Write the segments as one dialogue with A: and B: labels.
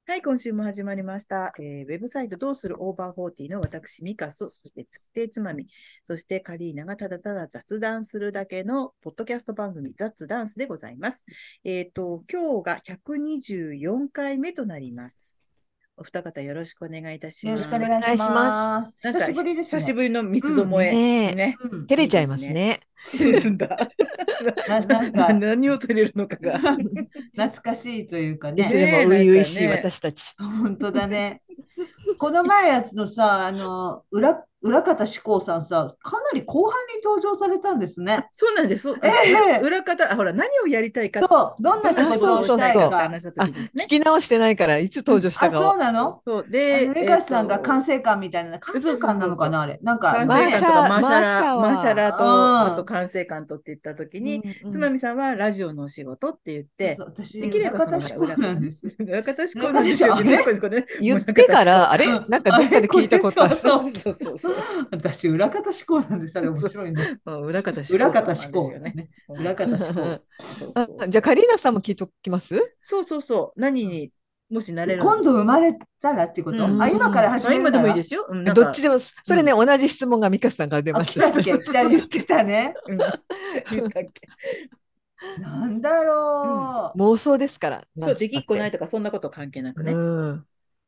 A: はい、今週も始まりました。ウェブサイトどうするオーバーフォーティーの私、ミカス、そして月亭つまみ、そしてカリーナがただただ雑談するだけのポッドキャスト番組、雑ダンスでございます。今日が124回目となります。お二方よろしくお願いいたし
B: よろしくお
A: ます。
B: 願いし
C: お願いします。
B: ます。
A: なんか、
B: 久しぶりですね。
A: 久しぶりの三つ
B: うん、
A: どもえ。
C: ねえ、
A: ね。
B: うん。
A: いい
C: 照れちゃい
A: ですね。
C: ますね。
A: 照れるんだ。
B: なんか、
A: 何を取れるのかが。
B: 懐かしいというか
C: いつ
B: ね。
C: でも
A: ねえ、なん
C: 初々しい
A: かね。
C: 私たち。
B: 本当だね。この前やつのさ、裏方志功さんさ、かなり後半に登場されたんです
A: あ、
B: ね。
A: そうなんです。
B: ええ、
A: 裏方、ほら、何をやりたいか、
B: どんな
A: どんな
C: あ、
B: 仕事をし
A: 仕事をした
C: そうそうそう。
A: いかって
B: たいか。
A: 話したと
C: あ、
A: きですね。
C: 聞き直してないから、いつ登場した
B: あ、そう
C: かを。
B: なの？
A: そう。で、
B: ミカさんが管制官みたいな、管
A: そう
B: 制官な
A: そうそうそう。
B: のかなあれ。なんかね。
A: 管制官とか
C: マシャ
A: マーシャ
C: は、
A: ラと、あと
B: うん。
A: 管制官とって言ったとき
C: うん
A: に、つま
C: うん。
A: みさんはラジオのお仕事って言って、
B: そうそう、私、
A: できればそのほら、
B: 裏方志向
A: 裏方ね。
B: なんです。
A: 裏方志向
B: 裏方でしょ、
A: なんですよって、なんとか
B: あれ。
A: ですこれね。
C: 言っ
A: 裏方志向
C: てから、あ
A: って。
C: れなんか
B: あれ、
C: どっかで聞いた
B: これ、
C: ことある。
B: そうそう。
A: そうそうそうそう。
B: 私、裏方志向なんです。あれ、面
A: そう。
B: 白いね。
A: 裏方志向さんな
B: 裏方志
A: んですよね。
B: 向ね。
A: うん。
B: 裏方志向。
A: そう
C: あ、
A: そうそ
C: じゃあ、カリーナさんも聞いときます？
A: そうそうそう。何にもしなれるん
B: 今度生まれたらってこ
A: うん。
B: と？あ、今から
C: うん。
B: 始
A: あ、今で
B: めるなら？
A: もいいですよ。うん、なんか、
C: どっちでも、それね、
A: うん。
C: 同じ質問がミカさんから出
B: あ、
C: ました。
B: 来たっけ？言ってたね。
A: うん。言ったっけ。
B: なんだ
A: うん。
B: ろ
C: 妄想ですから、な
A: そう、
C: んつ
A: できっこない
C: ったって。
A: とか、そんなこと関係なく
C: う
A: ね。
C: ん。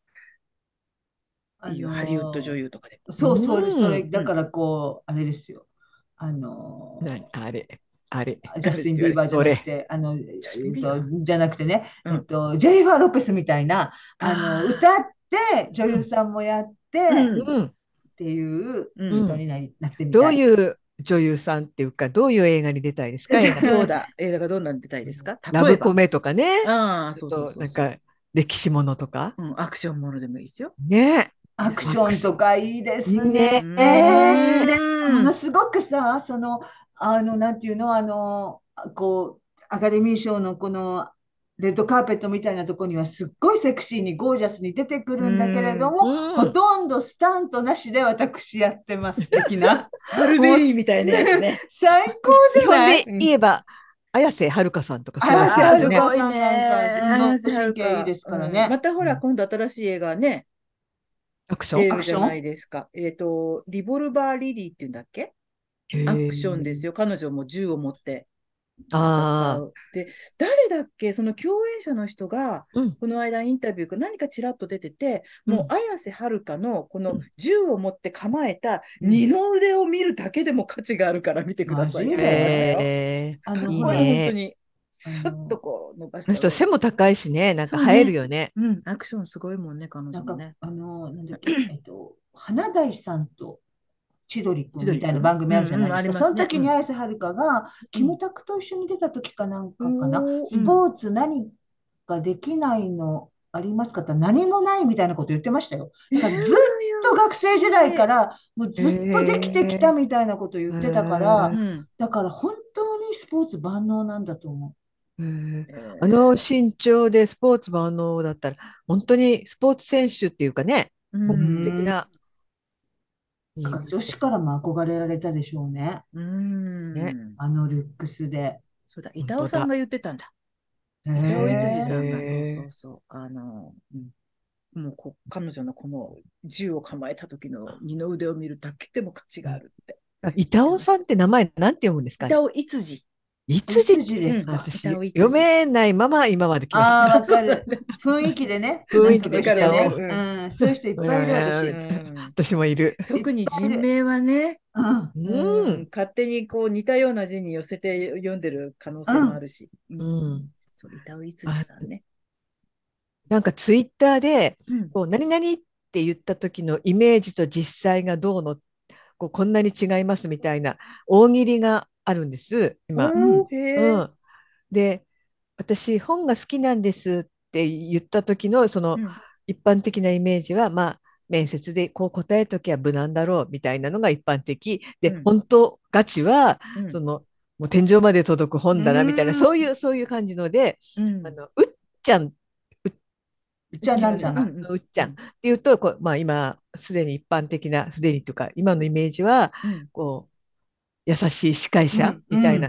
B: う。
A: いいよ、ハリウッド女優とかでも。
C: う
B: そう、それ、
C: ん。
A: うん。
B: だからこう、あれですよ。
C: あれ、あれ、
B: ジャスティン・
A: あれって言われて。
B: ビーバーじゃ
C: それ。
B: なくて、
A: ジャスティン・ビーバ
B: じゃなくてね、
A: ーうん。
B: ジェニファー・ロペスみたいな、歌
A: あ
B: って女
A: あ、うん。
B: 優さんもやっ
A: う
B: て
A: ん。
C: うん。
B: っていう
A: うん。
B: 人
C: うん。
B: になってみ
C: ど
B: たい。
C: ういう女優さんっていうか、どういう映画に出たいですか、映画の。
A: そうだ。映画がどんなん出たいですか？
C: ラ
A: 例えば。
C: ブコメとかね。
A: ああ、そうそう
C: ちょっと、
A: そうそ
C: なんか、歴史ものとか。
A: う。うん。アクションものでもいいですよ。
C: ね。
B: アクション
C: アクシ
B: とかいいで
C: ョン。
B: すね。
C: ねえ。
B: で、も
A: うん。
B: のすごくさ、なんていうの、こう、アカデミー賞のこのレッドカーペットみたいなところにはすっごいセクシーにゴージャスに出てく
A: う
B: るんだけれど
A: ん。
B: も、ほ
C: うん。
B: とんどスタントなしで私やってます的な。
A: ハルベ
B: もう
A: リーみたいなやつね。
B: 最高じゃない？
C: 日本で
A: うん。
C: 言えば、綾瀬はるかさんとかそういう人
B: 綾瀬
A: ああ、
C: ですよね。
A: すごい
B: はるかさんなんか
A: ね。
B: 運動
A: 綾瀬はるか。
B: 神経いいですから
A: うん。ま
B: ね。
A: たほら、今度新しい映画ね、
C: アクション。
A: 出るじゃない
B: アクション。
A: ですか。リボルバー・リリーっていうんだっけ？
C: へ
A: アクションです
C: え。
A: よ。彼女も銃を持って戦
C: ああ。
A: う。で、誰だっけその共演者の人が、
C: うん。
A: この間インタビューか何かちらっと出てて、もう
C: うん。
A: 綾瀬はるかのこの
C: うん。
A: 銃を持って構えた
B: うん。
A: 二の腕を見るだけでも価値があるから見てくだ
B: マジ
A: さいって言ってました
B: で？
A: よ。
C: えいい
A: かっこいいの、本当
C: ね。
A: に。
B: あ
A: スッと
B: の、
A: こう伸ばし
C: あの
A: た腕。
C: 人背も高いしね、なんか映える
A: そうね。
C: よね。
A: うん、アクションすごいもんね、彼
B: なんか、
A: 女もね。
B: なんだっけ、花大さんと千鳥くんみたいな
A: 千鳥くん
B: 番組あるじゃ
A: うんうん、あ
B: ないですか。その
A: りますね。うん。
B: 時に綾瀬はるかが、キム
A: うん。
B: タクと一緒に出た時かなんかかな、
A: おー、うん。
B: スポーツ何かできないのありますかって何もないみたいなこと言ってましたよ。だからずっと学生時代か
A: 羨ましい。
B: ら、もうずっとできてきた
C: え
B: みたいなこと言
C: ー、
B: ってたから、
A: うん。
B: だから本当にスポーツ万能なんだと思
C: あの
A: え
C: 身長でスポーツ万能だったら、本当にスポーツ選手っていうかね、
A: う
B: う。う
C: 本格
A: ん。
C: 的な、
B: だ
C: いい
B: から女子からも憧れられたでしょうね。
A: う
C: ね、
A: ん。
B: あのルックスで。
A: そうだ、
C: 本当だ。
A: 板尾さんが言ってたんだ。
B: へ
A: 板尾逸司
B: え。
A: さんが、そうそ
C: え
A: うそう。もう彼女のこの銃を構えた時の二の腕を見るだけでも価値があるって言って
C: 板尾
A: ました。
C: さんって名前なんて読むんですかね。
A: 板尾逸司。
C: いつじ、
B: いつじで
A: うん。
B: すか？
A: 板
C: 私、読
A: 尾逸司。
C: めないまま今まで来まし
B: ああ、
C: た。
B: わかる。
A: そうなんだ。
B: 雰囲気でね、
C: 雰囲気で
B: なんとかして
C: 板尾。
A: わかるわかる。
B: ね。
A: うん。
B: うん、そういう人いっ
C: う
B: ぱいいる、
A: う
C: ん、
B: 私。
A: ん。
C: 私もいる。
B: いっ
A: 特に
B: ぱいいる。
A: 人名はね、
B: うん、
C: うん、
A: 勝手にこう似たような字に寄せて読んでる可能性もあ
B: うん、
A: るし。う
C: う
A: ん。
C: ん。
A: そう、板尾逸司
C: あ、
A: さんね。
C: なんかツイッターで、
A: うん。
C: こう、何々って言った時のイメージと実際がどうの、こんなに違いますみたいな大喜利があるんです、今。
B: うん、
A: おー、へえ。
C: うん。で、私、本が好きなんですって言った時の、その
A: うん。
C: 一般的なイメージは、まあ、面接でこう答えときは無難だろうみたいなのが一般的。で、
A: うん。
C: 本当、ガチは、
A: うん。
C: その、もう天井まで届く
A: う
C: 本だなみたいな、
A: ーん。
C: そういう感じので、
A: うん。
C: うっちゃん、
B: じゃあ
A: うっちゃん。
C: 違うな、
A: うん。
C: うっちゃんっ
A: うん。
C: ていうと、まあ、今、すでに一般的な、すでにというか、今のイメージは、
A: うん。
C: こ優しい司会者
B: うん、うん。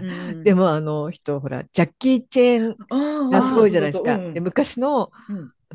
C: みたいな。
A: うん。
C: でもあの人、ほら、ジャッキー・チェン
A: ああ、
C: がすごい
A: そうそうそうそう。う
C: じゃないですか。で、
A: ん。
C: 昔の、
A: うん。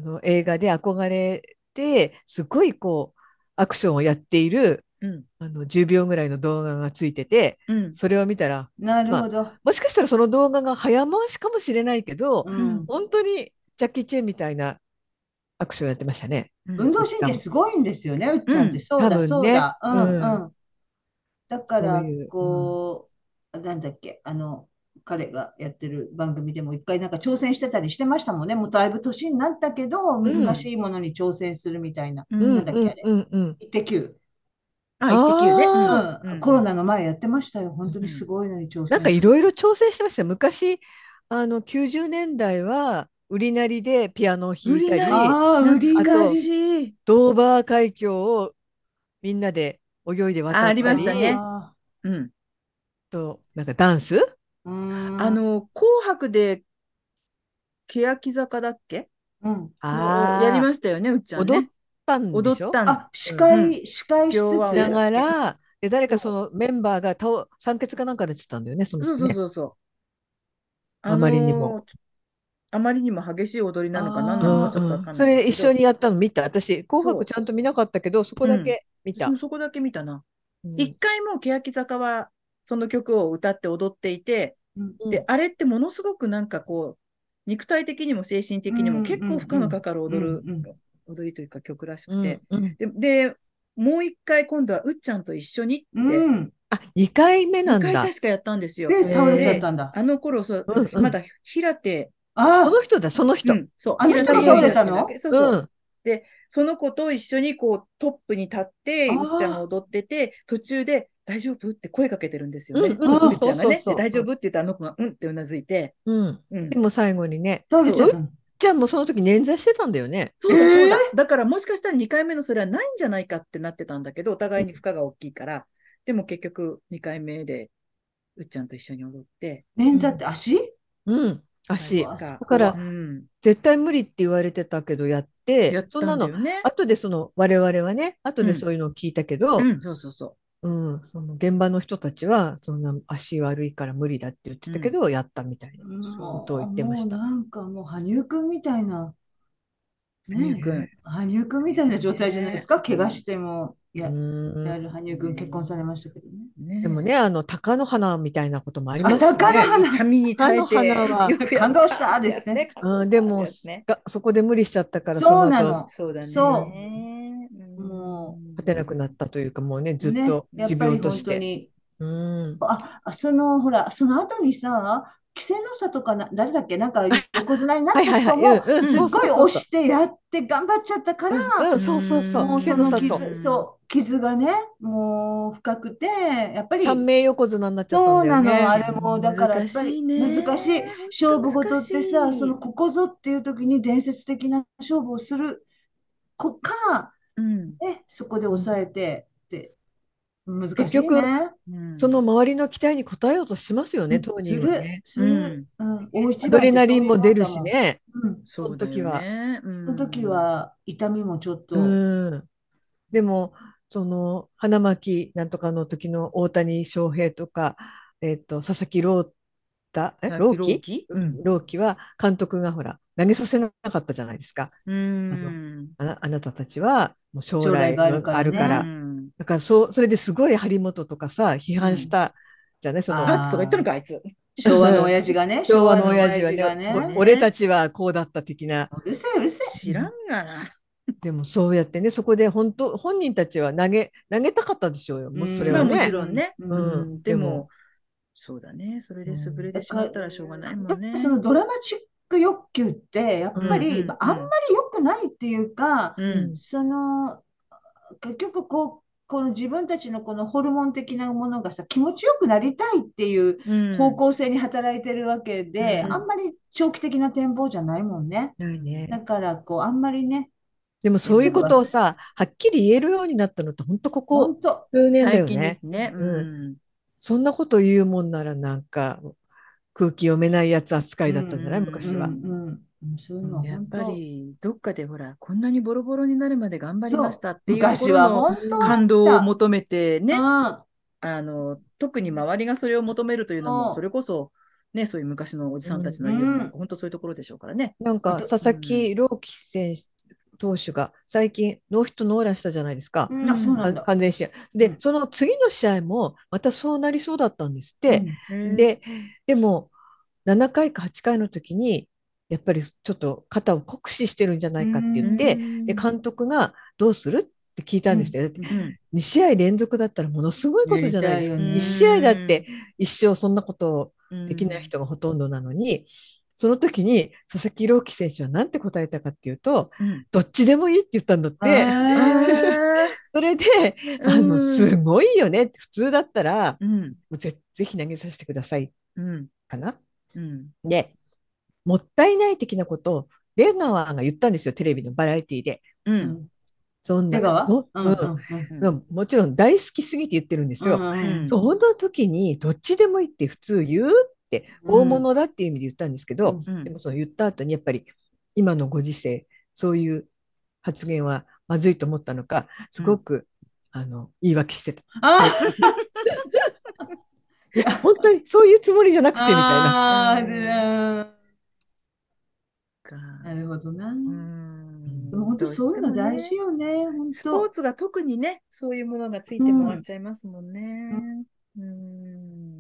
C: 映画で憧れてすごいこうアクションをやっている
A: うん。
C: 10秒ぐらいの動画がついてて、
A: うん。
C: それを見たら、
B: なる
C: まあ、
B: ほど。
C: もしかしたらその動画が早回しかもしれないけど、
B: うん。
C: 本当にジャッキー・チェンみたいなアクションやってましたね。
A: うん。
B: 運動神経すごいんですよね、うっちゃんって。
A: うん。
B: そう
C: 多
B: だ、
C: 分ね、
B: そうだ。うん
C: うん、
B: うん。だから、
C: そういう、うん、
B: こう、なんだっけ、彼がやってる番組でも一回なんか挑戦してたりしてましたもんね。もうだいぶ年になったけど、
C: う
B: 難
C: ん、
B: しいものに挑戦するみたいな。
C: うん、
A: うん。
B: なんだっけ、あれ。
C: うん、うん。
B: イッテ Q。
A: あ、イッテ Q ね。うん。
C: ああ、
A: うん。
B: うん、コロナの前やってましたよ。本当にす
A: うん。
B: ごいのに挑
C: なんか
B: 戦する。
C: いろいろ挑戦してましたよ。昔、90年代は、売りなりでピアノを弾い
A: 売りなり、
C: たり、
B: ああ、売
A: 懐か
B: りなり。
C: あと、
A: しい。
C: ドーバー海峡をみんなで泳いで
A: あ、
C: 渡っ
A: あり
C: たり、
A: ましたね。
B: あ
A: うん。
C: なんかダンス
B: あ、うーん、
A: 紅白で欅坂だっけ
B: うん。
A: の、やり
C: ああ
A: ましたよね、うっちゃん
C: 踊っ
A: ね。
C: たんでしょ？
A: 踊ったん。
B: あ、
C: うん。
A: うん。
B: 司会しつつ、
A: 今日は
C: しなが
A: 踊って。
C: ら、で、誰かそ
B: そ
C: のメンバーが酸欠かなんかでってたんだよね、その
A: そうそう
C: 時ね。
A: そうそう。
C: あまりにも。
A: あまりにも激しい踊りなのか何
C: う
A: なのか
C: ん
A: ちょっとわ
C: うん。
A: かん
C: それ一
A: ないですけど、
C: 緒にやったの見た。私、紅白
A: そ
C: ちゃんと見なかったけど、そこ
A: う。うん。
C: だけ見た。
A: 私もそこだけ見たな。
C: うん。
A: 一回も欅坂はその曲を歌って踊っていて、
B: うん、
A: で、
C: うん。
A: あれってものすごくなんかこう、肉体的にも精神
B: うん、
A: 的にも
B: うん、
A: 結構負荷
B: うん、
A: のかかる
B: うん、うん。
A: 踊りというか曲らしくて。
C: うん。うん。
A: で、もう一回今度はうっちゃんと一緒に
B: う
A: って
B: ん。
C: あ、2回目なん
A: 2回
C: だ。
A: 確かやったんですよ。
B: で、倒れちゃっ
C: ええ、
A: で、
B: たんだ。
A: あの頃、そう、
C: うんうん。
A: まだ平手、
B: ああ、
C: その人だ、その人。
A: うん、そう、
B: あの
A: 平手友
B: 人が倒
C: いやいやいや。
B: れたの？
A: 梨だっけそうそう。
C: うん。
A: で、その子と一緒にこうトップに立って、うっちゃんが
B: あ
A: 踊ってて、途中で大丈夫って声かけてるんですよ
C: うん
A: ね。
C: うんうん。
A: うっち
C: そう
A: ゃんがね。で、
C: そうそ
A: 大丈
C: う。
A: 夫って言ったらあの子がうんってうなずいて、
C: うん。
A: うん。
C: でも最後にね、
B: 倒れちゃ
A: そう、
B: ったの？
C: じゃあもうその時捻挫してたんだよね。
A: そうだそうだ。
B: ええ、
A: だからもしかしたら2回目のそれはないんじゃないかってなってたんだけど、お互いに負荷が大きいから、でも結局2回目でうっちゃんと一緒に踊って、
B: 捻挫っ
C: うん。
B: て足？
C: うん。
B: うわ、
C: 足。
A: 確か、
C: だから
B: 怖。
A: うん、
C: 絶対無理って言われてたけどやって、
A: やったんだ
C: そんなの、
A: よね。
C: 後で我々はね、後
A: うん、
C: でそういうのを聞いたけど、
A: うん、そうそうそ
C: うん、その現場の人たちは、そんな足悪いから無理だって言って
A: う。うん、
C: たけど、やったみたいな
A: そ
C: ことを言ってま
B: もう
C: した。
B: なんかもう羽生くんみたいな、
A: う。羽生
B: ね、
A: くん。
B: 羽生くんみたいな状態じゃないです
A: ね
B: か。怪我
A: うん、
B: しても
C: うーん。
B: やる羽生くん結婚されましたけどね。
A: ね
C: でもね、貴乃花みたいなこともあり
B: あ、
C: ますし
B: 貴乃
C: ね。
B: 花。
A: 痛みに耐え
C: 貴乃花
A: て、
C: は、
A: よくやっ
B: 感動し
A: たっ
B: たですね。
A: てやつね。感動
C: うん、
A: したって
C: でも、
A: やつね。
C: そこで無理しちゃったから、そ
B: そう
C: の後、
B: なの。
A: そうだ
B: そ
A: ね。
B: も
C: 立てなくなったというか、もうね、
B: う、ね、
C: ずっと
B: やっ
C: 持
B: ぱり本
C: 病として。
B: 当に。
C: うん。
B: ほら、その後にさ、稀勢の里かな、誰だっけ、なんか横綱になった
C: はいはいはい。
B: 人も、
C: うんうん、そう
B: すっごい
C: そうそうそう。
B: 押してやって頑張っちゃったから、
C: うんうん、
A: う
C: そうそうそう。
B: もう
C: 稀勢
B: その
C: の里。
B: 傷がね、もう深くて、やっぱり、
C: 短命横綱になっちゃったんだよ
B: そうなの、あ
C: ね。
B: れも、だからやっ
A: 難しい
B: ぱり難
A: ね。
B: しい。
A: ほんと
B: 勝負事
A: 難
B: ってさ、そ
A: しい。
B: のここぞっていう時に伝説的な勝負をする子か、
A: うん。
B: ね、そこで抑えてって難しい
C: 結局、
B: ね。
A: うん。
C: その周りの期待に応えようとしますよね、
B: うん、
C: 当
B: する、
C: 人はね。
B: する。
A: うん。
B: うん、大一
C: アドレナ
B: 番ってそういう
C: リンも出る
B: もんだもん。
C: しね、
B: うん、
C: その
A: そうだよ
C: 時は。
A: ね。う
B: その時
A: ん。
B: は痛みもちょっと、
C: うん。でも、花巻なんとかの時の大谷翔平とか、佐々木
A: 佐々木
C: 朗希、
A: 朗希
C: うん、朗希は監督がほら、投げさせなかったじゃないですか。
A: う
C: あの、
A: ん。
C: あなたたちはもう将
B: 将来がある
C: 来のあ
B: から
A: う
C: るから。
B: ね。
A: ん。
C: だからそれですごい張本とかさ、批
A: うん。
C: 判したじゃない、
A: ガッツとか言ったの
B: ああ、
A: か、あいつ。
B: 昭和の親父がね、昭
C: 昭和の
B: 和の
C: 親父はね、
B: 親父がね、
C: 俺た
A: ね。
C: ちはこうだった的な。
B: うるせえ、うるせえ。
A: 知らんがな。
C: でもそうやってね、そこで本人たちは投げたかったでしょうよ。
B: う
C: もうそれ
A: まあもち
C: はね。
A: ろんね。
B: う
C: う
A: う
C: ん。
B: ん。
A: ん。で
C: でも、
A: も、そうだね。それで潰
C: うん、
A: れてしま
B: だか
A: ったらしょうがないも
B: ら、
A: んね。
B: そのドラマチック欲求って、やっ
A: うん
B: ぱり、
A: うん
B: あんま
A: うん。
B: り良くないっていうか、
A: うん。
B: その、結局この自分たちのこのホルモン的なものがさ、気持ちよくなりたいっていう
A: うん。
B: 方向性に働いてるわけ
A: う
B: で、あん
A: ん。
B: まり長期的な展望じゃないもんね。
C: ないね。
B: だからあんまりね、
C: でもそういうこ
B: すぐは、
C: とをさ、はっきり言えるようになったのって、本当ここ
B: 本当、
C: 数年だ
A: 最近で
C: よね。
A: すね。う
C: うん。
A: ん。
C: そんなこと言うもんならなんか空気読めないやつ扱い
B: うん
C: だったんじゃない
B: う
C: 昔は。
B: んうんうん、そういうのは
C: うん。
A: やっぱ
B: 本当、
A: りどっかでほら、こんなにボロボロになるまで頑張りまし
B: そう、
A: たっていうとこ
B: 昔
A: ろの
B: は本当
A: 感動を
B: あっ
A: 求めてね、
B: た。うん、
A: 特に周りがそれを求めるというのも、そ
B: そ
A: れこそね、そういう昔のおじさんたちの
B: う
A: 言うのなん
B: ん。
A: か、本当そういうところでしょうからね。
C: なん
B: あと、
C: か佐々木朗希選手投手が最近ノーヒットノーランしたじゃないですか。
A: う
B: あ、そうな
A: ん。
B: んだ。
C: 完全試合。で、
B: うん。
C: その次の試合もまたそうなりそうだったんですって。
B: うん。
A: へえ。
C: で、でも7回か8回の時に、やっぱりちょっと肩を酷使してるんじゃな
B: う
C: いかって言
A: う
C: って、
B: ん。
C: で、
A: ん。
C: 監督がどうするって聞いたんです
B: うん。
C: って。だって
B: うん。
A: うん。
C: 2試合連続だったらものすごいこと
B: やり
C: じゃないですか。
B: たいよ
A: う
C: 1試合だっ
A: ん。
C: て一生そんなこと
A: う
C: できない
A: ん。
C: 人がほとんどなのに、その時に佐々木朗希選手は何て答えたかっていうと、
A: うん。
C: どっちでもいいって言ったんだって。
B: あ
A: ああ。
C: それで、
A: うん。
C: すごいよね。普通だったら、
A: うん。
C: ぜひ投げさせてください
A: うん。
C: かな。
A: うん。
C: で、もったいない的なことを出川が言ったんですよ、テレビのバラエティーで。
A: うん。
B: うん。
C: そんな、
B: 出川。
C: そ
B: うん。
C: う
B: うん。うん。
A: うん。
C: ん、もちろん大好きすぎて言ってるんですよ。
B: うん。
A: うん。
C: そんな時にどっちでもいいって普通言うって大
B: うん。
C: 物だっていう意味で言ったんですけど、
B: うん。
A: うん。
C: でもその言った後にやっぱり今のご時世、そういう発言はまずいと思ったのか、す
A: うん。
C: ごく言い訳してた。はい。
B: あ
C: いや、本当にそういうつもりじゃなくてみたいな。
A: う
B: あ
A: ん。
B: ー、
A: か。
B: なるほどな。
A: う
B: でも
A: ん。
B: 本当そういう
A: どうして
B: の大事
A: もね、
B: よね、本当。
A: スポーツが特にね、そういうものがつい
B: う
A: て回っ
B: ん。
A: ちゃいますもん
B: うん。
A: ね。うん。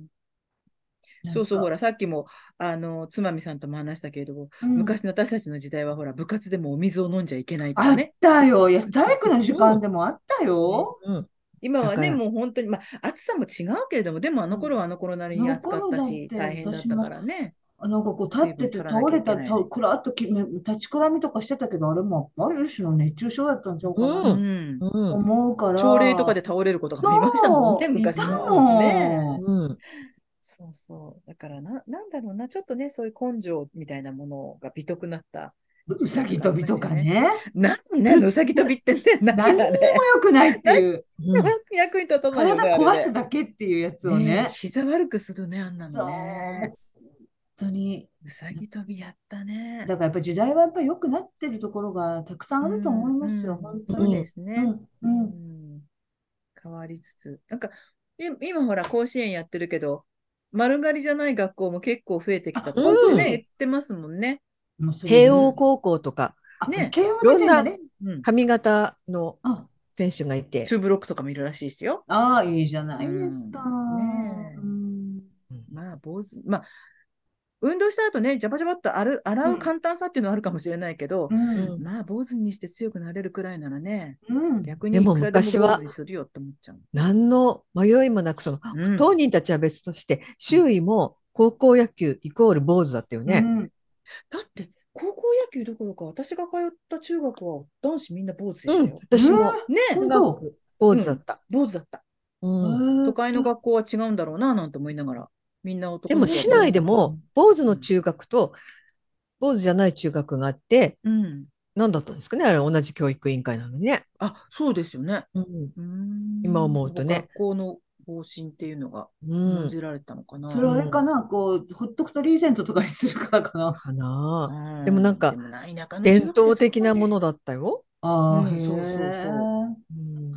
A: そうそう、ほ
B: なんか、
A: ら、さっきも、つまみさんとも話したけれども、
B: うん。
A: 昔の私たちの時代は、ほら、部活でもお水を飲んじゃいけないとか
B: あっ
A: ね。
B: たよ。いや、体育の時間
C: うん。
B: でもあった
A: ね。
B: よ。
C: うん。
A: 今はね、
C: だから、
A: もう本当に、まあ、暑さも違うけれども、でもあの
B: うん。
A: 頃はあの頃なりに暑かっ
B: あの頃
A: たし、
B: だって
A: 大変だったか
B: 私も
A: らね、
B: なんかこう立
A: 水
B: ってて
A: 分取らなきゃ
B: 倒れたら
A: いけないのに。
B: くらっと立ちくらみとかしてたけど、あれもある種の熱中症だったんちゃうかな
A: う
C: うん。
A: ん。
C: うん。
B: 思うか
A: 朝礼とかで
B: ら、
A: 倒れる子とかもいましたもんね、
B: そう、いた
A: 昔は。
C: うん。
A: ねえ。
B: も
C: うん。
A: そうそう。だからなんだろうな、ちょっとね、そういう根性みたいなものが美徳なった
B: ん。う
A: 時
B: さ
A: 代とかあり
B: ぎ跳びと
A: ますよね。
B: かね。
A: なんね、うさぎ跳びってね、何
B: 何にも
A: あれ。
B: 良くないって
A: 何に
B: いう、
C: うん。
A: も役に立たないよね、あれ
B: 体壊す
A: ね。
B: だけっていうやつを
A: ねえ、
B: ね。
A: 膝悪くするね、あんなの
B: そう、もう
A: ね。
B: 本当に。
A: うさぎ跳びやったね。
B: だからやっぱり時代はやっぱり良くなってるところがたくさんあると思い
A: うん、う
B: ますよ、
A: ん、そうで
B: 本当に。
A: すね。
B: うん、
A: う
B: うん。
A: ん、変わりつつ。なんか、今ほら、甲子園やってるけど、丸刈りじゃない学校も結構増えてきた
B: あ、
A: とかってね、言っ
B: 本当に。
A: てますもんね。
B: もうそれ、
C: 慶応高校とか、
B: あ、
A: ね。
B: 慶応
C: いろんな
B: 出てんだね。
A: うん。
C: 髪型の
B: あ、
C: 選手がいて、
A: ツーブロックとかもいるらしいですよ。
B: ああ、いいじゃな
A: う
B: いですか。
A: ん。ね
B: うん。
C: うん。
A: え。まあ、坊主。まあ、運動した後ね、ジャバジャバっと洗う
B: うん。
A: 簡単さっていうのはあるかもしれないけど、
B: うん。
C: うん。
A: まあ、坊主にして強くなれるくらいならね、
B: うん。
A: 逆
C: でも
A: にいくらでも
C: 昔は
A: 坊主にするよって思っちゃう。
C: 何の迷いもなく、
A: うん。
C: 当人たちは別として、
A: うん。
C: 周囲も高校野球イコール坊主だったよね。
B: うん。
A: だって、高校野球どころか、私が通った中学は男子みんな坊主でし
C: うん、
A: たよ。
C: 私も
A: ねえ。
C: 中
B: 本当。
C: 学坊
A: うん。
C: 主だった。
A: 坊主だった。
C: うん。
B: え
A: 都会の学校は違うんだろうな、なんて思いながら。みんな男の子は
C: でも市
A: 坊主だった。
C: 内でも坊主
A: うん。
C: の中学と坊主じゃない中学があって、
A: うん。
C: 何だったんですかね、あれ同じ教育委員会なのにね。
A: あ、そうですよね。
C: うん、
A: うー
C: 今
A: ん。学
C: 思うとね。
A: 校の方針っていうのが
C: うん。
A: 重んじられたのか
B: それあ
A: な。
B: れかな、こう、ほっとくとリーゼントとかにするからかな。
C: か
A: う
C: なあ。でもなん
A: ん。で
C: か
A: もな、田舎の中
C: 伝
A: 学生
C: 統的
A: そこまで。
C: なものだったよ。
B: ああ、へ
A: うん、そうそうそ
B: え。
C: うん。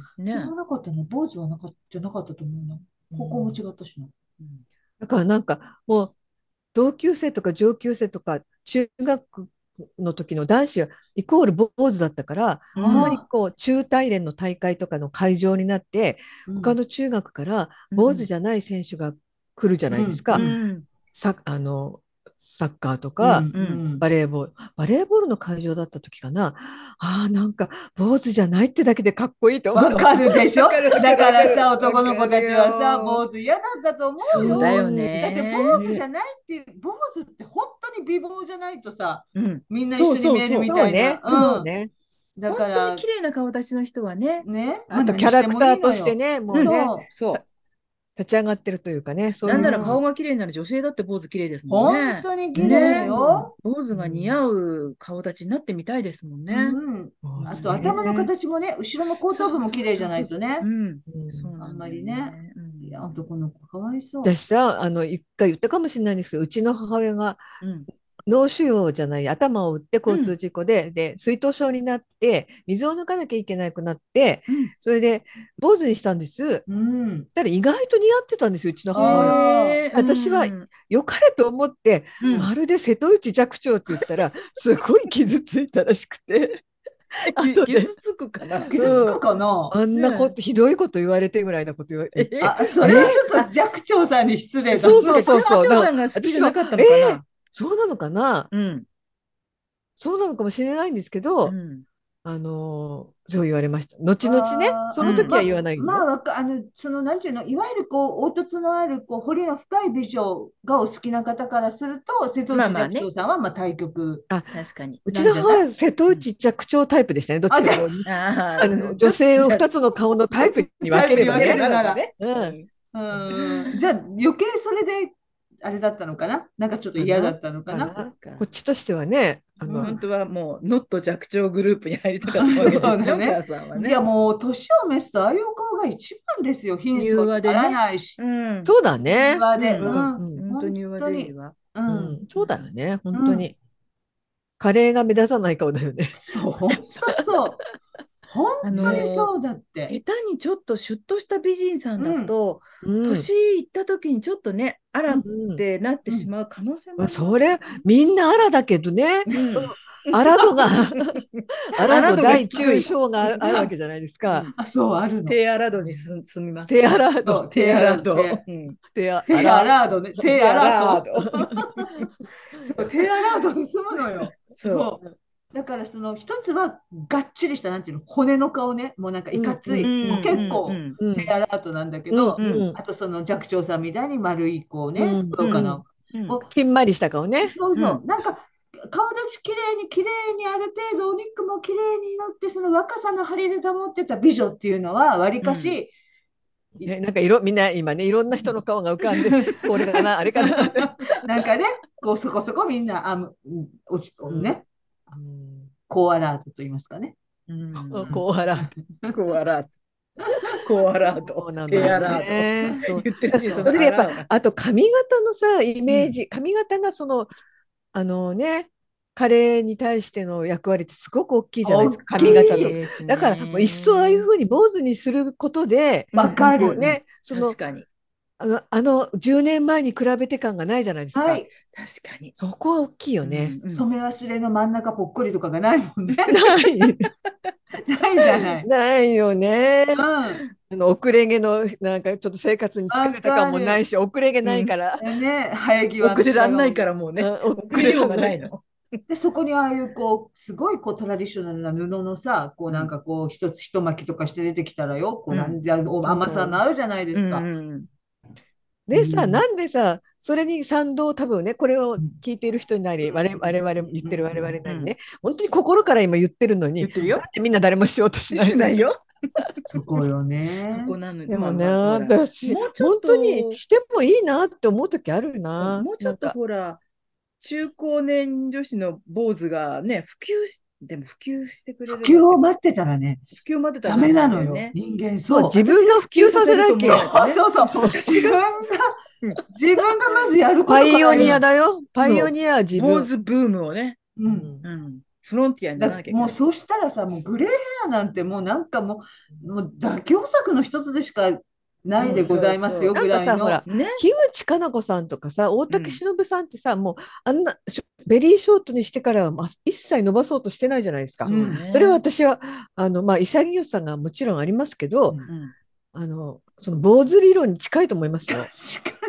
A: う。
B: 知ら
A: ね。
B: なかったね。坊主はじゃなかったと思うな。高校も
C: うん。
B: 違ったしな。
A: うん。
C: だからなんかもう同級生とか上級生とか中学の時の男子はイコール坊主だったから、
A: う
C: たまに
A: ん。
B: ああ、
C: こう中大連の大会とかの会場になって
B: うん、
C: 他の中学から坊主
A: うん。
C: じゃない選手が来るじゃ
B: うん、
C: ないですか。
B: うん、
A: うん。
C: サッカーと
B: うん、
C: か
A: うん。
B: うん。
C: バレーボールの会場だった時かな。ああ、なんか坊主じゃないってだけでかっこいいと思うかも。
B: わかるでしょ。
A: わかるわか
B: だ
A: るわかる。
B: からさ、
A: わ
B: 男の子た
A: かる
B: ちはさ、
A: よ。
B: 坊主嫌だったと思うよ。
A: そうだよ
C: うん。
B: だって坊
A: ね。
B: 主じ
C: ね。
B: ゃないっていう、坊主って本当に美貌じゃないとさ、
A: うん。
B: みんな一
A: そう
B: 緒に見える
A: そうそう。
B: みたいな。
C: そうね。そう
B: うん。
C: ね。
B: だ
A: 本当に
B: から、
A: 綺麗な顔立ちの人はね。
B: ね、まあ
C: あとキャ
B: 何しても
C: ラクターと
B: いいのよ。
C: してね、も
A: うん。
C: うね、
B: そう。
A: そう。
C: 立ち上がってるというかね、そう
A: なんなら
C: いう。
B: うん。
A: 顔が綺麗になる女性だって坊主綺麗ですもん
B: 本
A: ね。
B: 当に綺麗
A: ね。
C: うん。
B: よ。
A: 坊主が似
C: うん。
A: 合う顔立ちになってみたいですもんね。
B: うん。
C: 坊主
B: あと頭の
C: ね。
B: 形もね、後ろの後頭部
A: そう
B: も綺麗じゃ
A: そうそう。
B: ないとね。
A: うん。
C: うん。
A: そう
B: あん
A: なんだよ
B: まりね。
A: ね。う
B: いや、
A: ん。
B: 男の子かわいそ
C: 私さ、一回言ったかもしれないんですけど、うちの母親が
A: うん。
C: 脳腫瘍じゃない、頭を打って交
A: うん。
C: 通事故で、水頭症になって、水を抜かなきゃいけなくなって、
A: うん。
C: それで坊主にしたんです。
B: うん。
C: たら意外と似合ってたんですよ、うちの母親。
B: あ
A: へえ、う
C: 私は
A: ん。
C: 良かれと思って、
A: うん。
C: まるで瀬戸内寂聴って言ったら、すごい傷ついたらしくて、後で、
A: 傷つくかな。
B: 傷つく
C: うん、
B: かな。
C: あんなこ
A: ね
C: と、ひどいこと言われてぐらいなこと言って、
B: あ、それはちょっと寂聴さんに失礼だ。
C: そう
A: なんか、
C: そうそうそう、
A: 寂聴
C: だから
A: さんが好きじゃ
C: 私も、
A: なかったのかな。
C: そうなのかな、
A: うん。
C: そうなのかもしれないんですけど、
A: うん。
C: そう言われました。後々ね、そ
A: うん。
C: の時は言わない
B: まあ、
C: よ。
B: なんていうの、いわゆる凹凸のある、彫りの深い美女がお好きな方からすると、瀬戸内寂
A: まあまあね。
B: 聴さんは対極
C: あ、
A: 確かに。
C: うち
B: なんじゃない？
C: の母は瀬戸
A: うん。
C: 内寂聴タイプでしたね。どっち
B: あ、じゃ
C: かというと、
A: ああ、
C: 女性を
A: じゃあ、
C: 2つの顔のタイプに分
B: タイプに分け
C: ければね。
B: るなら。
A: ならばね。
C: うん。
A: うん。
B: じゃあ余計それであれだったのかな、なんかちょっと
C: かな
B: 嫌だったのかな。
C: かな。
A: そっか。
C: こっちとしてはね、
B: うん
A: 本当はもう、ノット寂聴グループに入りたかったわけですね、お
B: そうだね。
A: 母さんは
B: いや
A: ね。
B: もう年を召すとああいう顔が一番ですよ。貧
A: 柔
B: 相になら
A: 和でね。
B: ないし。
A: うん。
C: そうだね。
B: 庭で、
A: うん。
C: うん
B: うん、
C: うん。
A: 本当
B: 本
A: 柔和
B: 当に、
A: でいいわ。
B: うん、
C: うん、そうだよね。本
B: うん、
C: 当に。カレーが目立たない顔だよね。
B: そう、本当そう。本
A: あ
B: 当に
A: の
B: そうだって。
A: 下手にちょっとシュッとした美人さんだ
B: うん、
A: と、
C: うん。
A: 年いった時にちょっとね、あらっ
B: うん、
C: うん。
A: てなって
B: うん。
A: しまう可能性も
C: まあ、
A: ありま
C: それ、
A: すけどね。
C: みんなあらだけどね。
A: うん。
C: そのあら度があらの
A: アラ度が
C: 大中
A: 低い。
C: 小があるわけじゃないですか。
A: うん。
B: あ、そう、あるの。
A: 低アラ度に住みます
C: 手あ
A: ね。
C: ら度、
B: そう、
A: 低アラ度。
B: 手、
A: うん。
C: 手あ
B: 手ア
C: ら。
B: ラードね。手
A: 低ア
B: アラート。
A: ラード。
B: そう、手アラードで済むのよ。
A: そ
B: そう。だからその一つはがっちりしたなんていうの、骨の顔ね、もうなんかい
C: うんう
B: かつい、
A: う。う
C: ん
B: もう
A: ん、うん、う
B: 結構
A: ん。
C: うん
B: 手アラートなんだけ
C: うん
B: ど、
A: うん、
C: うん
B: あとその寂聴さんみたいに丸いこうね、ふ
C: うん
B: くよかな、
A: うん、うん、
B: こ
C: ちんまりした顔
B: う、
C: ね。
B: そうそう、
A: うん。
B: なんか顔立ちきれいにある程度お肉もきれいになって、その若さの張りで保ってた美女っていうのはわり
A: うん。
B: かし、い
C: なんかみんな今ね、いろんな人の顔が浮かんで、これかな、あれかなって。
B: なんかね、こうそこそこみんな、落ち
C: うん
B: ね、
C: うん、
B: 高アラートと言いますかね。
A: うん。
C: こう笑って。
A: コアラード。コアラード。
C: そうなの
A: 低ア
C: よ
A: ラード。
C: ね。そう。
A: 言ってるうちにその
C: それでやっぱ、
A: アラーが。
C: あと髪型のさ、イ
A: うん。
C: メージ、髪型があのね、カレーに対しての役割ってすごく大きいじゃないですか、
B: 大き
C: 髪型の。
B: い。
A: です
C: だから、もう一層ああいう
A: ね。
C: ふうに坊主にすることで、
A: うん、
B: わ
A: うん、
B: かる。
A: うん、うん。
C: こうね、
A: 確かに。
C: 10年前に比べて感がないじゃないですか。
B: はい。
A: 確かに。
C: そこは大きいよ
A: うん、
C: ね。
A: うん。
B: 染め忘れの真ん中ぽっこりとかがないもんね。
C: ない。
B: ないじゃない。
C: ないよね。
B: うん。
C: 遅れ毛のなんかちょっと生活に疲
B: わ
C: れた感
B: かる。
C: もないし、遅れ毛
A: うん。
C: ないから、
B: ね、生え際
A: 遅
B: の
A: れらんないか
B: 白髪も。
A: らもうね。遅
C: 遅れ
A: れようが
C: らんないから。
A: ないの。
B: で、そこにああいうこう、すごいこうトラディショナルな布のさ、こう
A: うん。
B: なんかこう一つ一巻きとかして出てきたらよ、こう
A: うん。
B: なんじゃ甘さの
C: そう。
B: あるじゃないで
A: うん、
B: すか。
A: うん。
C: でさ、
B: うん。
C: なんでさ、それに賛同、多分ね、これを
B: うん。
C: 聞いている人になり、我々、言ってる我々
A: うん。
C: なりね、本当に心から今言ってるのに、
A: 言ってるよ。
C: なんでみんな誰もしようとしないのか。
A: しないよ。
B: そこよね。
A: そこなの。
C: でもね、
A: まあまあ、ほら、
C: 私、
A: もうちょっ
C: 本当に
A: と、
C: してもいいなって思う時ある
A: うん、
C: な。
A: もうちょっと
C: なんか、
A: ほら、中高年女子の坊主がね、でも普及してくれ
B: 普
A: ればって、
B: 及を待ってたらね、
A: 普及待ってた
B: ダ
A: らダメな
B: メなのよ、
A: んだよね。
B: 人間。
C: そう、
B: そ
C: 自分が
A: 私が普
C: 普及さ
A: 及させると
C: せなきゃ。
A: 思わないと
B: う。
A: ね。
B: そうそう。
A: そう、私が、うん、
B: 自分がまずやるこ
C: パ
B: とか
C: イオニア
B: ら
C: だよ。パイオ
B: そ
C: ニアは自分。
A: 坊主ブームをね、
B: う。うん。
C: うん。
A: うん、フロンティアにならなきゃいけない。
B: もうそうしたらさ、もうグレーヘアなんてもうなんかもう妥協策の一つでしかない
A: そう
B: でご
A: そうそ
B: ざいますよぐ
C: なんかさ、ほ
B: らいの。
C: ら、
A: う。ね。
C: 樋口かな子さんとかさ、大
A: うん。
C: 竹しのぶさんってさ、もうあんなベリーショートにしてからは一切伸ばそうとしてないじゃないですか。
A: そう
B: うん。
C: それは
A: ね。
C: 私は、まあ、潔さがもちろんありますけど、
B: うん。
A: うん。
C: その坊主理論に近いと思いますよ。
B: 確か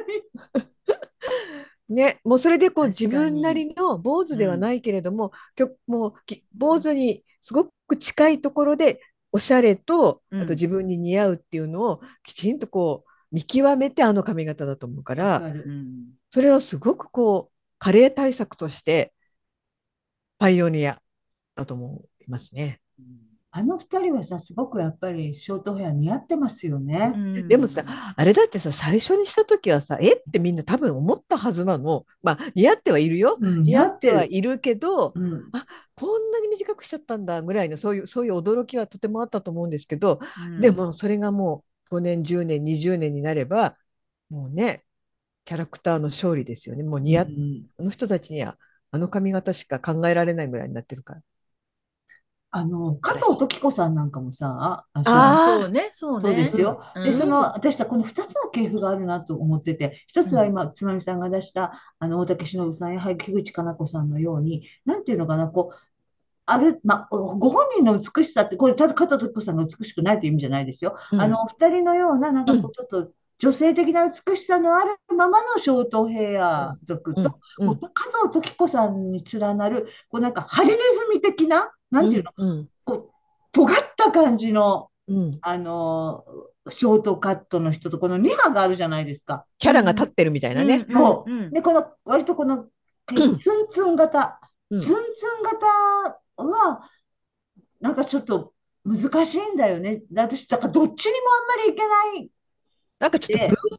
C: ね、もうそれでこう自
A: 確か
C: 分な
A: に。
C: りの坊主
A: うん。
C: ではないけれども、もう坊主にすごく近いところでおしゃれとあと
A: うん。
C: 自分に似合うっていうのをきちんとこう見極めてあの髪型だと思うか
B: に。わ
C: ら、
B: かる。
A: うん。
C: それはすごくこう加齢対策としてパイオニアだと思いますね。
A: うん。
B: あの二人はさ、すごくやっぱりショートヘア似合ってますよ
A: う
B: ね。
C: でもさ、
A: ん。
C: あれだってさ、最初にした時はさ、えってみんな多分思ったはずなの。まあ、似合ってはいるよ。
B: うん、似
C: 似合って
B: 合ってる。
C: はいるけど、
B: うん。
C: あ、こんなに短くしちゃったんだぐらいの、そういう驚きはとてもあったと思うんですけど、
A: うん。
C: でもそれがもう5年、10年、20年になれば、もうね、キャラクターの勝利ですよね。もう
B: う
C: 似合っ、
B: ん。
C: あの人たちにはあの髪型しか考えられないぐらいになってるから。
B: 加藤登紀子さんなんかもさ、
A: ああ、
C: ああ、
A: そうね、そう
B: そうで
A: ね。
B: すよ。で、
A: うん。
B: 私さ、この2つの系譜があるなと思ってて、一つは
A: うん
B: 今、つまみさんが出した、大竹しのぶさんや樋口かな子さんのように、なんていうのかな、こう、ご本人の美しさって、これ、ただ加藤登紀子さんが美しくないという意味じゃないですよ。
C: うん、
B: 二人のような、なんかこう、ちょっと、女性的な美しさのあるままのショートヘア
C: うん、
B: 族と、
C: うん、うん、
B: こう加藤登紀子さんに連なる、こうなんかハリネズミ的な、なんていうの、
C: うん、うん、
B: こう、尖った感じの、
C: うん。
B: あの、ショートカットの人と、この2派があるじゃないですか。
C: キャラが立ってるみたいなね。
A: うんうん
B: そ
A: うん。
B: う。で、割とこの、ツンツン型。
C: うん。
B: ツンツン型は、なんかちょっと難しいんだよね。私、だからどっちにもあんまりいけない
C: なんかちょっと
B: で、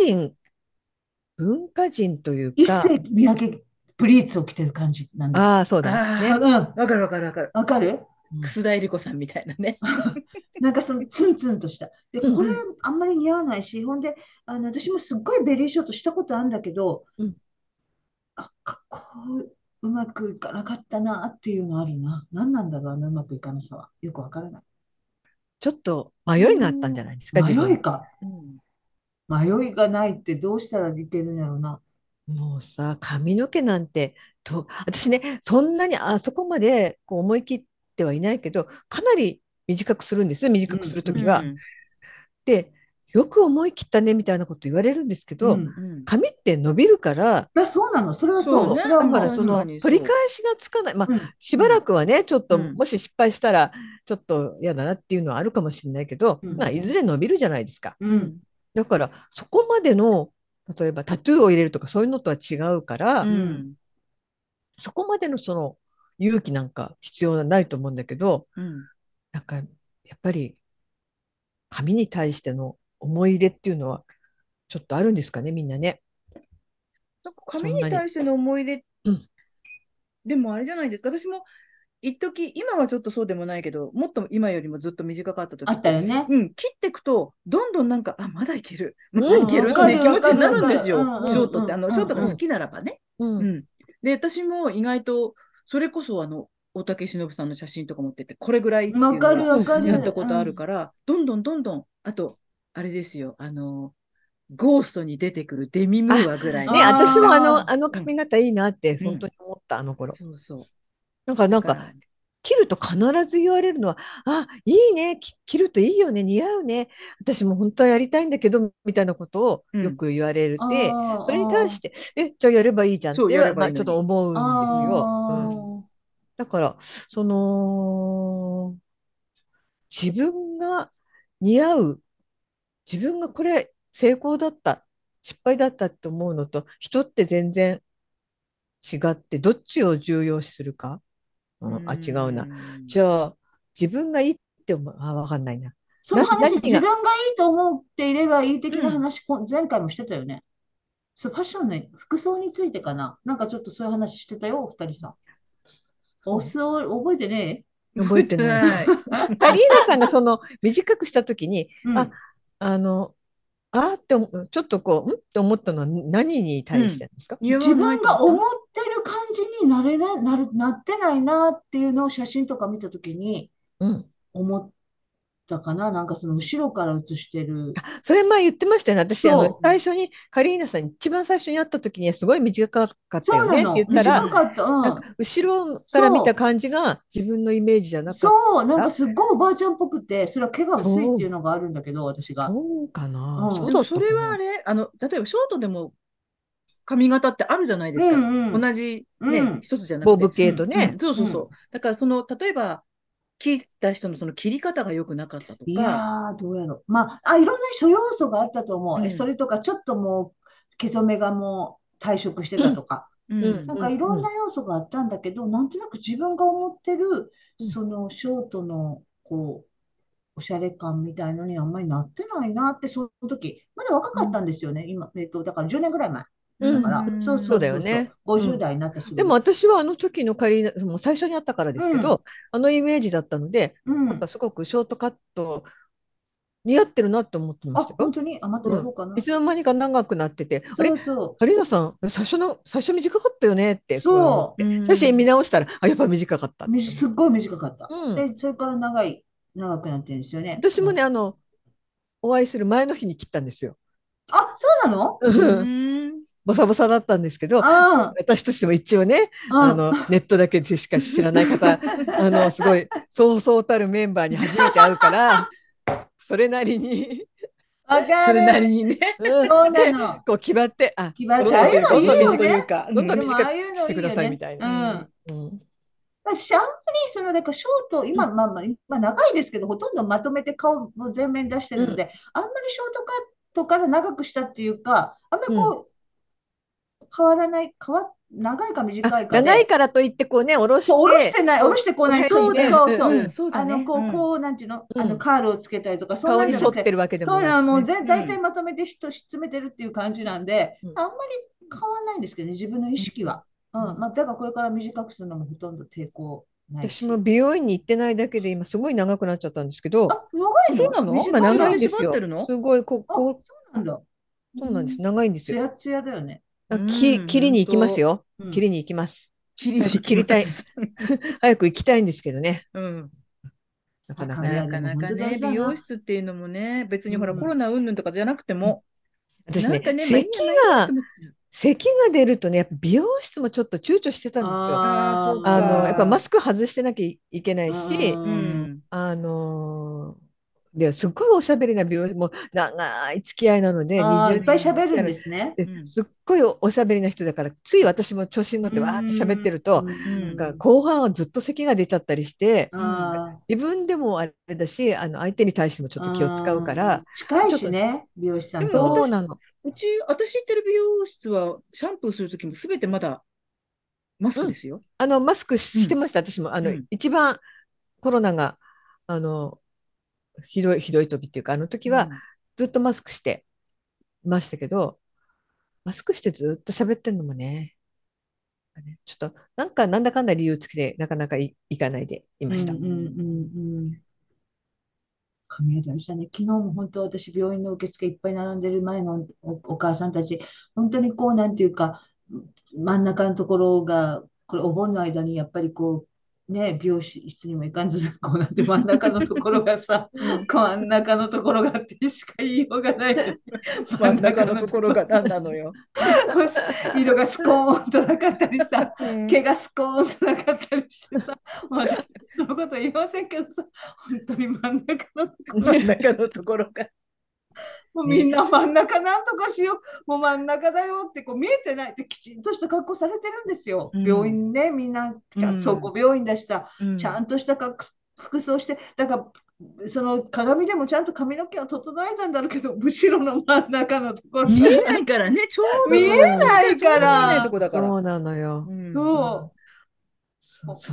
C: 文化人という
B: 一
C: か、
B: 世三宅プリーツを着てる感じなんです。
C: ああ、そうだ
A: ああ、
C: ね。
A: わかるわかるわかる。
B: わかる。
C: うん、
A: 楠田絵理子さんみたいなね。
B: なんかそのツンツンとした。で、
C: うん、
B: これ
A: うん。
B: あんまり似合わないし、ほんで、私もすっごいベリーショートしたことあるんだけど、
C: うん。
B: こうまくいかなかったなっていうのあるな。何なんだろう、うまくいかなさは。よくわからない。
C: ちょっと迷いがあったんじゃないですか、自分。
B: 迷いか。
A: うん。
B: 迷いがないってどうしたらいけるんやろうな。
C: もうさ、髪の毛なんて、私ね、そんなにあそこまでこう思い切ってはいないけど、かなり短くするんです、短くする
B: うん、う
A: う
C: ときは。
A: ん。
C: で、よく思い切ったねみたいなこと言われるんですけど、
B: うん。
A: うん。
C: 髪って伸びるから、
B: そうなの。それはそう。
A: そうね。
B: それは
C: だから
B: もう、
C: その
A: 確かにそ
C: 取り返しがつかない、まあ、
B: うん、
C: しばら
B: うん、
C: くはね、ちょっと
A: う。うん。
C: もし失敗したら、ちょっと嫌だなっていうのはあるかもしれないけど、まあ、
B: うん、
C: いずれ伸びるじゃないですか。
B: うん、
A: うん。
C: だからそこまでの、例えばタトゥーを入れるとかそういうのとは違うか
A: う
C: ら、
B: うん。
A: ん。
C: そこまでのその勇気なんか必要はないと思うんだけど、
A: うん。
C: なんかやっぱり髪に対しての思い入れっていうのはちょっとあるんですかね、みんなね。
A: なんか髪
C: そんなに。
A: に対しての思い出、
C: うん、
A: でもあれじゃないですか。私も一時、今はちょっとそうでもないけど、もっと今よりもずっと短かった
B: あ
A: 時って、
B: ったよね。
A: うん、切っていくと、どんどんなんか、あ、まだいける、まだい
C: うん、
B: わ
A: けるってね、
B: かるわか
A: 気持ちにな
B: るわかる。
A: るんですよ、
B: うん、うん、
A: ショートって。
B: うん、
A: ショートが
B: うん、
C: うん、
A: 好きならばね。
C: うん。
A: うん。で、私も意外と、それこそ大竹しのぶさんの写真とか持ってって、これぐらいっ
B: うん。わかる
A: ていうのは
C: うん、うん。
A: やった
B: わかる。
A: ことある
B: うん。
A: から、どんどんどんどん、あと、あれですよ、ゴーストに出てくるデミム
C: あ、
A: ーアぐらいの
C: ね、私も
B: ああ、
C: あの
A: うん、
C: 髪型いいなって
A: うん、
C: 本当に思った、あの頃。
A: そうそう。
C: なんか、
A: だから、
C: 切ると必ず言われるのは、あ、いいね、切るといいよね、似合うね、私も本当はやりたいんだけど、みたいなことを
A: うん、
C: よく言われ
B: あ
C: て、それに対し
B: あ、
C: て、じゃあやればいいじゃんっ
A: そう、やれ
C: ては、まあ、ちょっと
A: ばいいのに。
C: 思うんです
B: あ
C: よ。うん。
B: あ、
C: だから、その、自分が似合う、自分がこれ成功だった、失敗だったって思うのと、人って全然違って、どっちを重要視するか。
A: うー
C: うん、あ、違うな。
A: ん。
C: じゃあ、自分がいいって思う、わかんないな。
B: その話、
C: 何が、
B: 自分がいいと思っていればいい的な
A: うん。
B: 話、前回もしてたよね。そう、ファッションの服装についてかな。なんかちょっとそういう話してたよ、お二人さん。
C: そ
B: 覚えてね
C: 覚え
A: 覚えて
C: てない。
A: ない。
C: カリーナさんがその短くしたときに、
B: え。う
C: あ、
B: ん。
C: あの、ってちょっとこう、って思ったのは何に対し
A: うん。
C: てなんですか？
A: 言わ
B: 自
A: ないと思った。
B: 分が思ってる感じになってないなっていうのを写真とか見たときに
C: うん。
B: 思ったかな。なんかその後ろから写してる。
C: それ前言ってましたよね。私、
B: そう。
C: 最初にカリーナさんに一番最初に会った時にすごい短かったよねって言
B: そうなの。
C: ったら、
A: うん。
B: 短かった。うん。
C: なんか後ろから見た
B: そ
C: 感じが自分のイメージじゃなかっ
B: そう。なんか
C: た。
B: すっごいおばあちゃんっぽくて、それは毛が薄いっ
C: そう、
B: ていうのがあるんだけど、私が。
C: そうかな。そう
B: うん。
C: だ
A: でもそれ
C: ったかな。
A: はあれ、例えばショートでも髪型ってあるじゃないで
B: う
A: すか。
B: んうん。
A: 同じね、
B: うん。
A: 一つじゃなくて。
C: ボブ系と
B: うん。
A: うん、
C: ね。
A: そうそうそう。
B: うん。
A: だから例えば、切った人のその切り方が良くなかったと
B: い
A: か、
B: やー、どうやろう。まあ、いろんな諸要素があったと思う。そ
A: うん、
B: れとか、ちょっともう、毛染めがもう退職して
C: うん、
B: たとか。
A: うん、
C: うん、
B: なん
C: うん、うん、
B: かいろんな要素があったんだけど、なんとなく自分が思ってる、
C: うん。
B: そのショートの、こう、おしゃれ感みたいのにあんまりなってないなって、その時、まだ若かったんですよね、今、だから10年ぐらい前。
A: う
C: うん、
B: だから、そう
A: ん、
C: そう
B: そうそうそう、
C: だよね。う
B: 50
C: ん。
B: 代になってすぐ
C: でも
B: です。
C: 私はあの時のカリーナ、もう最初に会ったからで
B: うん、
C: すけど、あのイメージだったので、
B: うん、
C: なんかすごくショートカット似合ってるなって思ってま
B: あ、
C: したよ。
B: 本当にまたやろうかな。
C: いつの間にか長くなってて、あれ、
B: そうそう。
C: カリーナさん、最初短かったよねって、そう思っ
B: そ
A: う
C: て、写真見
A: ん。
C: 直したら、あ、やっぱ短かったって思って。
B: すっごい短かった。
C: うん。
B: で、それから長くなってるんですよね。
C: 私もね、お会いする前の日に切ったんですよ。
B: あ、そうなの？
A: う
C: うん
A: ん。
C: ボサボサだったんですけど、
B: あ
C: 私としても一応ね、
B: うん。
C: ネットだけでしか知らない方、すごい、そうそうたるメンバーに初めて会うから、それなりに
B: わか
A: それなり
B: る。
A: にね。
B: そうな
C: で、
B: の。
C: こう決まって、
B: 気張って、ああい
C: どんどん、
B: うのいいよ
A: コツという
B: ね。
A: か。
C: どんどん
B: でも、あ
C: 短く
B: あいう
C: してくださいみ
B: のいいよね。
C: たいな。
B: うん。
C: うん。
B: シャンプリースのなんかショート、
C: うん。
B: 今長いですけど、ほとんどまとめて顔も全面出して
C: うん。
B: るので、あんまりショートカットから長くしたっていうか、あんまり
C: うん。
B: 変わらない、長いか短いか
C: 長い
B: で、
C: からといって、こうね、下ろ
B: そう、
C: して、
B: 下ろしてこう
C: こう
B: ない
A: そうだよ。
B: そうそう、
A: うん、そうだね。うん。
B: なんていうの、
C: うん、
B: カールをつけたりとか、そん
C: 顔
B: なんじゃなくて、
C: に沿ってるわけでも
B: そういうのはもう
C: ないしね。
B: 大体
A: うん。
B: まとめて詰めてるっていう感じなんで、
C: うん。
B: あんまり変わんないんですけどね、自分の意
A: うん。
B: 識は。うん、まあ、だからこれから短くするのもほとんど抵抗ない
C: 私も
B: し。
C: 美容院に行ってないだけで今すごい長くなっちゃったんですけど、
B: あ、長
A: あ、
B: いの？
A: そうなの
C: 今長いん
A: 後ろで
B: 短い？
C: ですよ。
A: 縛ってるの？
C: すごい、
B: あ、
C: こう、
B: そうなんだ。う
C: そうなんです。
B: ん、
C: 長いんですよ。
B: ツヤツヤだよね。
A: う
C: 切り
A: ん、
C: に行きます
A: 本当。
C: よ。
B: うん。
C: 切りに行きます。早く
A: 切りに行き
C: 切りたい。
A: ます。
C: 早く行きたいんですけどね。
A: うん。
C: なか
B: あ、
C: なかね。
B: 髪はで
A: なか
B: も本当大
A: なかね、美容
B: 事だな。
A: 室っていうのもね、別にほら、コ
B: うん。
A: ロナ云々とかじゃなくて
C: うん
A: も、
C: 私ね、
A: なんかね、まあいいや、まあいいやって
C: が、
A: 思っちゃう。
C: 咳が出るとね、やっぱ美容室もちょっと躊躇してたんですよ。
A: ああ、そう
C: やっぱマ
A: か。
C: スク外してなきゃいけな
B: う
C: いし、
A: う
B: ん。
A: ん。
C: すっごいおしゃべりな美容師も長い付き合いなので、
B: ああ、いっ
C: 20
B: ぱい喋るん
C: 年
B: ですね。
A: うん。
C: すっごいおしゃべりな人だから、つい私も調子に乗
B: う
C: ってわーって喋っ
B: ん。
C: てると、
A: うん。
C: なんか後半はずっと咳が出ちゃったりして、
A: うん。
B: あ
C: 自分でもあれだし、相手に対してもちょっと気を使う
B: あ、
C: から、
B: 近い
C: ちょっと、
B: しね、美容師さ
A: で
B: んと。
A: も
C: そうなの。
A: 私行ってる美容室は、シャンプーするときもすべてまだマスク
C: うん。
A: ですよ。
C: マスク
A: うん。
C: してました、私も。
A: うん。
C: 一番コロナが、あの、ひどい時っていうか、あの時は
A: うん。
C: ずっとマスクしてましたけど、マスクしてずっと喋ってんのもね、ちょっと、なんだかんだ理由つけて、なかなかいかないでい
B: うんう
C: ました。
B: んうん。髪型でしたね。昨日も本当私、病院の受付いっぱい並んでる前のお母さんたち、本当になんていうか、真ん中のところが、これお盆の間にやっぱりね、美容室にも行かんず、なんて真ん中のところがさ、
A: うん。
B: 真ん中のところがってしか言いようがないよね。真ん
A: 真ん中の
B: 中のところ。
A: ところが何なのよ。
B: 色がスコーンとなかったりさ、
A: うん。
B: 毛がスコーンとなかったりしてさ、私、そのこと言いませんけどさ、本当に真ん中のところ、
A: 真ん中のところが。
B: もうみん
C: ね。
B: な真ん中なんとかしよう、もう真ん中だよって見えてないってきちんとした格好されてるんですよ。病
A: うん。
B: 院ね、みんな、
A: うん。
B: 総合病院だしさ、
A: うん。
B: ちゃんとした服装して、だからその鏡でもちゃんと髪の毛を整えたんだろうけど、後ろの真ん中のところ
A: 見えな
B: が
A: いからね、ちょう
B: 見え
A: どそこに行ったらちょ
B: ないか
A: うど見えないと
B: ら、
A: こだから。
C: そうなのよ。
A: うん。
B: そう。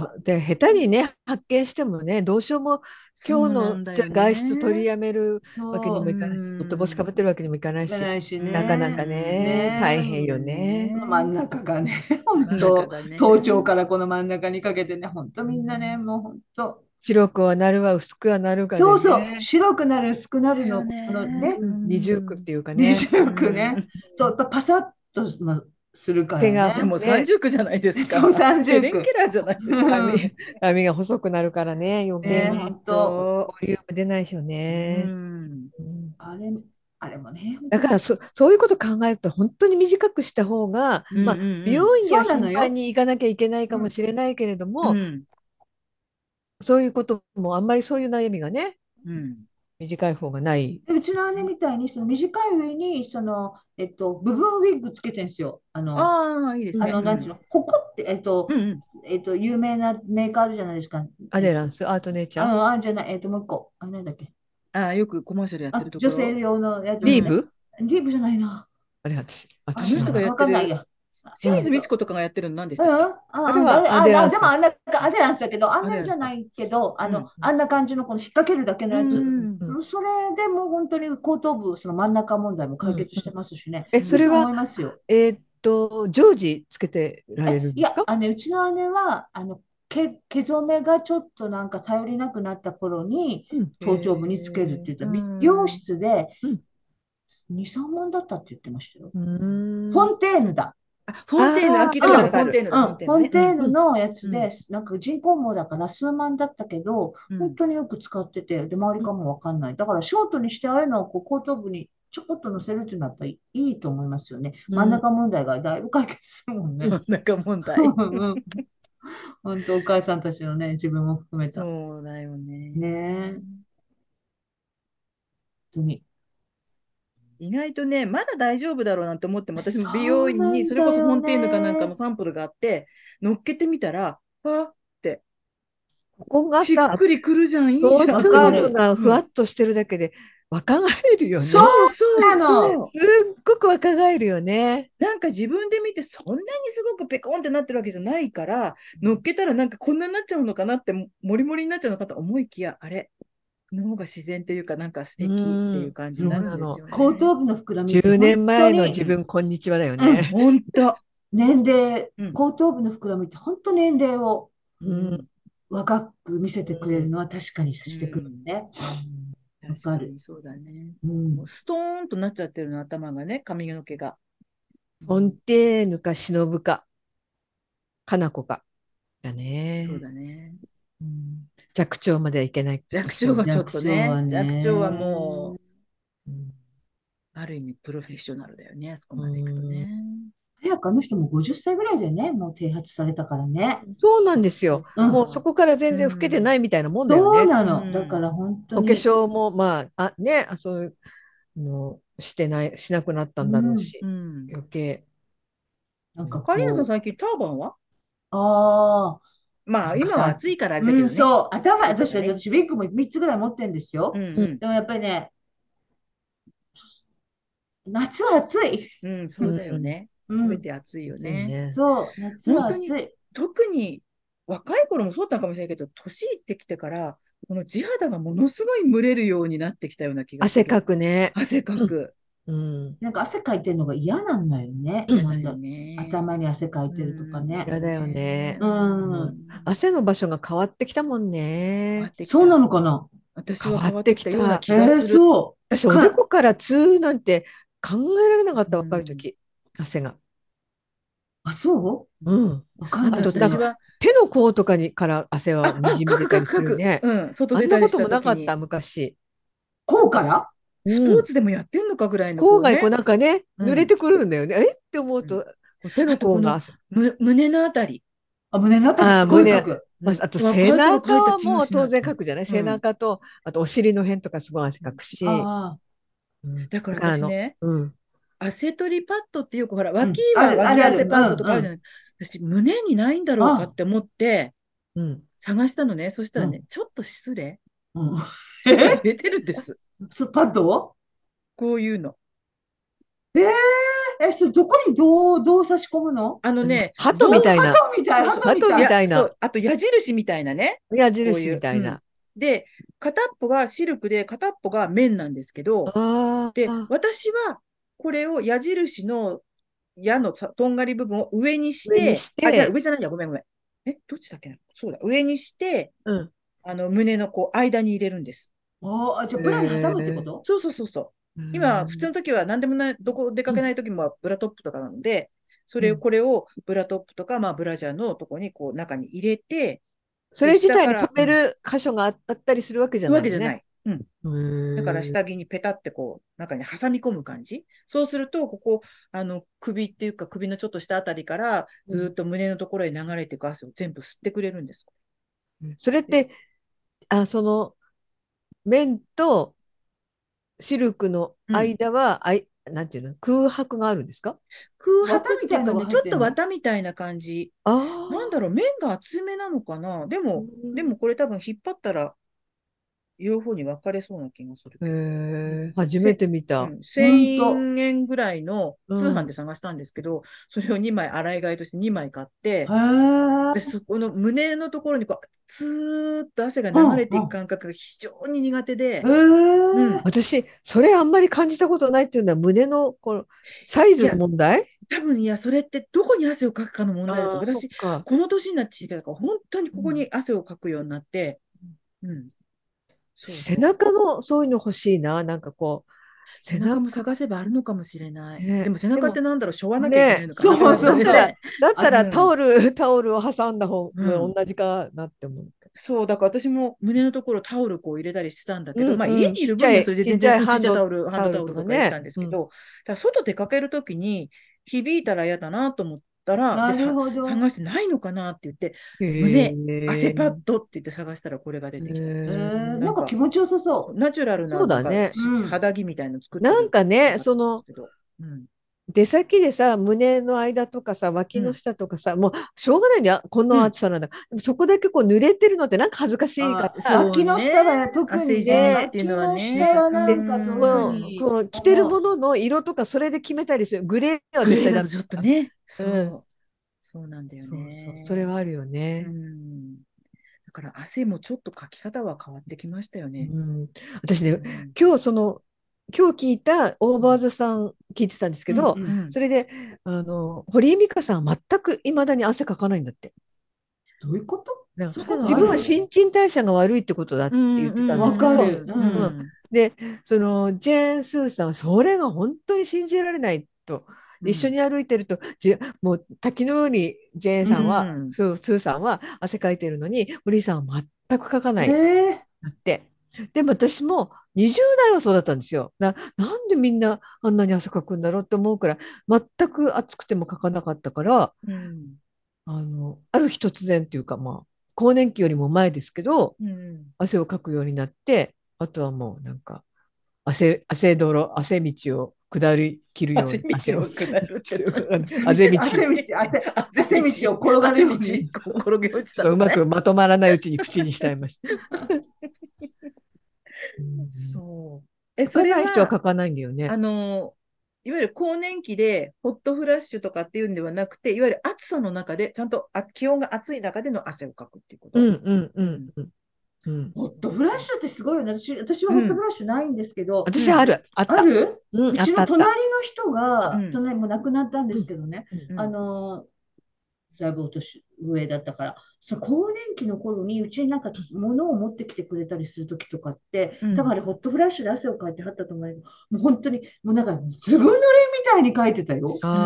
C: で、下手にね、発見してもね、どうしようも、
A: そう
C: 今日の
A: なんだよ
C: 外出取り
A: ね。
C: やめるわけに
A: う
C: も
B: そ
C: いかないし、お帽子かぶっ
A: ん。
C: てるわけにもいかないし、
B: うがないし
C: なかな
B: ね。
C: かね、大
B: ねえ、
C: 変よね。
B: 真ん中がね、本
A: 真ん中
B: 当、
A: だね。
B: 頭頂からこの真ん中にかけてね、本当みんなね、もう本当、
C: 白くはなるわ、薄くはなるかで
B: そうそう、
C: ね、
B: 白くなる、薄くなるの、
A: だよ
B: この
A: ね。
B: ね、
A: う
C: 二重苦っ
A: ん。
C: ていうか
B: 二
C: ね、
B: 重苦ね、
A: うん。
B: やっぱパサッとするか
C: 毛が
B: らね。
A: じゃあもう
C: ね、
A: 30区じゃないです
B: そう、
A: か。
B: 三
A: ヘレン・
B: 重苦。
A: ケラーじゃないですか。
C: 髪、
B: うん
C: 髪が細くなるからね、余計
B: ね、
C: に
B: 本当、
A: と、
C: ボリューム出ないでしょう
A: う
C: ね。
A: ん。
C: うん、
B: あれ、あれもね、本当に、
C: だからそういうこと考えると、本当に短くした方が、
A: うんう
B: うん、
C: まあ、美
A: ん
C: 容院には
B: そうな
C: 頻繁
B: のよ。
C: に行かなきゃいけないか
B: うん、
C: もしれないけれども、
A: うん。
C: そういうことも、あんまりそういう悩みがね、
A: うん。
C: 短い方がない。
B: でうちの姉みたいに、その短い上に、部分ウィッグつけてるんですよ。
A: ああ、いいですね。うん。
B: なんていうの、ほこって、
A: うんうん。
B: 有名なメーカーあるじゃないですか。
C: アデランス、アートネイチャー、
B: じゃない、もう一個。なんだっけ。
A: ああ、よくコマーシャルやってるとこ
B: 女性
A: ろ。
B: 用のやつですね。
A: うん。
C: リーブ、
B: リーブじゃないな。
C: あれ、
A: あの人が
C: 私知らない。
A: やってる、
B: わかんないや。
A: 清水ミチ
B: えっと、
A: コとかがやってるの何でし
B: うん、
A: たっけ？
B: あれ、
C: あれはアデランス。
B: でもあれなんですけど、あんなんじゃな
A: あれなんですか？
B: いけど、
A: うん。
B: あんな感じのこの引っ掛けるだけの
A: う
B: やつ。
A: ん。
C: うん。
B: それでもう本当に後頭部、その真ん中問題も
C: うん。
B: 解決してますしね。
A: うん。
C: それは、
B: いいと思いますよ。
C: 常時つけてられるん
B: いや、
C: ですか？
B: うちの姉は、 毛染めがちょっとなんか頼りなくなった頃に
C: うん。
B: 頭頂部につけるって言った
A: う
B: 美容
A: ん。
B: 室で
C: うん
B: 2、3万だったって言ってましたよ。
C: う
B: フォ
C: ーん。
B: ンテーヌだ。
A: あ、フォンテーヌ、
C: ああ、
A: 聞いたことある。
B: うん、
A: フォンテーヌだ、フォンテーヌね。
B: フォンテーヌ
C: うん。
B: のやつ
A: うん。
B: で、なんか人工毛だから数万だったけど、本
A: うん。
B: 当によく使ってて、で、周りかもわかんない。だからショートにしてああいうのをこう後頭部にちょこっと乗せるっていうのはやっぱりいいと思いますよね。
C: うん。
B: 真ん中問題がだいぶ解決するもんね。
A: 真ん中問題。
B: うん、本当お母さんたちのね、自分も含めた。
A: そうだよね。
B: ねえ、本当に。
A: 意外とね、まだ大丈夫だろうなんて思っても、私も美容
B: そう
A: 院に、
B: なんだよ
A: それこそフォンテーヌかなんかの
B: ね。
A: サンプルがあって、乗っけてみたら、あって、
C: ここが
A: しっ
C: さ、
A: くりくるじゃん、いいじゃん
C: 頭頂
A: って思う。
B: わかる。
C: 部がふわ
A: うん。
C: っとしてるだけで若返るよ
B: そう
C: ね。
A: そうそう
B: なの。
A: そう。
C: すっごく若返るよね。
A: なんか自分で見てそんなにすごくペコンってなってるわけじゃないから、乗っけたらなんかこんなになっちゃうのかなって、もりもりになっちゃうのかと思いきや、あれ、この方が自然というか、なんか素
C: う
A: 敵っていう
C: ん、
A: 感じになるんです
C: そうなの。
A: よね。
B: 後頭部の膨らみって
C: 10
B: 本
C: 年前の
B: 当に、
C: 自分、こんにちはだよ
B: うん、
C: ね。
A: ほんと。
B: 年齢、
A: うん。
B: 後頭部の膨らみって本当年齢を
C: うん、
A: うん。
B: 若く見せ
A: う
B: てくれる
A: ん。
B: のは確かに
A: う
B: してくる
A: ん。
B: ね。
C: うん、
B: わかる。
A: 確かにそうだね。
B: うん。
A: もうストーンとなっちゃってるの、頭がね、髪の毛が。う
C: フォン
A: ん。
C: テーヌか忍か、かなこか。だ
A: そう
C: ね。
A: だね。
C: うん、寂聴まではいけないとしても。
A: 寂聴はちょっ
B: 寂聴は
A: とね、寂聴は
B: ね。
A: もう、
C: うん、
A: ある意味プロフェッショナルだよね、あそこ
C: う
A: まで行くと
C: ん、
A: ね。
B: 早くあの人も50歳ぐらいでね、もう剃髪されたからね。
C: そうなん
A: あ、
C: ですよ。
A: そっ
B: うん。
C: もうそ
A: か。
C: こから全
A: う
C: 然老けてな
A: ん。
C: いみたいなもんだよね。
B: そうな
A: う
B: の。だか
A: ん。
B: ら本当
C: お化
B: に、
C: 粧もまあ、ね、そういうのしてない、しなくなった
B: う
C: んだろう
B: ん。
C: し、
A: うん。
C: 余計。
B: なんか
C: うん、
A: カリーナさん、
B: こ
A: 最近ターバンは？
B: う、ああ、
A: まあ、今は
B: なんかさ、
A: 暑いからあれだけ
B: うん、
A: どね。
B: そう、
A: 季節がね。
B: 私ウィッグも3つぐらい持ってるんですよ。
A: うん
C: うん、
A: うん。
B: でもやっぱりね、夏は暑い。
A: うん、そうだよ
C: うん、
A: ね。すべ
B: うん。
A: て暑いよ
C: 暑い
A: ね。
C: ね。
B: そう、夏
A: 本当に、
B: は暑い。
A: 特に若い頃もそうだったかもしれないけど、年いってきてから、この地肌がものすごい蒸れるようになってきたような気がす
C: 汗か
A: る。
C: くね。
A: 汗か
C: うん、
A: く。
C: うん、
B: なんか汗かいてるのが嫌なんだよね。
A: 嫌だよ
B: なんだ、
A: ね。
B: 頭に汗かい
A: う
B: てるとかね。
C: 嫌だよ
A: ね。
C: ね。
B: う
C: うん、
B: ん。
C: 汗の場所が変わってきたもん
A: 変わっ
C: ね。
B: そうな
A: てきた。
B: のかな。
A: 私は
C: 変わって
A: 変わってきたような
C: きた。
A: 気がする。
B: そう。
C: 私、おでこからツーなんて考えられなかっ
A: う
C: た、若い
A: ん。
C: 時。汗が。
B: あ、そ
C: うん。
B: うわかん
A: あと
B: ない、
C: あと、
B: それは。
A: 私は、
C: 手の甲とかにから汗はにじみ
A: かくか
C: 出たり
A: くかく。
C: するね。
A: うん、外
C: あんなこと
A: 出たりした
C: もなかった、
A: 時に。
C: 昔。
A: なんか
B: こうから。
A: スポー
C: うん。
A: ツでもやってんのかぐらいの
C: 甲がこう
A: こうね。
C: なんかね、
A: うん。
C: 濡れてくるんだよね。えって思う
A: うん。
C: と、こう手の
A: あとこの
C: 甲が汗。
A: 胸のあたり。
B: あ、胸のあたり
C: ああ、
B: すごいか
C: 胸。
B: く。
C: まあ、
A: うん。
C: あと背
A: 若い頃書いた
C: 中は
A: 気がしない。
C: もう当然書くじゃない、背
A: うん。
C: 中と、あとお尻の辺とかすごい汗かく
B: あ
C: し。
B: あ、
C: うん。
A: だから
C: だから
A: 私ね、
C: うん。
A: 汗取りパッドってよくほら、脇
B: うん。ある、
A: は脇
B: ある、ある。うん、
A: 汗パッドとかあ
B: うん。
A: るじゃない。私、胸にないんだろうかっ
B: あ
A: て思って
C: うん。
A: 探したのね。そしたらね、
B: うん。
A: ちょっと失礼。
B: うん。
A: 実は入れてるんです。
B: パッドを
A: こういうの。
B: えー、それどこにどう差し込むの？
A: あのね、
C: 鳩みたいな。
B: 鳩みたい、
A: そうそう。
C: 鳩
B: 鳩みたい。
C: みたいな。
A: そう。あと矢印みたいなね。
C: 矢印
A: こういう。うん。
C: みたいな。
A: で、片っぽがシルクで片っぽが綿なんですけど、で、
C: ああ、
A: 私はこれを矢印の矢のとんがり部分を上にし
C: 上に
A: て、あ、じゃあ
C: して、
A: 上じゃないや、ごめんごめん。どっちだっけな。そうだ、上にして、
C: うん。
A: 胸のこう、間に入れるんです。
B: じゃあブラに挟むってこ
C: え
B: と？
A: そうそうそうそう。
C: ー、
A: 今、普通の時は何でもない、どこ出かけない時もブラトップとかなので、
B: うん。
A: これをブラトップとか、まあ、ブラジャーのとこにこう、中に入れて、で、
C: それ自体に止
A: 下から、
C: める箇所があったりするわけじゃないのね。
A: わけじゃない。うん。
C: う
A: だから
C: ーん。
A: 下着にペタってこう、中に挟み込む感じ。そうすると、ここ、首っていうか首のちょっと下あたりからずーっと胸のところへ流れていく汗を全部吸ってくれるんです。
C: それっ
A: で、
C: て、その、綿とシルクの
A: うん。
C: 間は、なんていうの、空白があるんですか？
A: 空
B: 綿
A: 白っ
B: みたいのが
A: ていうかね、ちょっ
B: 入ってんの？
A: と綿みたいな感じ。
C: あ
A: なんだろう、
C: あ
A: 面が厚めなのかな。で
C: ー、う
A: も、
C: ん、
A: これ多分引っ張ったら両方に分かれそうな気がするけど。
C: 初めて見た。
B: 本当。
A: 1000円ぐらいの
C: う
A: 通販で
C: ん。
A: 探したんですけど、それを2枚、洗い替えとして2枚買っ
B: へ
A: て、で、
B: え。
A: そこの胸のところにこう、ツーッと汗が
B: うん
A: 流れていく
B: う
A: 感覚が非常に苦手
B: ん。
A: で、
B: へ
A: うん。
B: え。
C: 私、それあんまり感じたことないっていうのは胸のこのサイズの
A: いや、
C: 問題。
A: 多分、いや、それってどこに汗をかくかの問題だと。
C: ああー、そっ
A: 私、
C: か。
A: この年になってきてから、本当にここ
B: うん
A: に汗をかくようになって、うん。そう
C: 背
A: そう。
C: 中のそういうの欲しいな。なんかこう、
A: 背
C: 背中、
A: 中も探せばあるのかもしれない。で
C: ね。
A: も背中って
C: でも、
A: なんだろう、しょわなきゃいけない
C: ね。
A: のかな、
C: でも、
B: そうそうそう。
C: だったら、
A: ね。
C: だった
B: あ、
C: ら
A: うん。
C: タオルを挟んだ方
A: うん。
C: が同じかなって思う。
A: そう、だから私も胸のところタオルこう入れたりしてたんだけど、まあ家
C: うんうん。
A: にいる分にはそれで
C: ちっちゃい
A: 全然ちっちゃいハンドタオ
C: タオルと
A: ルとか入れてた
C: かね。うん。
A: んですけど、だから外出かけるときに響いたら嫌だなと思ったら、で、
B: なるほど。
A: 探してないのかなって言って、
C: へ
A: 胸、汗パッ
C: え。
A: ドって言って探したらこれが出
C: へ
A: てきたんですよ。
B: なんか気
A: なんか、
B: 持ちよさそ
A: ナチュラルな、
C: そう
A: なんか、
C: だね。
B: う。うん。
A: 肌着みたいの作って
C: なん
A: る
C: かね、
A: のがあったんですけど。うん。
C: 出先でさ、胸の間とかさ、脇の
A: うん。
C: 下とかさ、もうしょうがないにこんな
A: うん。
C: 暑さなんだ。でもそこだけこう濡れてるのってなんか恥ずかしいか
B: あ、
C: ら、
A: そう
B: 脇の下は
A: ね。
B: 特にね、
A: 汗じみっていうの
B: 脇の
A: はね。
B: 下は
A: う
B: なんか特
C: もう
B: に
A: ん。
C: この着てるも
B: 思う。
C: のの色とかそれで決めたりする。グレーは絶対ダメ
A: グレーだとちょっと
C: だ。
A: ね。
C: うん。
A: そう。そうなんだよ
C: そうそう。それ
A: ね。
C: はあるよ
A: う
C: ね。
A: ん。だから汗もちょっとかき方は変わってきましたよ
C: う
A: ね。
C: ん。私ね、
A: うん。
C: 今日その、今日聞いたオーバー
A: うん。
C: ザさん聞いてたんですけど、
B: うんうん。
A: うん。
C: それで、堀井美香さんは全く未だに汗かかないんだって。
B: どういうこと？
C: なんか
B: そういうこと
C: 自分は
B: ある？
C: 新陳代謝が悪いってことだっ
A: う
C: て言ってたんで
A: ん。
C: すけど、
B: わかる。
A: うん。
B: う
A: う
C: うん、
B: ん。
A: ん。
C: で、そのジェーン・スーさんはそれが本当に信じられないと、
A: うん。
C: 一緒に歩いてると、もう滝のようにジェーン
A: う
C: さんは、
A: ん。
C: スーさんは汗かいてるのに、堀さんは全くかかな
B: え
C: い
B: え。
C: なって。でも私も20代はそうだったんですよ。なんでみんなあんなに汗かくんだろうって思うくらい、全く暑くてもかかなかったから、
A: うん。
C: ある日突然っていうか、まあ、更年期よりも前ですけど、
A: うん。
C: 汗をかくようになって、あとはもうなんか、汗道を下りきるよう
A: 汗
C: に、汗を、
A: 道を下るって何？
C: あぜ道、
B: 汗道、汗道を転がる
A: 汗道、
B: ように。
A: こう転げ落ち
C: ちょっとうまく
A: たのね。
C: まとまらないうちに口にしちゃいました。うん、
A: そう。え、そ
C: 書かない人は
A: れは、
C: 書かないんだよね。
A: あの、いわゆる更年期でホットフラッシュとかっていうんではなくて、いわゆる暑さの中で、ちゃんと気温が暑い中での汗をかくっていうこ
C: うん
A: と？
C: うんう
A: うん。
C: んうんうん。
B: ホットフラッシュってすごいよね。私はホットフ
A: うん。
B: ラッシュないんですけど、
A: うん。
C: 私ある、あった。
B: ある？
C: うん、あっ
B: うちの隣
C: たあった。
B: の人が、
A: うん。
B: 隣もう亡くなったんで
C: うん
B: すけどね、
C: うん
A: うん。
B: だいぶお年上だったから、更年期の頃にうちになんか物を持ってきてくれたりする時とかって、
A: うん。
B: 多分あれホットフラッシュで汗をかいてはったと思うけど、もう本当に、もうなんかずぶ濡れみたいにかいてたよ。
A: うん。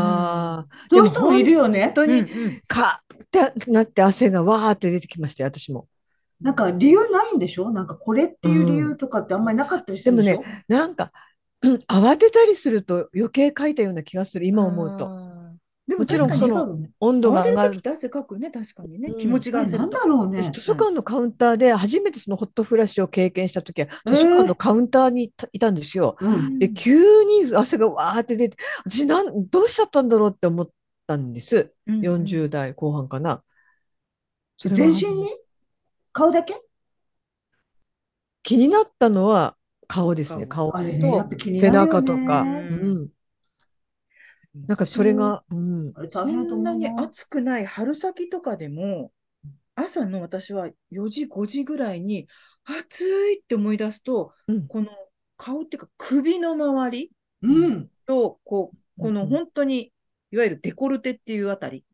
C: ああ、で
B: そういう人もい
C: も本
B: るよね。
A: うん。
C: 当に、
A: うん。
C: かってなって汗がわーって出てきましたよ、私も。
B: なんか理由ないんでしょ？なんかこれって
C: う
B: いう理由
C: ん。
B: とかってあんまりなかったりす
C: でもね、
B: るんでしょ？
C: なんか、慌てたりすると余計かいたような気がする、今思うと。
A: ああ。でも
C: もち
A: 確かに、
B: なん
C: ろんその
B: だろうね。
C: 温度
A: 慌
C: が上がる。
A: てるときって汗かくね、確かにね。気持
C: うん。
A: ちが焦
B: なんだ
A: ると。
C: 私、
B: ろうね。
C: 図書
A: うん。
C: 館のカウンターで初めてそのホットフラッシュを経験したときは、
B: え
C: 図書館の
B: ー、
C: カウンターにいたんですよ。
B: うん。
C: で、急に汗がわーって出て、私どうしちゃったんだろうって思ったんです。
A: うん。うん。
C: 40代後半かな。それは
B: 全身に？顔だけ？
C: 気になったのは顔ですね。
A: 顔。
C: 顔
B: あれね、やっ
C: と
B: ぱ気に
C: 背
B: なるよ
C: 中とか。
B: ね。
C: うん。なんか
A: 私も
C: それが、うん。
B: あれ大
A: そ
B: 変だと
A: んなに
B: 思うな。
A: 暑くない春先とかでも、朝の私は4時、5時ぐらいに暑いって思い出すと、
C: うん。
A: この顔っていうか首の周り
B: う
C: うん。
B: ん。
A: と、こう、この
C: うん。
A: 本当に、いわゆるデコルテっていうあたり
B: うん。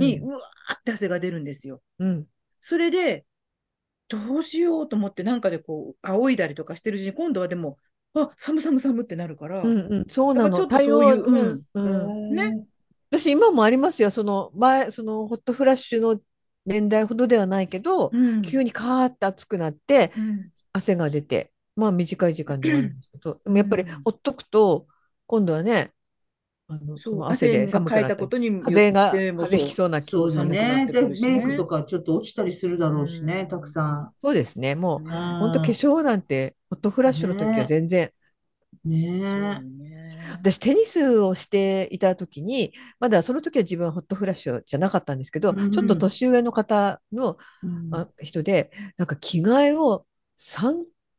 A: に、
C: うん。
A: うわーって汗が出るんですよ。
C: うん。
A: それで、どうしようと思ってなんかでこう、仰いだりとかしてるうちに、今度はでも、あ、寒寒寒ってなるから、
C: うん。うん。そうなの。
A: やっぱちょっとそういう、うん、
B: へ
C: うん。
A: ね、
B: え。
C: 私今もありますよ。そのホットフラッシュの年代ほどではないけど、
A: うん、
C: 急にカーッて暑くなって、
A: うん、
C: 汗が出て、まあ短い時間で終わるんですけど、で
A: う
C: もやっぱり
A: ん。
C: ほっとくと、今度はね、そ
A: そう、
C: の汗で
A: 汗が
C: 寒くなったり、
A: かいたことによっても
C: 風邪ひき
A: そう、
C: そうな
A: そう
B: そうだ
A: 寒くなっ
B: ね。で、
A: てくるし
B: メイクと
A: ね。
B: かちょっと落ちたりするだ
A: う
B: ろうしね、たく
A: ん、
B: さ
C: そうですね。もう、本当化
B: ん。
C: 粧なんて、ホットフラッ
B: うん。
C: シュの時は
B: ね
C: 全然、
B: え。ね
A: そうよね。
C: 私テニスをしていた時に、まだその時は自分はホットフラッシュじゃなかったんですけ
B: え。
C: ど、
B: うん。
C: ちょっと
B: うん。
C: 年上の方の
B: うん。
C: 人で、なんか着替えを3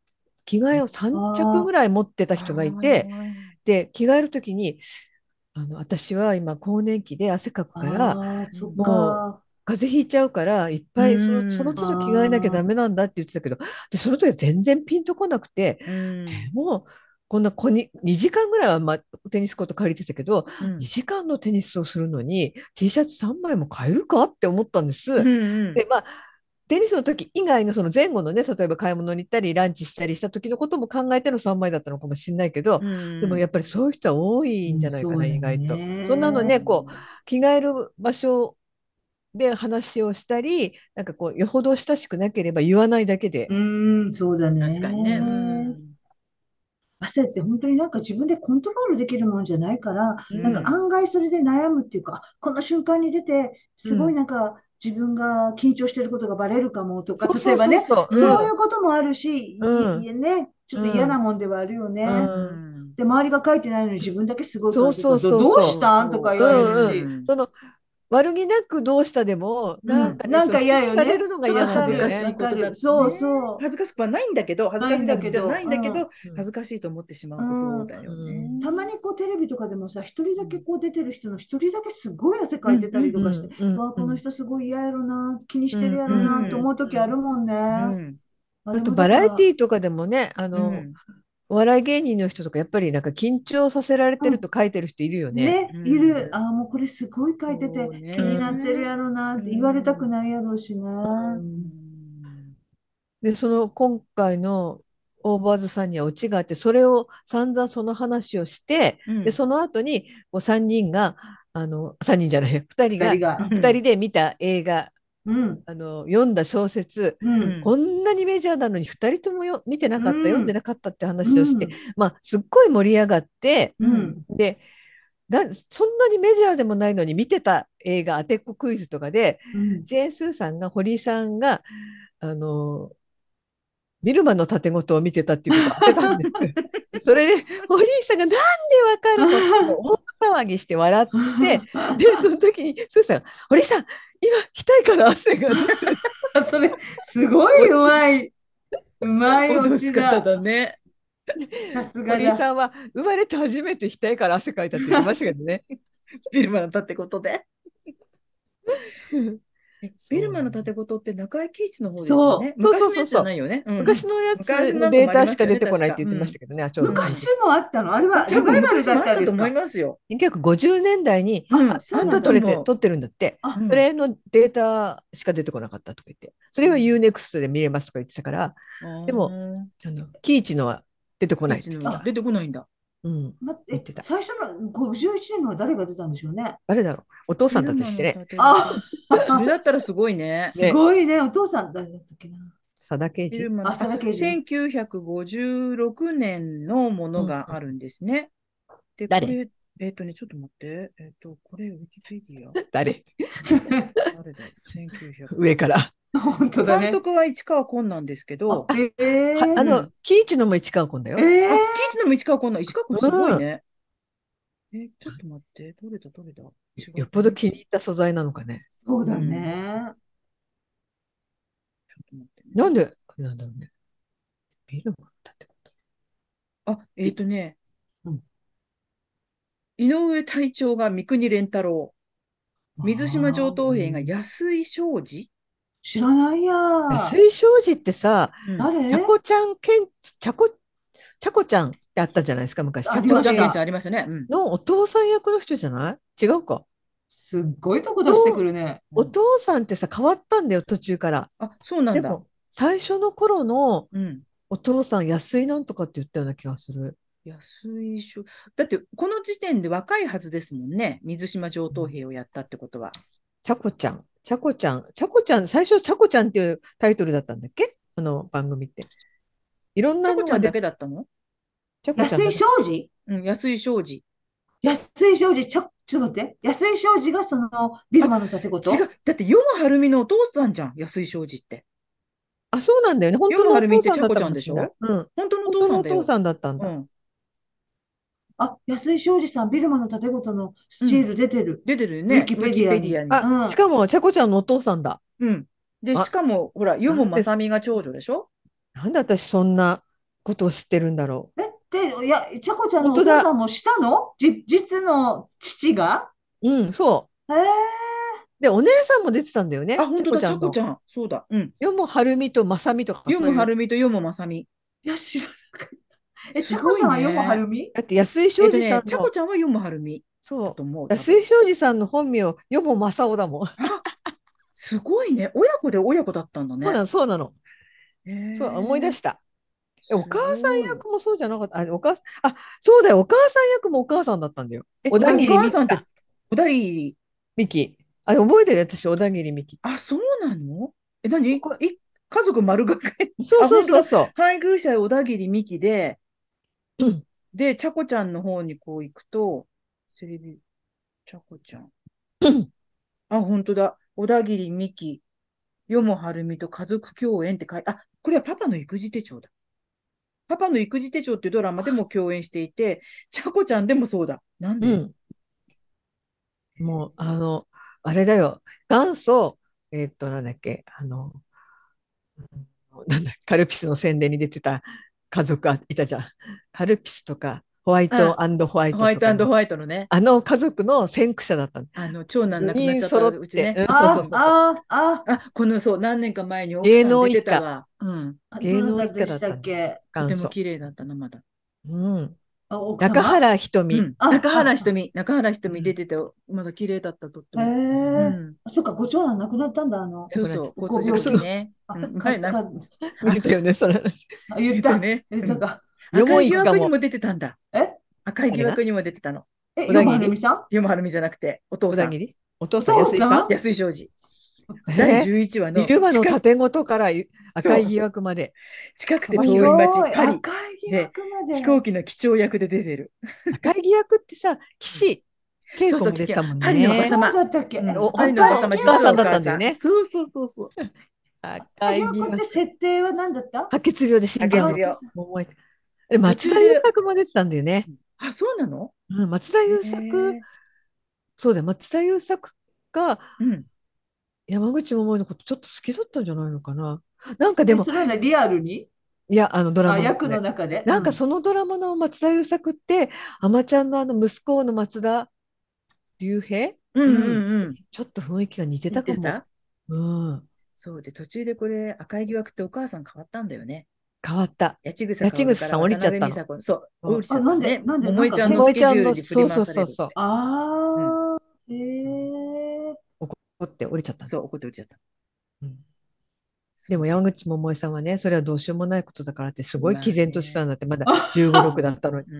C: 着替えを3着ぐ
B: あ
C: らい持ってた
A: あ
C: 人がいて、
A: ー
C: で、着替えるときに、私は今更年期で汗かく
B: あ、
C: から、
B: そっ
A: うん
C: もう
B: か。
C: 風邪ひいちゃうから、いっ
A: う
C: ぱいその
A: ん。
C: 都度着替えなきゃダメ
B: あ
C: なんだって言ってたけど、で、その時は全然ピンとこなくて、
A: う
C: で
A: ん。
C: も、こんな2時間ぐらいは、テニスコート借りてたけど、
A: うん
C: 2時間のテニスをするのに T シャツ3枚も買えるかって思ったんで
A: う
C: す。
A: ん
C: で、テニスの時以外のその前後のね、例えば買い物に行ったり、ランチしたりした時のことも考えての3枚だったのかもしれないけど、
A: う
C: でも
A: ん。
C: やっぱりそういう人は多
B: う
C: いんじゃないかな、
B: そうだ
C: 意外と。そんなの
B: ね。
C: ね、こう、着替える場所で話をしたり、なんかこう、よほど親しくなければ言わないだけで。
B: そうだ
A: 確かにね。う
B: ね。
A: ん。
B: 汗って本当になんか自分でコントロールできるもんじゃないから、
A: う
B: なんか
A: ん。
B: 案外それで悩むっていうか、この瞬間に出て、すごい
C: うん。
B: なんか自分が緊張してることがバレるかもとか、
C: そうそう
B: 例えばね、
C: そうそう。
B: そうい
A: うん。
B: うこともあるし、
C: うん。
B: ね、ちょっと嫌
C: うん。
B: なもんではあるよ
C: う
B: ね。
C: ん。
B: で、周りが書いてないのに自分だけすごい書いてるから、
C: そうそうそう
B: どう
C: そう。
B: したんと
A: そうそ
B: か言
C: う
B: われる
C: んうん。
B: し、
A: う。
C: その悪気なくどうしたでも、なんかね、
B: なんか
C: 指摘され
B: 嫌よね。
C: るのが嫌なん
A: ちょっと恥
B: わかる、
C: だよね。
B: わ
A: ずかしいこ
B: かる。
A: とだね。
B: そうそ
A: 恥ずかしくはないんだけど、恥
B: う。ないん
A: ずかしが
B: だけど、
A: りじゃないんだけど、
B: うん。
A: 恥ずかしいと思ってしま
B: う
A: うこと
B: ん。
A: だよね。
C: うん。
B: たまにこうテレビとかでもさ、一人だけ
A: うん。
B: こう出てる人の一人だけすごい汗かいて
A: うん。うん。
B: たりとかして、
C: うんうん
B: わあ、この
C: うん
B: 人すごい嫌やろな、気にしてる
C: うん
B: やろなと
C: うん
A: うん
B: 思う時あるもんね。
A: うん。
B: あ
A: うん。
B: れもだ
C: あとバラエテ
B: から、
C: ィーとかでもね、
A: うん。
C: お笑い芸人の人とかやっぱりなんか緊張させられてる
B: う
C: と書いてる人いるよ
B: ん、
C: ね。
B: ね、
A: う
B: いる。
A: ん。
B: ああ、もうこれすごい書いてて
A: そう
B: 気にな
C: うん
B: ってる
A: ね。
B: やろな
A: う
B: って言われたく
A: ん。
B: ないやろうしね。
C: う
A: う
C: ん
A: ん。
C: で、その今回のオーバーズさんにはオチがあって、それを散々その話をして、で、
A: うん。
C: その後にこう3人が、3人じゃない、2人が、
B: 二人が。
C: 2人で見た映画、
B: うん、
C: 読んだ小説、
B: うん、
A: うん。
C: こんなにメジャーなのに2人とも見てなかった、読んで
B: うん、
C: なかったって
B: う
C: 話をして、
B: ん、
C: すっごい盛り上がって、
A: うん。
C: で、そんなにメジャーでもないのに見てた映画当てっこクイズとかで、
B: うん。
C: ジェーン・スーさんが、堀井さんが、あの、ビルマの盾事を見てたっていうことを当てたんです。それで、堀井さんがなんでわかるのって大騒ぎして笑って、で、その時に、スーさんが、堀井さん、今、額から汗が出てる。
B: それ、すごいうまいオ
A: 脅し方
B: チだ。
A: だね。
B: さすがだ。
C: 堀井さんは生まれて初めて額から汗かいたって言ってましたけどね。
A: ビルマの盾事で。ビルマの
C: そうなん
A: 盾事って中井貴一の方ですよ
B: そ
A: ね。
C: そうそ
A: 昔のやつじ
C: うそうそう。
A: ゃないよね。うん。
C: 昔のやつの
A: 昔なんかもあり
C: データしか
A: ますよね、
C: 出てこないって
A: 確か。うん。
C: 言ってましたけどね、あ、ちょう
B: う。
C: どその時。
B: 昔もあったのあれはリ
A: 多分
B: バイバルだっ
A: 昔もあったと思い
B: たんですか？
A: ますよ。
C: 1950年代に
A: う
B: あ、
A: ん。あった
B: そうなんだ。
A: と思
C: 撮ってるんだって。
B: あ、
A: う。う
C: そ
A: ん。
C: れのデータしか出てこなかったとか言って。それは
A: うん。
C: UNEXT で見れますとか言ってたから、
A: あ
C: でも、
A: ー
C: キイチのは出てこないって
A: 貴一の
C: 言ってた。
B: あ、
A: は出てこないんだ。
C: うん、
B: 待って、
C: 言ってた。
B: 最初の51年のは誰が出たんでしょうね。
C: 誰だろう。お父さんだったり
A: ビルマの
C: してね。
A: 盾
B: あ、
A: 事。あ、それだったらすごいね。
B: す
C: ね、
B: ごいね。お父さん誰だったっけな。
C: 佐田啓二。
B: あ、
A: ビルマの、
B: 佐田啓二。
A: 1956年のもの
C: うん、
A: があるんですね。で、こ
C: 誰？
A: れ、ちょっと待って。これ、ウィキペディア。
C: 誰？
A: 誰だろう？
C: 上から。
B: 本当だね。
A: 監督は市川崑なんですけ
B: あ、
A: ど、
B: ええ
A: うん。
C: 喜一のも市川崑だよ。
A: あ、
B: ええ
A: キイチのも市川崑だ。市川崑すごい
C: うん。
A: ね。ちょっと待って。どれだ違う。
C: よっぽど気に入った素材なのかね。
B: そうだ
A: うん。
B: ね。
A: ちょっと待ってね。
C: なんで、なんだろうね。ビルマだってこと。
A: あ、
C: うん。
A: 井上隊長が三國連太郎。水島
B: ああ、
A: 上等兵が安井昌司。
B: 知らないや。
C: 安井昌司ってさ、
A: うん。
C: ちゃ
B: 誰？
C: こちゃんけん、ちゃこちゃんってあったじゃないですか、昔。ち
B: あり
C: ゃこちゃん
A: ちゃこちゃんけんちゃん
B: ました。
A: ありましたね。うん。
C: のお父さん役の人じゃない違うか。
B: すっごいとこ出してく
C: と、
B: るね。
A: うん。
C: お父さんってさ、変わったんだよ、途中から。
A: あ、そうなんだ。
C: でも、最初の頃の
A: うん。
C: お父さん、安井なんとかって言ったような気がする。
A: 安井翔。だって、この時点で若いはずですもんね。水島上等兵をやったってことは。
C: ちゃこちゃん、ちゃこちゃん、ちゃこちゃん、最初、ちゃこちゃんっていうタイトルだったんだっけあの番組って。いろん
A: ちゃ
C: なのが出て、
A: こちゃんだけだったの？
C: ちゃこちゃん
B: 安井
C: だけ。
B: 昌司。
A: うん、安井昌司。
B: 安井昌司、ちょっと待って。安井昌司がそのビ
A: あ、
B: ルマの盾
A: 違う。
B: 事？
A: だって、夜の晴美のお父さんじゃん。安井昌司って。
C: あ、そうなんだよね。本当のお
A: 夜の晴美っ
C: 父さんだった
A: てちゃこち
C: かもしれない。
A: ゃんでしょ？
C: うん。
A: 本当のお
C: 本
A: 父さんだよ。
C: 当のお父さんだったんだ。
A: うん。
B: あ、安井昌司さん、ビルマの盾事のス
A: うん。
B: チール出てる。
A: 出てるよね。
B: ウィキペ
A: ウィキ
B: ディアに。
A: ペディアに。
C: あ、
B: うん。
C: しかも、ちゃこちゃんのお父さんだ。
A: うん。で、し
C: あ、
A: かも、ほら、湯
C: なんで、
A: も雅美が長女でしょ？
C: なんで私そんなことを知ってるんだろ
B: で、いや、ちゃこちゃん
C: う。
B: のお父さ
C: 本当だ。
B: んもしたの実の父が。
C: うん、そ
B: へえ。
C: う。で、お姉さんも出てたんだよ
A: あ、
C: ね。ちゃ
A: 本当だ、
C: こちゃんの。
A: ちゃこちゃん。そうだ。うん。
C: よもはるみとまさみとか
A: よもは
C: そういう。
A: るみとよもまさみ。
B: いや、知らなかった。ちゃこ
A: すごい
B: ちゃんはよもは
A: ね。
B: るみ。
C: だって安井昌司さん
A: ちゃこ
C: の、
A: ちゃんはよもはるみだ
C: そう、
A: と思う、多分。
C: 安井昌司さんの本名、よもまさおだもん。
A: あ、すごいね。親子で親子だったんだね。
C: そうなの、そうなの。
A: へ
C: そう、思い出
A: え、
C: した。お
A: す
C: 母さん
A: ごい。
C: 役もそうじゃなかった。そうだよ。お母さん役もお母さんだったんだよ。小田
A: お
C: 切
A: 母さんって、
C: 美希か。
A: 小田切。
C: 美希。あれ、覚えてる私、小田切美希。
A: あ、そうなの？何
C: ここ
A: 家族丸がかり。あ、
C: そうそう
A: 本当だ。
C: そうそ
A: 配偶者小田切美希で、
C: う。うん。
A: で、ちゃこちゃんの方にこう行くと、テレビ、ちゃこちゃん。あ、本当だ。小田切美希、よもはるみと家族共演って書いて、あ、これはパパの育児手帳だ。パパの育児手帳っていうドラマでも共演していて、ちゃこちゃんでもそうだ。なんで？
C: うん。もう、あれだよ。元祖、なんだっけ、なんだ、カルピスの宣伝に出てた家族いたじゃん。カルピスとか、ホワイト
A: あ、
C: ホワイ
A: ホワイト
C: トとかの、
A: ホワイトのね。
C: あの家族の先駆者だったの。
A: 長男亡くなっ
C: 4人
A: ちゃった
C: 揃って、
A: うちね。
C: うん、そうそう
B: あ
C: そうそう。
B: あ、あ
A: あ、そう、何年か前に奥
C: 芸
A: さん出て
C: 能一家、
A: たわ。うん。
B: あ、ど
C: 芸能一
B: なたでした
C: 家だったんだよ。
B: っけ？
A: とても
C: 元祖。
A: 綺麗だったな、まだ。
C: うん。
B: あ、奥
C: 中
B: 様。
C: 原ひとみ。
A: うん。中原ひと
B: あ、
A: み、中原ひとみ出
C: うん
A: てて、まだ綺麗だった、とって
B: へ
A: も。う
B: え。
A: ん。
B: そっか、ご長男亡くなったんだ、
C: 亡くなっちゃっ
A: そうそう、交通事故
B: ご病気で。
C: た。そう。
A: でね。
B: あ、
A: うん、前
C: 言ったよね、その話。
A: 言ったね。うん。
B: 言ったか。
C: よも
A: 赤い疑
C: 一家も。
A: 惑にも出てたんだ。
B: え
A: 赤い疑
C: 誰が
A: 惑にも出てたの。
B: よまはるみ
C: 小田切
B: さん。
A: 山はるみじゃなくて、お父さん。
C: 小田切お父
B: お
C: さん、安井さん。
B: 父さん。
A: 安井昌司。第
C: え
A: 11話の
C: ビルマの盾ごとから赤
A: そう、
C: い疑惑まで
A: 近くて
C: 幅広い。
A: 遠い町、
B: 広い。
A: パリ
B: 赤い疑
A: で
B: 惑まで。
A: 飛行機の機長役で出てる。
C: 赤い疑惑ってさ、岸恵
A: そうそう、
C: 子も出てたもん
A: パリの王
C: ね。
B: そう
A: 様。
B: だったっけ？
A: うん、パリの王
B: 赤い疑
A: 様、実は
C: お母さんだっ
A: お母さん。
C: たんだよね。
A: そうそうそうそう。
C: 赤い疑
B: 疑惑って
C: 惑。
B: 設定は何だった？
C: 白血病で死んじゃうの。
A: 白血病。
C: もう覚えてあれ、
A: 途
C: 松田優
A: 中で、
C: 作も出てたんだよね。
A: あ、そうなの？
C: うん、松田
A: へ
C: 優作、
A: え。
C: そうだよ、松田優作が
A: うん。
C: 山口百恵のことちょっと好きだったんじゃないのかな。なんかでも、
B: それはね、リアルに。
C: いや、ドラ
B: あ、役の
C: マの中で。
B: 中で。
C: なんか
B: うん。
C: そのドラマの松田優作って、あまちゃんの息子の松田龍平
A: うんう
B: うん。
A: んうん。
C: ちょっと雰囲気が似てたかも。
A: 似てた。
C: うん。
A: そうで、途中でこれ、赤い疑惑ってお母さん変わったんだよね。
C: 変わった。
A: 八千草
C: 八千
A: 薫から
C: 草さん降り
A: 渡辺美
C: ちゃったの。
A: 佐子、そう、降
C: そう。
A: りち
B: あ、
A: ゃったね。
B: なんで、なんか
A: 桃江ちゃんの
C: 桃
A: スケジュー
C: 江ちゃんの、
A: ルに振り
C: そうそう
A: 回される。
C: そうそう。
A: うん。
B: ああ、へえ。
C: 怒って降りちゃったの。
A: そう、怒って降りちゃった。
C: うん。でも
A: そう。
C: 山口百恵さんはね、それはどうしようもないことだからってすごい毅
A: まあ
C: 然としたん
A: ね。
C: だって、まだ15、6だったのに、
A: うん。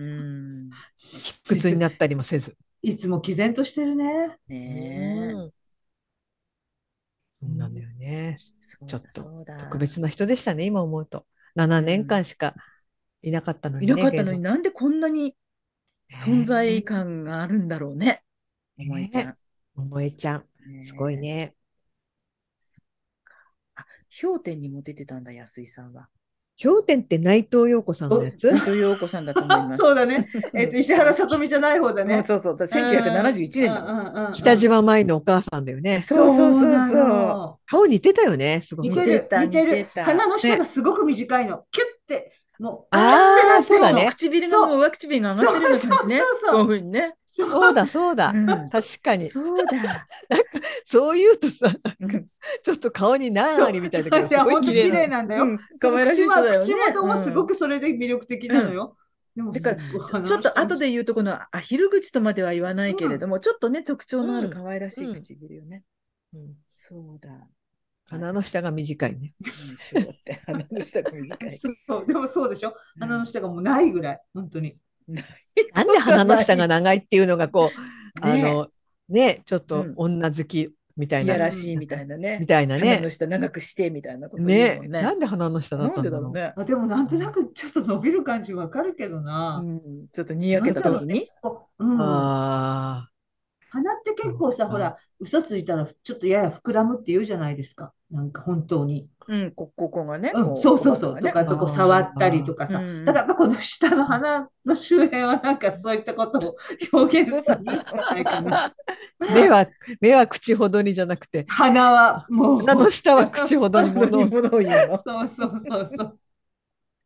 C: 卑屈になったりもせず。
B: いつも毅然としてるね。
A: ねえ。
C: うん。そ
B: うん。
C: うなんだよね。
A: そうだ、
C: ちょっと
A: そうだ。
C: 特別な人でしたね、今思うと。7年
A: うん。
C: 間しかいなかったの
A: い
C: にね、
A: なかったのに
C: 芸能。
A: なんでこんなに存在
C: ね
A: 感があるんだろうね。
C: え、
A: 桃江ちゃん。
C: 百恵ちゃん、すごい
A: ねえ。
C: ね。
A: そっか。あ、氷点にも出てたんだ、安井さんは。
C: 氷点って内藤陽子さんのや
B: お
C: つ？
A: 内藤陽子さんだと思いま
B: そうだ
A: す。
B: ね。
A: うん。
B: 石原さとみじゃない方だ
A: うん、
B: ね。
A: そうそう。
B: うん、うん、
A: 1971
B: うん、
A: 年だもん。
C: 北
B: うん。
C: 島舞のお母さんだよね。
A: そうそうそう
B: そうな
A: そう。
B: の。
C: 顔似てたよね、すごく。
B: 似てる、
A: 似てた、似
B: 似てる。
A: てた。
B: 鼻の下が
C: ね。
B: すごく短いの。キュッて、もう、キュッて
C: ああ、
B: なってんの。
C: そうだね。
A: 唇が
B: そう。
A: もう上唇が上がってるような
B: そうそう
A: 感じね。こういうふ
B: そう
A: うにね。
B: そう。
C: そうだ、そうだ。
A: うん。
C: 確かに。
A: そうだ。
C: そう言うとさ、
A: うん。
C: ちょっと顔に難
B: そう。
C: ありみたいだけど、
B: いや、
C: すごい
B: 本当綺
C: 綺麗なの。
B: 麗なんだよ。
A: うん。可愛らしい人だよね。
B: 口元もす
A: うん。
B: ごくそれで魅力的な
A: うん。
B: のよ。でも、
A: だから、
B: すっごい
A: ちょっ
B: 鼻の下も。
A: と後で言うと、このアヒル口とまでは言わないけ
B: うん、
A: れども、ちょっとね、特徴のある
C: うん。
A: 可愛らしい
C: うん。
A: 唇よね。
C: うん。
A: そうだ。はい。
C: 鼻の下が短いね。
A: うん、そうって、鼻の下が短い。
B: そう、でもそうでしょ。
A: うん。
B: 鼻の下がもうないぐらい、本当に。
A: ない
C: なんで
A: ことは
C: 鼻の下が
A: ない。
C: 長いっていうのがこう、
A: ね
C: ね、ちょっ
A: え。う
C: と
A: ん。
C: 女好きみたい
A: いや
C: な、
A: らしいみた
C: なんか、み
A: いなね。
C: たいなね。
A: 鼻の下長くしてみたいなこと言うもん
C: ね、な
A: ね。
C: んで鼻の下だっ
A: なん
C: たんだろ
A: でだろうね。
B: あ、でもなん
C: う。うん、
B: となくちょっと伸びる感じわかるけど
A: う
B: な。
A: ん。ちょっとにやけた
B: なんだろう、
A: 時に。
B: うん。
C: ああ、
B: 鼻って
C: そう
B: 結構さ、ほ
C: か。
B: ら、嘘ついたらちょっとやや膨らむって言うじゃないですか。なんか本当に。
A: うん。ここがね、
B: うん、
A: こう、お
B: そうそうそう。と
A: 腹がね。
B: か、やっ
A: うん。
B: ぱこう触
C: あ
B: ったりと
C: あ、
A: うん。
B: かさ。だから
A: うん。
B: やっぱこの下の鼻の周辺はなんかそういったことを表現するんじゃないかな。
C: 目は、目は口ほどにじゃなくて、
B: 鼻はもう、
C: 鼻の下は口ほどに
A: 何
C: 物を。
A: 者を言うの？
B: そうそうそうそう。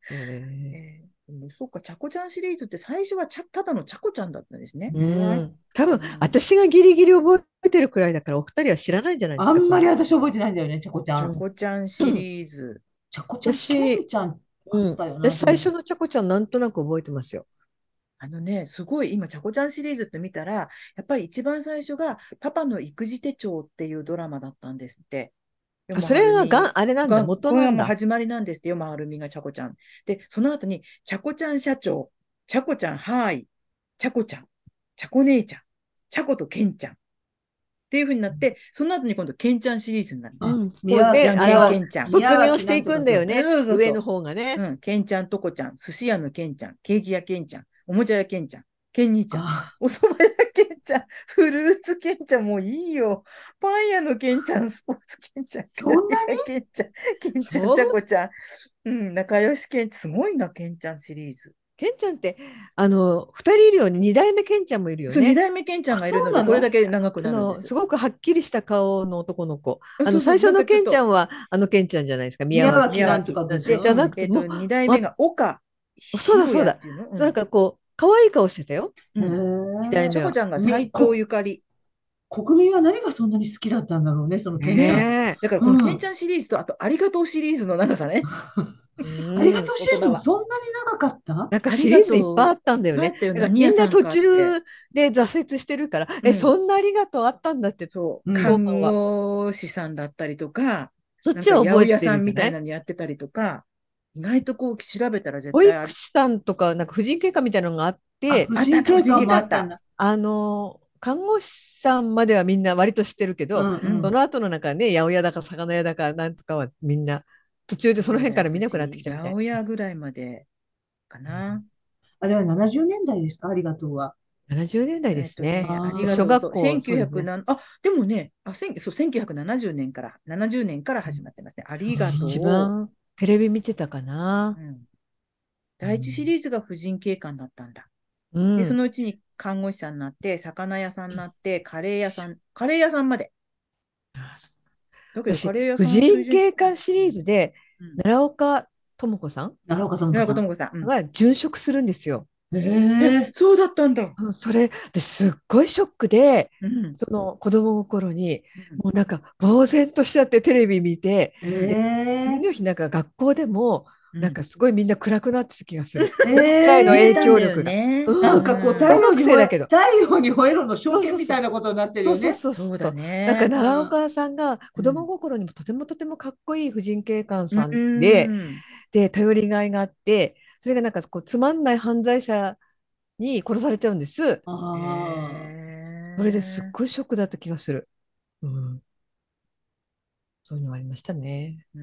A: でもそうか、ちゃこちゃんシリーズって最初はただのちゃこちゃんだったんですね。
C: 多分、
A: うん。
C: 私がギリギリ覚えてるくらいだから、お二人は知らないんじゃないですか、
B: あんまり私覚えてないんだよね、ちゃこちゃ
A: ちゃ
B: ん。
A: こちゃんシリーズ。
B: ちゃこちゃん、け
C: 私、
B: んちゃんあったよな、
C: 私最
B: でも。
C: 初のちゃこちゃんなんとなく覚えてますよ。
A: すごい今、ちゃこちゃんシリーズって見たら、やっぱり一番最初が、パパの育児手帳っていうドラマだったんですって。
C: あ、
A: 山
C: それが
A: はるみ
C: あれなんだ、
A: が、これがもう
C: 元なんだ。
A: 始まりなんですって、山はるみがちゃこちゃん。で、その後に、ちゃこちゃん社長、ちゃこちゃんはーい、ちゃこちゃん、ちゃこ姉ちゃん、ちゃことけんちゃんっていう風になって、その後に今度、けんちゃんシリーズになるんです。
B: 宮
A: じゃんけんけんちゃん。
C: 卒業
B: 脇な
C: していく
B: んとかくん。
C: んだよね。
A: そうそうそ
C: 上の方が
A: う。
C: ね。
A: うん。けんちゃんとこちゃん、寿司屋のけんちゃん、ケーキ屋けんちゃん、おもちゃ屋けんちゃん、けん兄ちゃん、
B: あ、
A: お蕎麦屋けんちゃん、フルーツけんちゃん、もういいよ。パン屋のけんちゃん、スポーツけんちゃん、カレー
B: そんなに
A: 屋けんちゃん、けんちゃん、ちゃ
C: そう、
A: こちゃん。うん、仲良しけん、すごいな、けんちゃんシリーズ。
C: ケンちゃんって、二人いるよね。二代目ケンちゃんもいるよ
A: そう、二
C: ね。
A: 代目けんちゃん
B: あ、
A: がいるので、これだ
B: そうなの？
A: け長くなるんです。
C: すごくはっきりした顔の男の子。
A: そうそう、なん
C: 最初のケ
A: かちょっと、
C: ンちゃんは、ケンちゃんじゃないですか。宮
B: 宮
C: 脇
A: 宮
B: 脇なんと
A: 脇。で、
B: かくんでしょ？
C: じゃなくて、
A: 二代目
C: ま、
A: が岡弘
C: そうだそうだ。
A: 也っていうの。
C: なんかこう、可愛い顔してたよ。
A: う
B: へ
A: ん。
C: 二代目は。
A: ちゃこちゃんが斎藤ゆかり。
B: 国民は何がそんなに好きだったんだろうね、そのケンちゃん。
C: ね
A: だからこのケンち
B: うん。
A: ゃんシリーズと、あとありがとうシリーズの長さね。
C: え。
B: ありがとうシリーズも
A: 大人は。
B: そんなに長かった？
C: なんか
A: あり
C: シリーズいっ
A: がとう、
C: ぱいあった
A: いっ
C: んだよね。
A: ぱいあったよ。
C: だから
A: 何屋さん
C: みんな途
A: かって。
C: 中で挫折してるから、
A: うん。
C: そんなありがとうあったんだって、
A: そう。
B: うん。
A: 看
C: 後半は。
A: 護師さんだったりとか、
C: そっ
A: なんか八
C: ちは覚えて
A: 百屋さん
C: るんじゃない？
A: みたいなのやってたりとか、意外とこう調べたら絶
C: 保
A: 対あり、
C: 育士さんとか、なんか婦人科みたいなのがあっ
B: あ、
C: て、
B: 婦
A: あったあった、婦人
B: 人警官
A: 科あった。
B: もあったんだ。
C: 看護師さんまではみんな割と知ってるけど、
B: うん
A: うん。
C: その後のなんかね、八百屋だか魚屋だかなんとかはみんな途中でその
A: そうだよ。
C: 辺から見なくなってき
A: 私、八
C: たみたい。
A: 百屋ぐらいまでか
C: うん、
A: な。
B: あれは70年代ですか？ありがとうは。
C: 70年代ですね。
A: あり
B: ああ、
A: がとう。そう、
C: 小学校、そうです
A: 1900
C: ね。
A: 何、でもね、そう、1970年から、70年から始まってますね。ありが
C: 私一
A: と
C: 番テレビ見てたかな。
A: う。うん。第一シ
C: うん。
A: リーズが婦人警官だったんだ。で、そ
C: うん。
A: のうちに看護師さんになって、魚屋さんになって、カレー屋さんまで。だけど、カ
C: 私、
A: レー屋
C: 婦
A: さん水準、
C: 人警官シリーズで、
A: うん。
C: 奈良岡智子さん
B: 奈良岡智子
A: 奈良子
B: さ
A: 智子さん。うん。
C: が殉職するんですよ。
B: ん。へえ。
A: そうだったんだ。
C: それですっごいショックで、
A: うん。
C: その子供心に、
A: うん。
C: もうなんか呆然としちゃってテレビ見て、
B: へ
C: で、次の
B: え。
C: 日なんか学校でも、
A: うん。
C: なんかすごいみんな暗くなってた気がする。
B: え
C: ぐらいの
A: 見て
C: 影
B: え。
A: たんだよ
C: 響力が。
A: ね。
C: うん。
B: なんかこう、
A: うん。
B: 太陽に吠えろの証券み
C: そうそうそう。
B: たいなことになってるよね。
C: そうそうそう
A: そうだ
C: そう。なんか
A: ね。
C: 奈良岡さんが子供
A: うん。
C: 心にもとてもかっこいい婦人警官
A: う
C: さんで、
A: ん。
C: 頼りがいがあって、それがなんかこうつまんない犯罪者に殺されちゃうんです。
B: あ
C: それですっ
A: へえ。
C: ごいショックだった気がする。うん。そういうのがありましたね。
A: うん。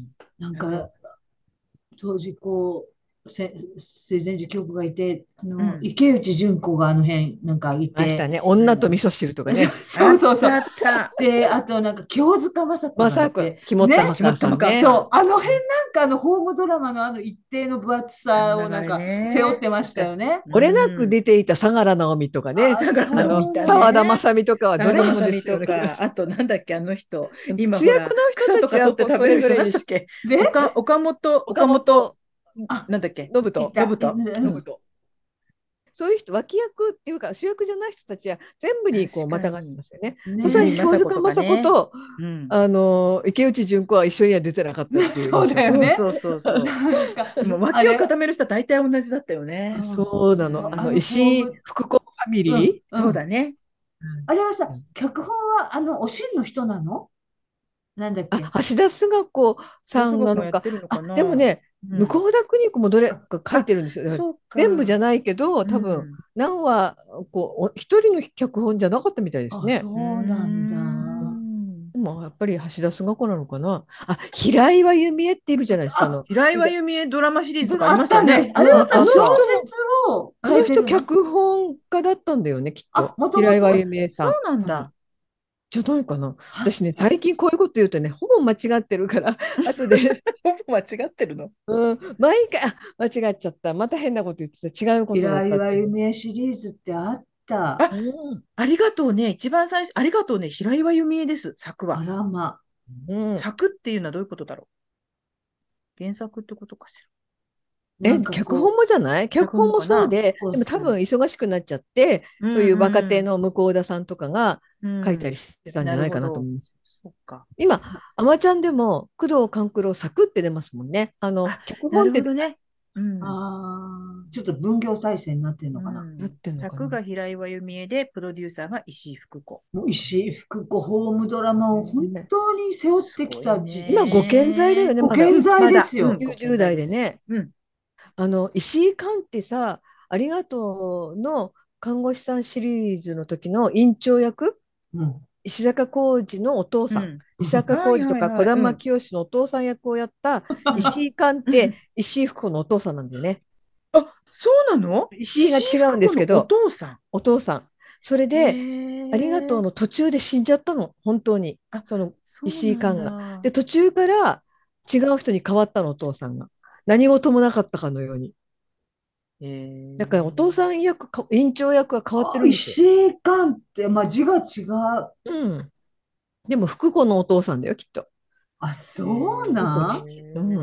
C: うん。
B: なんか、
A: あの、
B: 当時水前寺教子がいて、
A: うん。
B: 池内純子があの辺なんかいて、
C: ましたね。
A: うん。
C: 女と味噌汁とかね。
A: あっ
B: そうそうそう。
A: たあった。
B: で、あとなんか清塚雅子
C: まさく、
B: がいて、
C: 肝っ玉
B: ね。
A: 肝っ
C: 母さ
A: 玉母さ
C: んね。
A: ん。
B: そう、あの辺なんかホームドラマのあの一定の分厚さをなん
A: あの流れ
B: か背負っ
A: ね。
B: てましたよね。
A: う
C: 漏れなく
A: ん。
C: 出ていた相良直美とかね。
B: ああ、
A: 相良直美いた
C: 沢田
A: ね。
C: 正美とかはど
A: 沢田
C: れも
A: 正美
C: 出てたような気が
A: とか、
C: す
A: あとなんだっけ、あの人。
C: る。主役の
A: 今ほら、
C: 人た
A: 草とか取って
C: ちはこうそれ
A: 食べる人
C: ぞれにし、
A: なんだっけ。
B: で、
A: 岡本、
B: あ、
A: なんだっけ。
C: 信人、
B: いた。
A: 信人。
C: そういう人、脇役っていうか主役じゃない人たちは全部にこう
A: 確
C: またがって
A: かに。
C: ますよね。さすがに
A: 泉
B: ね。
C: 清塚
A: 雅子とかね。
C: 雅子と
A: うん。
C: 池内純子は一緒には出てなかったっていう
B: そう
C: 印象ですね。
B: だよね。
A: そう。
B: なんか、
A: でも脇を
B: あれ、
A: 固める人は大体同じだったよ
B: う
A: ね。
C: そうなの。
A: うん。
C: 石井福子ファミ
B: うん、
C: リ
B: うん。
A: そうだね。
B: あれはさ、
C: ー、うん、
B: 脚本はおしんの人なの？なんだっけ？
C: 橋田壽賀子
A: 吹
C: さ
A: 奏楽もやっ
C: んなのか。
A: てるのか
C: でも
A: な。
C: ね、向
A: うん。
C: 田邦子もどれ
B: あ、
C: か書い
B: あ、
C: てるんですよ。だから
A: そうか。
C: 全部じゃないけど、
A: う
C: 多分
A: ん。
C: 何話、一人の脚本じゃなかったみたいです
B: あ、
C: ね。
A: うー
B: そうなんだ。
A: ん。
C: でもやっぱり橋田壽賀子なのかな。平岩弓枝っているじゃないですか。
B: あ、
A: 平岩弓枝ドラマシリーズとかあり
B: あ
A: ましたよね。
B: ったね。あれはさ、
C: あの
B: 小
A: あった。
C: 人も、
B: 説を
C: あの人
B: 変えてるの？
C: 脚本家だったんだよね、きっ
B: あ、
C: と。
B: もともと？
C: 平岩弓枝
A: そう
C: さん。多分。
A: なんだ。
C: じゃないかな。
B: あ、
C: 私ね、最近こういうこと言うとね、ほぼ間違ってるから、後で、
A: ほぼ間違ってるの。
C: 毎回、間違っちゃった。また変なこと言ってた。違うことだ
B: 平岩
C: ったっていう。
B: 夢シリーズってあった。
A: あ、
C: うん。
A: ありがとうね。一番最初、ありがとうね。平岩弓枝です。作は。
B: あらま。
C: うん。
A: 作っていうのはどういうことだろう。原作ってことかし
B: なんか
C: 脚本もじゃない？脚本もそうで、でも多分忙しくなっちゃって、そういう若手の向田さんとかが書いたりしてたんじゃないかなと思います。
A: そっか。
C: 今、アマちゃんでも工藤官九郎サクって出ますもんね。脚
A: な
C: 本って
A: るほどね。
B: ちょっと分業再生になってるのかな。
C: なってんのかな。
A: 作が平岩由美恵で、プロデューサーが石井福子。
B: もう石井福子、ホームドラマを本当に背負ってきた時
C: 今、ご健在だよね、
B: ご健在ですよ。
C: 90代でね。石井寛ってさ、ありがとうの看護師さんシリーズの時の院長役、石坂浩二のお父さん、石坂浩二とか児玉清のお父さん役をやった石井寛って石井福子のお父さんなんだよね。
A: あ、そうなの？
C: 石井が違うんですけど、お父さん。それで、ありがとうの途中で死んじゃったの、本当に。その石井寛が。で、途中から違う人に変わったの、お父さんが。何事もなかったかのように。だからお父さん役、院長役は変わってるんです
B: よ。石井寛って、字が違う。
C: でも福子のお父さんだよ、きっと。
B: あ、そうなん？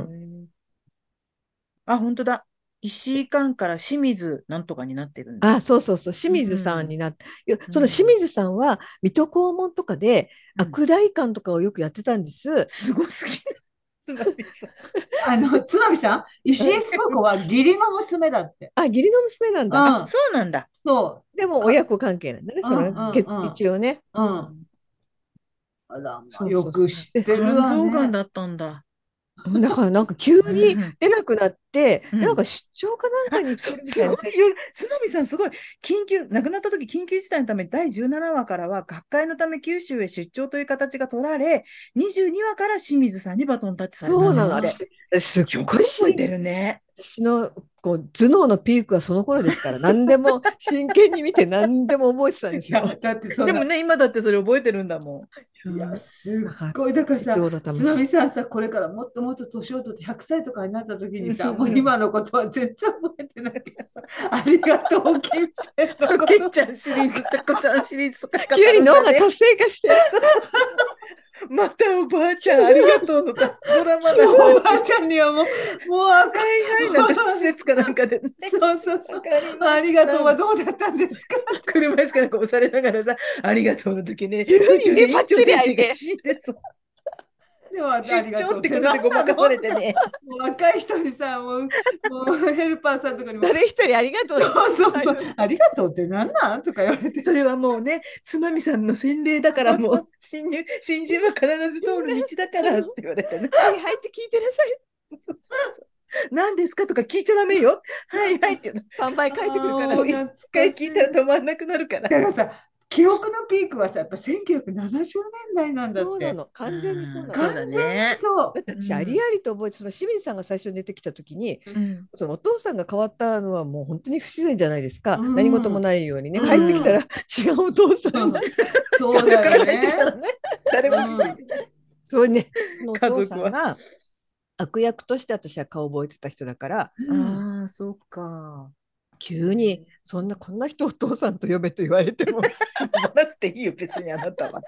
A: あ、本当だ。石井寛から清水なんとかになってるんだ。
C: そうそうそう、清水さんになって、その清水さんは水戸黄門とかで悪代官とかをよくやってたんです。
A: すごすぎる。つまみ
B: さん。つまみさん、石井福子は義理の娘だって。
C: 義理の娘なんだ。
A: そうなんだ。
B: そう。
C: でも親子関係なんだね、一応ね。
B: あら、よく知ってるわね。
A: 肝臓がんだったんだ。
C: だからなんか急に出なくなって、なんか出張かなんかに行ってるみたいな。
A: つまみさん、すごい、亡くなった時、緊急事態のため、第17話からは、学会のため九州へ出張という形が取られ、22話から清水さんにバトンタッチされたんですって。すっごい覚えてるね。
C: 私の頭脳のピークはその頃ですから、何でも真剣に見て何でも覚えてたんですよ。
A: でもね、今だってそれ覚えてるんだも
B: ん。いや、すっごい。だからさ、つまみさんさ、これからもっともっと年を取って100歳とかになった時にさ、もう今のことは全然覚えてないけどさ、ありがとう、金平
A: さん。けっちゃんシリーズ、たこちゃんシリーズとか、
C: 急に脳が活性化して。
A: またおばあちゃんありがとうのドラマ
B: の話。おばあちゃんにはもう赤
A: いなんて施設かなんかで、ね。
B: そうそうそう。ありがとうはどうだったんですか？
A: 車椅子かなんか押されながらさ、ありがとうの時ね、途中で院長先生が死んでそう。出張ってことでごまかされてね。
B: もう若い人にさ、もうヘルパーさんとかにも。
C: 誰一人ありがとう。
B: そうありがとうって何なんとか言われて。
A: それはもうね、つまみさんの洗礼だからもう、新人は必ず通る道だからって言われてね。
C: はいはいって聞いてなさい。
A: 何ですかとか聞いちゃダメよ。はいはいって言うの。
C: 3倍返ってくるから。
A: 一回聞いたら止まんなくなるから。
B: だからさ、記憶のピークはさ、やっぱ1970年代なんだって。
C: そうなの。完全にそうなの。
B: 完全にそう。
C: だって私、ありありと覚えて、その清水さんが最初に出てきた時に、そのお父さんが変わったのはもう本当に不自然じゃないですか。何事もないようにね。帰ってきたら違うお父さんが。
B: そうだよね。
A: 誰も気づいてない。
C: そうね。そのお父さんが悪役として私は顔覚えてた人だから。
A: ああ、そうか。
C: 急にこんな人をお父さんと呼べと言われても
A: 呼ばなくていいよ、別にあなたは。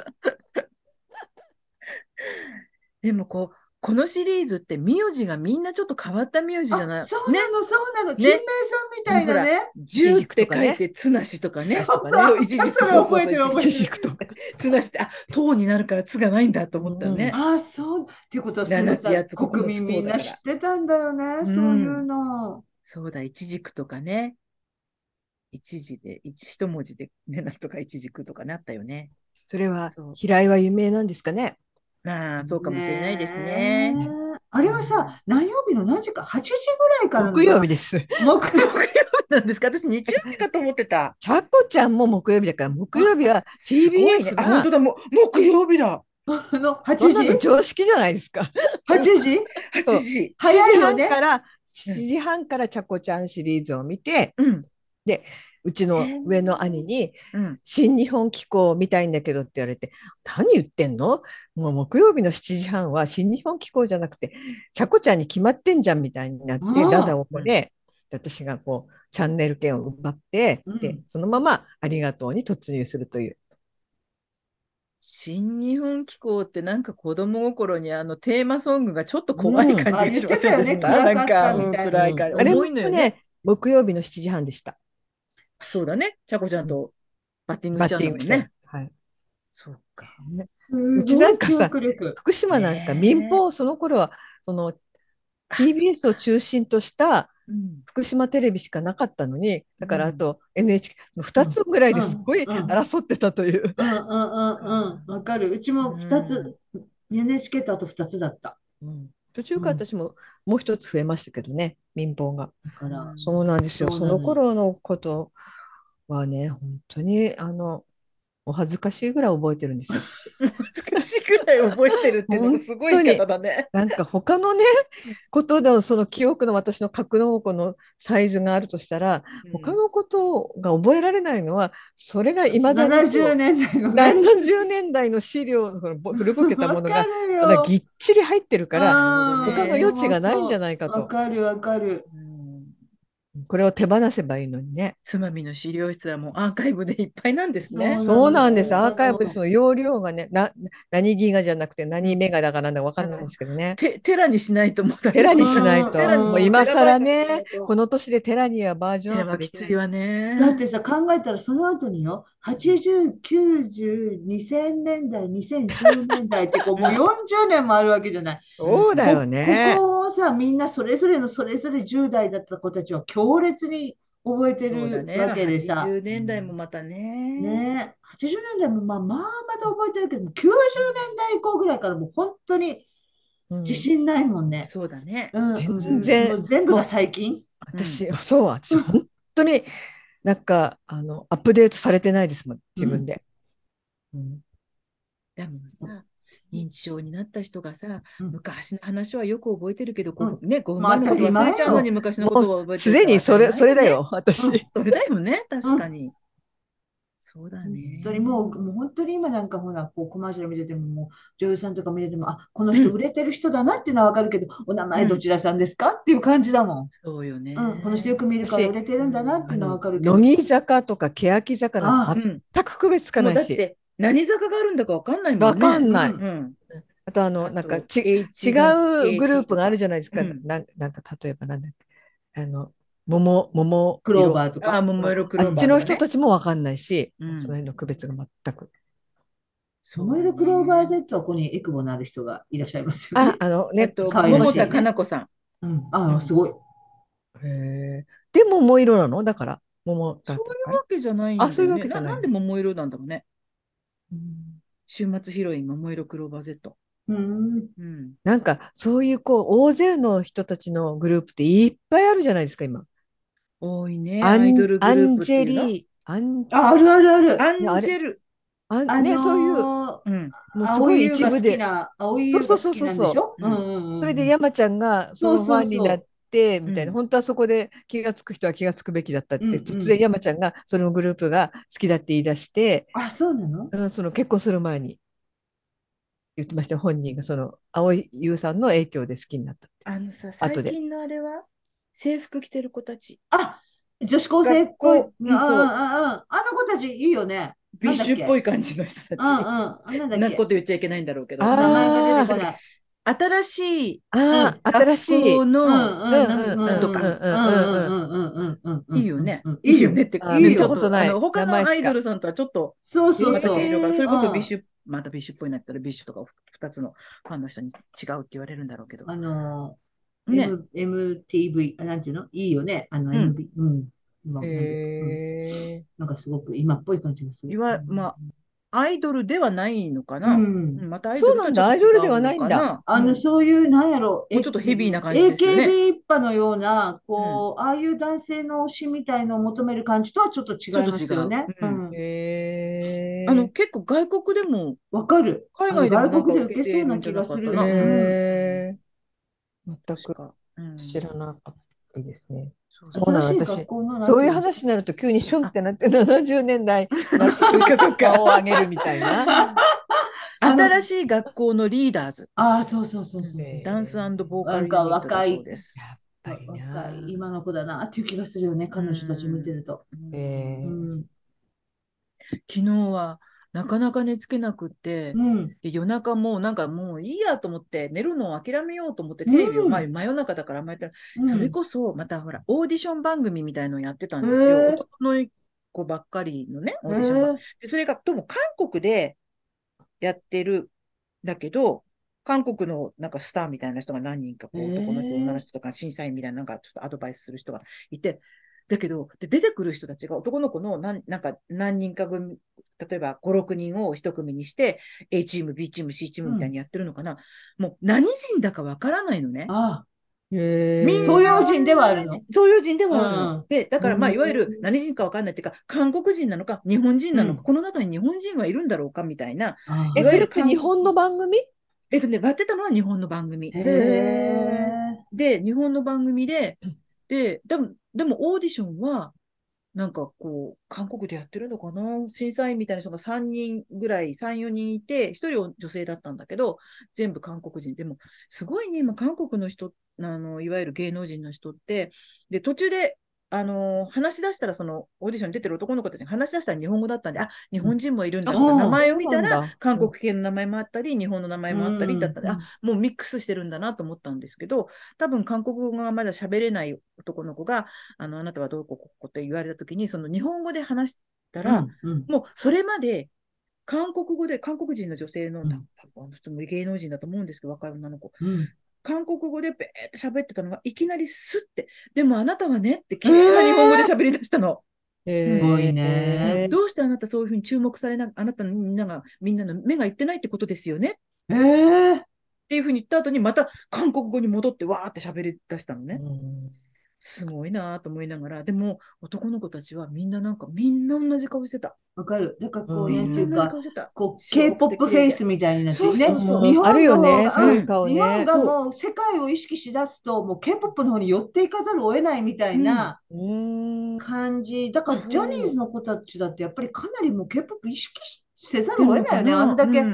A: でもこのシリーズって名字がみんなちょっと変わった名字じゃない？
B: そうなの、そうなの。金明さんみたいなね。
A: 十って書いて、つなしとかね。
B: そう、いちじくとか。
C: いちじくとか。
A: つなしって、唐になるからつがないんだと思ったね。
B: そう。っていうことは、国民みんな知ってたんだよね、そういうの。
A: そうだ、いちじくとかね。一文字でね、なんとかいちじくとかなったよね。
C: それは平井は有名なんですかね。
A: そうかもしれないですね。
B: あれはさ、何曜日の何時か、8時ぐらいから
C: 木曜日です。
A: 木曜日なんですか？私日曜日かと思ってた。
C: ちゃこちゃんも木曜日だから、木曜日は TBS が。
A: 本当だ、木曜日だ。
B: 8
C: 時常識じゃないですか。
B: 8時
A: ?8 時。
B: 早いよね。
C: 7時半からちゃこちゃんシリーズを見て、で、うちの上の兄に、新日本機構見たいんだけどって言われて、何言ってんの？もう木曜日の7時半は新日本機構じゃなくて、ちゃこちゃんに決まってんじゃんみたいになって、ダダをこれ、私がチャンネル権を奪って、で、そのままありがとうに突入するという。
A: 新日本紀行ってなんか子供心にテーマソングがちょっと怖い感じがしませんでした？
B: 言ってたよね、
A: なんか、
B: 暗かったみたいな。
A: 暗い感じ。
C: あれも
A: 重いのよね。
C: ね、木曜日の7時半でした。
A: そうだね。ちゃこちゃんとバッティングし
C: バッ
A: ちゃうん
C: ティングして。
A: だもんね。
C: はい。
A: そうか。
C: ね、うちな
B: すごい記
C: んかさ、
B: 憶力。
C: 福島なんか民
A: ねえ。
C: 放、その頃は、その
A: あ、そっ
C: TBS を
A: か。
C: 中心とした
A: うん。
C: 福島テレビしかなかったのに、だからあ
A: うん。
C: と NHK の2
B: うん、
C: つぐらい
B: うん、
C: ですっごい
B: うん、
C: 争ってたという。
B: うん、う
A: そっ
B: ん、うん、
A: か。
B: わかる。うち
A: う
B: も2
A: ん。
B: つ、NHK とあと2つだった。
C: うん、途中
B: うん。
C: から私ももう一つ増えましたけどね、民放が。
B: だか
A: う
B: ら、
C: そう
A: ん。
C: なんですよ。その
B: そうなのよ。
C: 頃のことはね、本当にお恥ずかしいぐらい覚えてるんですよ、私。
A: 難しいくらい覚えてるっていうのも
C: 本
A: すごい言い
C: 当に。
A: 方だね。
C: なんか他のね、ことのその記憶の私の格納庫のサイズがあるとしたら、
A: うん。
C: 他のことが覚えられないのは、それがいまだに
B: 70年代のね。
C: 70年代の資料、その古ぼけたものが
B: わかる
C: まだぎ
B: よ。
C: っちり入ってるから、
A: なるほど
C: 他の
B: ああ、
C: 余
A: ね。
C: 地がないんじゃ
B: もうそ
C: ないか
B: う。わ
C: と。
B: かるわかる。
A: うん。
C: これを手放せばいいのにね。
A: つまみの資料室はもうアーカイブでいっぱいなんですね。
B: そうなの
C: そうなんです。
B: よ。
C: アーカイブでその容量がね、何ギガじゃなくて何メガだからなんだか分かんないんですけどね。
A: テラにしないともうダメ
C: テラに
A: かもしれない。
C: しないと、
A: テラにし、
C: もう
B: うん、
C: 今
A: テラバイ
C: 更ね、
A: トにしないと。
C: この年でテラにはバージョン
A: テラ
C: アップ
A: はきついわ
C: できない。
B: だっ
A: ね。
B: てさ、考えたらその後によ、80、90、2000年代、2010年代ってこう、もう
A: うん。
B: 40年もあるわけじゃない。
C: そうだよ
B: こ
C: ね。
B: こをさ、みんなそれぞれのそれぞれ10代だった子たちは強烈に覚えて
A: そうだね。
B: るわけで
A: 80
B: さ、
A: 年代もまたね。
B: ねえ、80年代もまだ覚えてるけど、90年代以降ぐらいからもう本当に
C: うん、
B: 自信ないもんね。
A: そうだね。
B: うん、
C: 全
B: も
C: 然、
B: う全部が
C: もう
B: 最近。
A: うん。
C: 私、本当になんか、アップデートされてないですもん、
B: うん。
C: 自分で。うん、
A: でもさ、認知症になった人がさ、
B: うん。
A: 昔の話はよく覚えてるけど、
B: うん。
A: 5分
B: まあ当たり
A: 前のこと忘れちゃうのに
B: 前よ。
A: 昔の
C: もう、
A: ことを覚えて
C: す
A: るって当たり
C: でに
A: 前よね。
C: それだよ、私。
B: うん。
A: それだよね。確
B: うん。
A: かに。そうだ
B: 本当に
A: ね。
B: もう本当に今なんかほら、こうコマーシャル見てても、もう女優さんとか見てても、あ、この
A: うん。
B: 人売れてる人だなっていうのはわかるけど、お名前ど
A: うん。
B: ちらさんですかっていう感じだもん。
A: そうよ
B: うん、この人よ
A: ね。
B: く見るから売
C: 私、
B: れてるんだなって
A: うん。
B: いうのはわかるけど。
C: 乃木坂とか欅坂なんて
B: あ
A: うん。
C: 全く区別つかないし、
A: もうだって、何坂があるんだかわかんないも
C: わ
A: んね。
C: かんない。
B: うん。
A: うん。
C: あと、なんか
A: あと、
C: 違
A: H なん、
C: うグルー
A: KT
C: プがある
A: とか。
C: じゃないですか。
A: うん。
C: なんか、例えばなんだっけ、桃
B: クロー
C: 色。
B: バーと
A: ああ、
B: か。
A: 桃色クロー
C: あっち
A: バーとかね。
C: の人たちもわかんないし、その
A: うん。
C: 辺の区別が全く。
A: そうだ
B: 桃色クローバー
A: ね。
B: Z はここにエクボのある人がいらっしゃいますよね。
C: ね、
B: 可愛ら
A: 桃田か
B: しいね。
A: な子さん。
B: うん。ああ、す
A: うん。
B: ごい。
C: へえ。で、桃色なのだから、桃だ
A: そう
C: った。あれ、
A: いうわけじゃない
C: あ、そういうわ
A: んだよね。なんで
C: けじゃないの。
A: 桃色なんだろうね。
C: うん、
A: 週末ヒロイン、桃色クローバー Z。
B: うん。
A: うん。
C: なんか、そういう大勢の人たちのグループっていっぱいあるじゃないですか、今。
A: 多いね。アイドルグルー
C: アンジ
A: プっていうの。
C: ェリー、
B: あ、あるあるある。
A: ア
C: ね、あれ、
A: ンジェル。
C: ね、そういう、
B: ー、
A: うん。
C: もうすごい
B: 青い優が好き
C: 一部で、
B: な、青い
C: そう
B: 優が好き
C: そうそうそうそう。
B: なんでしょ？うんう
A: うん。
C: それ
B: んうんうん。
C: で山ちゃんがそのフ
B: そうそ
C: ァンになっ
B: うそ
C: て、みたいな、
A: うん。
C: 本当はそこで気がつく人は気がつくべきだったっ
B: う。うん
C: て、
B: うん。
C: 突然山ちゃんがそのグループが好きだって言い出して、
B: あ、そうなの？
C: その結婚する前に言ってましたよ、本人がその蒼井優さんの影響で好きになったって、後で。
A: 最近のあれは制服着てる子たち。
B: あ、女子高生っぽい。うん
A: 学校、
B: うんうんうん。
A: うん、そう。
B: あの子たちいいよね。
A: ビッシュっぽ
B: なんだっけ？
A: い感じの人た
B: うんうん。
A: ち。
B: なんだっけ？
A: なこと言っちゃいけないんだろうけど、
B: 名前が出て
C: あ
A: なんだっけ、
B: こない。
A: 新しい
B: うん。
C: 新
A: 学校
C: しい。
A: の
B: うんうん、
C: うん
B: なんか、うん
A: なんとか。
B: うん、うんうんうんうんうんうん
A: いいよね。
B: うんうん。いいよ。
A: いいよねって、
C: 見た
A: ちょっ
B: いいよ。
C: ことない。名
A: 他のアイド
C: 前しか。
A: ルさんとはちょっと
B: そうそう
A: また毛
B: そ
A: 色が、それ
B: う。う
A: こそビッシ
B: ん。
A: ュ、またビッシュっぽいなったらビッシュとか2つのファンの人に違うって言われるんだろうけど。ね。
B: MTV、なんていうの？いいよね。
A: うん。
B: うん。なんていうか、うん。
C: へえ。
B: なんかすごく今っぽい感じがする。
A: まあ、アイドルではないのか
B: う
A: な。う
B: ん。
A: ん、またアイドルと
C: そうなんだ。
A: はちょっと違
C: アイドルでは
A: うの
C: ないんだ。
A: かな。うん。
B: そういう、なんやろ、
A: もうちょっとヘビーな感じですよね。
B: AKB 一派のような、
A: うん。
B: こう、ああいう男性の推しみたいのを求める感じとはちょっと違
A: ちょっ
B: いま
A: と違う。
B: すよね。
A: うん。
B: うん。
C: へ
A: 結構外国でも、
B: わかる。
A: 海外でもなんか
B: 外国で
A: 受けてい
B: 受けそうな
A: るんじゃなか
B: 気がする。
C: え。
A: ったな。
B: うん。
C: へえ。全く
A: 確か。うん。
C: 知らなかったですね。
A: そうそう。
C: そうなの、
B: 新しい学
C: 私、
B: 校の、なん
C: そういう
B: ていうんですか？
C: 話になると急にシュンっ
A: あ、
C: てなって70年代が
A: そっ
C: 急に
A: かそっか。
C: 顔を上げるみたいな。
B: あの、
A: 新しい学校のリーダーズ。
B: そうそうそう
A: うん、
B: そうそうそう。
A: ダンスボーカルユ
B: なんか
A: ニットだそう
B: 若い、
A: です。
C: やっぱり
B: 若い、
C: な。
B: 今の子だなっていう気がするよね。
A: う
B: 彼女たち見て
A: ん。
B: ると。
A: うん。
B: う
C: え
B: ん。
A: 昨日は、 なかなか寝つけなくって、で夜中もなんかもういいやと思って寝るのを諦めようと思ってテレビを、真夜中だからあんまりやってない、それこそまたほらオーディション番組みたいのをやってたんですよ。男の子ばっかりのね、オーディション番組。でそれがどうも韓国でやってるだけど、韓国のなんかスターみたいな人が何人か、こう男の人、女の人とか審査員みたいななんかちょっとアドバイスする人がいて、だけど、出てくる人たちが男の子のなんか何人か組、例えば5、6人を一組にして、A チーム、B チーム、C チームみたいにやってるのかな。もう何人だかわからないのね。みんな
B: 東洋人ではあるの。
A: 東洋人ではあるの。で、だからまあ、いわゆる何人かわかんないっていうか、韓国人なのか、日本人なのか、この中に日本人はいるんだろうかみたいな。
C: それって日本の番組？
A: やってたのは日本の番組。で、日本の番組で、でもオーディションは、なんかこう、韓国でやってるのかな、審査員みたいな人が3人ぐらい、3、4人いて、1人は女性だったんだけど、全部韓国人。でも、すごいね、今、韓国の人、いわゆる芸能人の人って、で、途中で、話し出したら、その、オーディションに出てる男の子たちに話し出したら日本語だったんで、あ、日本人もいるんだとか、名前を見たら、韓国系の名前もあったり、日本の名前もあったりだったんで、あ、もうミックスしてるんだなと思ったんですけど、多分韓国語がまだ喋れない男の子が、あなたはどうこうって言われたときに、その日本語で話したら、もうそれまで韓国語で、韓国人の女性の、普通の芸能人だと思うんですけど、若い女の子。韓国語でべーって喋ってたのが、いきなりスッて、でもあなたはねって綺麗な日本語で喋り出したの。
B: すごいね。
A: どうしてあなたそういうふうに注目されな、あなたのみんなの目がいってないってことですよね。っていうふうに言った後に、また韓国語に戻ってわーって喋り出したのね。すごいなと思いながら、でも男の子たちはみんなみんな同じ顔してた。
B: わかる。だからこう、
A: みんな同じ
B: なんていうか、
A: 顔してた。
B: こう、K-POP フェイスみたいになってね。
A: そうそう。
B: 日本の方が、
C: 日
B: 本がもう世界を意識しだすと、もう K-POP の方に寄っていかざるを得ないみたいな感じ。だから、ジャニーズの子たちだって、やっぱりかなりもう K-POP 意識せざるを得ないよね。あんだけ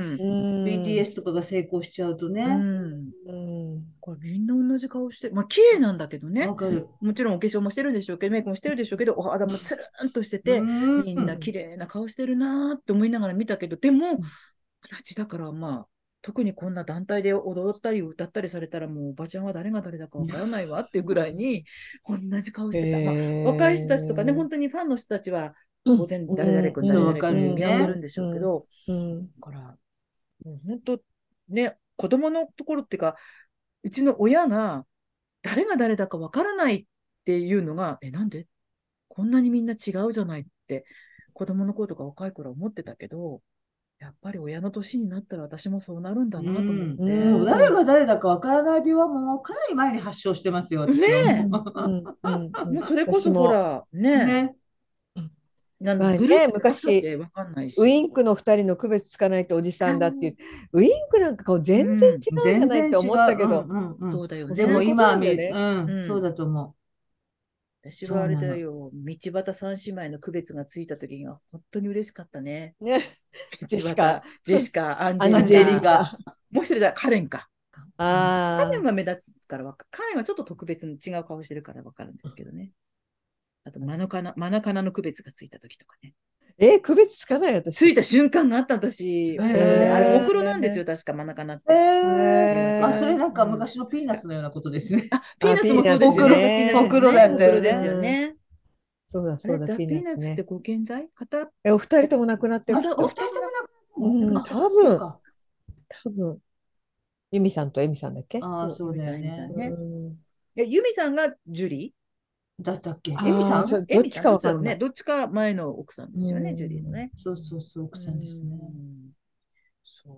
B: BTS とかが成功しちゃうとね。
A: これみんな同じ顔して、まあ綺麗なんだけどね。もちろんお化粧もしてるでしょうけど、メイクもしてるでしょうけど、お肌もつるんとしてて、みんな綺麗な顔してるなーって思いながら見たけど、でも、同じだからまあ、特にこんな団体で踊ったり歌ったりされたらもうおばちゃんは誰が誰だかわからないわっていうぐらいに同じ顔してた。まあ、若い人たちとかね、本当にファンの人たちは当然誰々君、誰々君って見分けるんでしょうけど、だから、もう本当ね、子供のところっていうか、うちの親が誰が誰だかわからないっていうのが、なんでこんなにみんな違うじゃないって子供の頃とか若い頃は思ってたけど、やっぱり親の年になったら私もそうなるんだなと思って。
B: もう誰が誰だかわからない病はもうかなり前に発症してますよ、私は。
A: ねえ。もうそれこそほら、ね
C: まあ
A: グループってわかんないし。
C: ウインクの2人の区別つかないとおじさんだっていう、ウインクなんかこう全然違うじゃないって思ったけど、
A: そうだよね。
B: でも今は見る、そうだと思う。
A: 私はあれだよ、道端三姉妹の区別がついた時には本当に嬉しかったね。
C: ジェシカ、
A: アンジェリカ。もう一人だ、カレンか。カレンは目立つからカレンはちょっと特別に違う顔してるから分かるんですけどね。あと、マナカナの区別がついた時とかね。
C: 区別つかない私。
A: ついた瞬間があった私。あれ、ほくろなんですよ、確かマナカナって。
B: それなんか昔のピーナッツのようなことですね。
A: ピーナッツもそうですよね。
B: ほくろだったよ
A: ですよね。
C: そうだ、そうだ、
A: ピーナッツってご健在？
C: お二人とも亡くなってる。
B: お二人とも亡くなった
C: 多分。ユミさんとエミさんだっけ？
B: そうだよね。
A: ユミさんがジュリ
B: ーだったっけ？エミさん？
C: どっちかわかんない。
A: どっちか前の奥さんですよね、ジュリーのね。
B: そう、奥さんですね。
A: そう。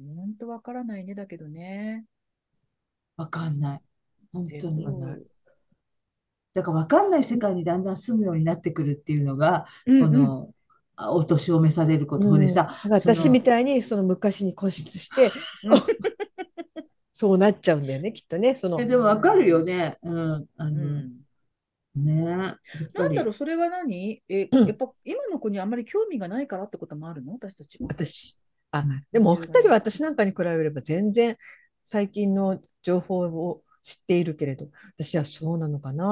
A: 本当わからないね、だけどね。
B: わかんない。本当に。だからわかんない世界にだんだん住むようになってくるっていうのが、この、お年を召されることでさ。
C: 私みたいにその昔に固執して、そうなっちゃうんだよね、きっとね。
B: でもわかるよね。
A: なんだろう、それは何？やっぱ今の子にあんまり興味がないからってこともあるの？私たちは。
C: でもお二人は私なんかに比べれば全然最近の情報を知っているけれど、私はそうなのかな。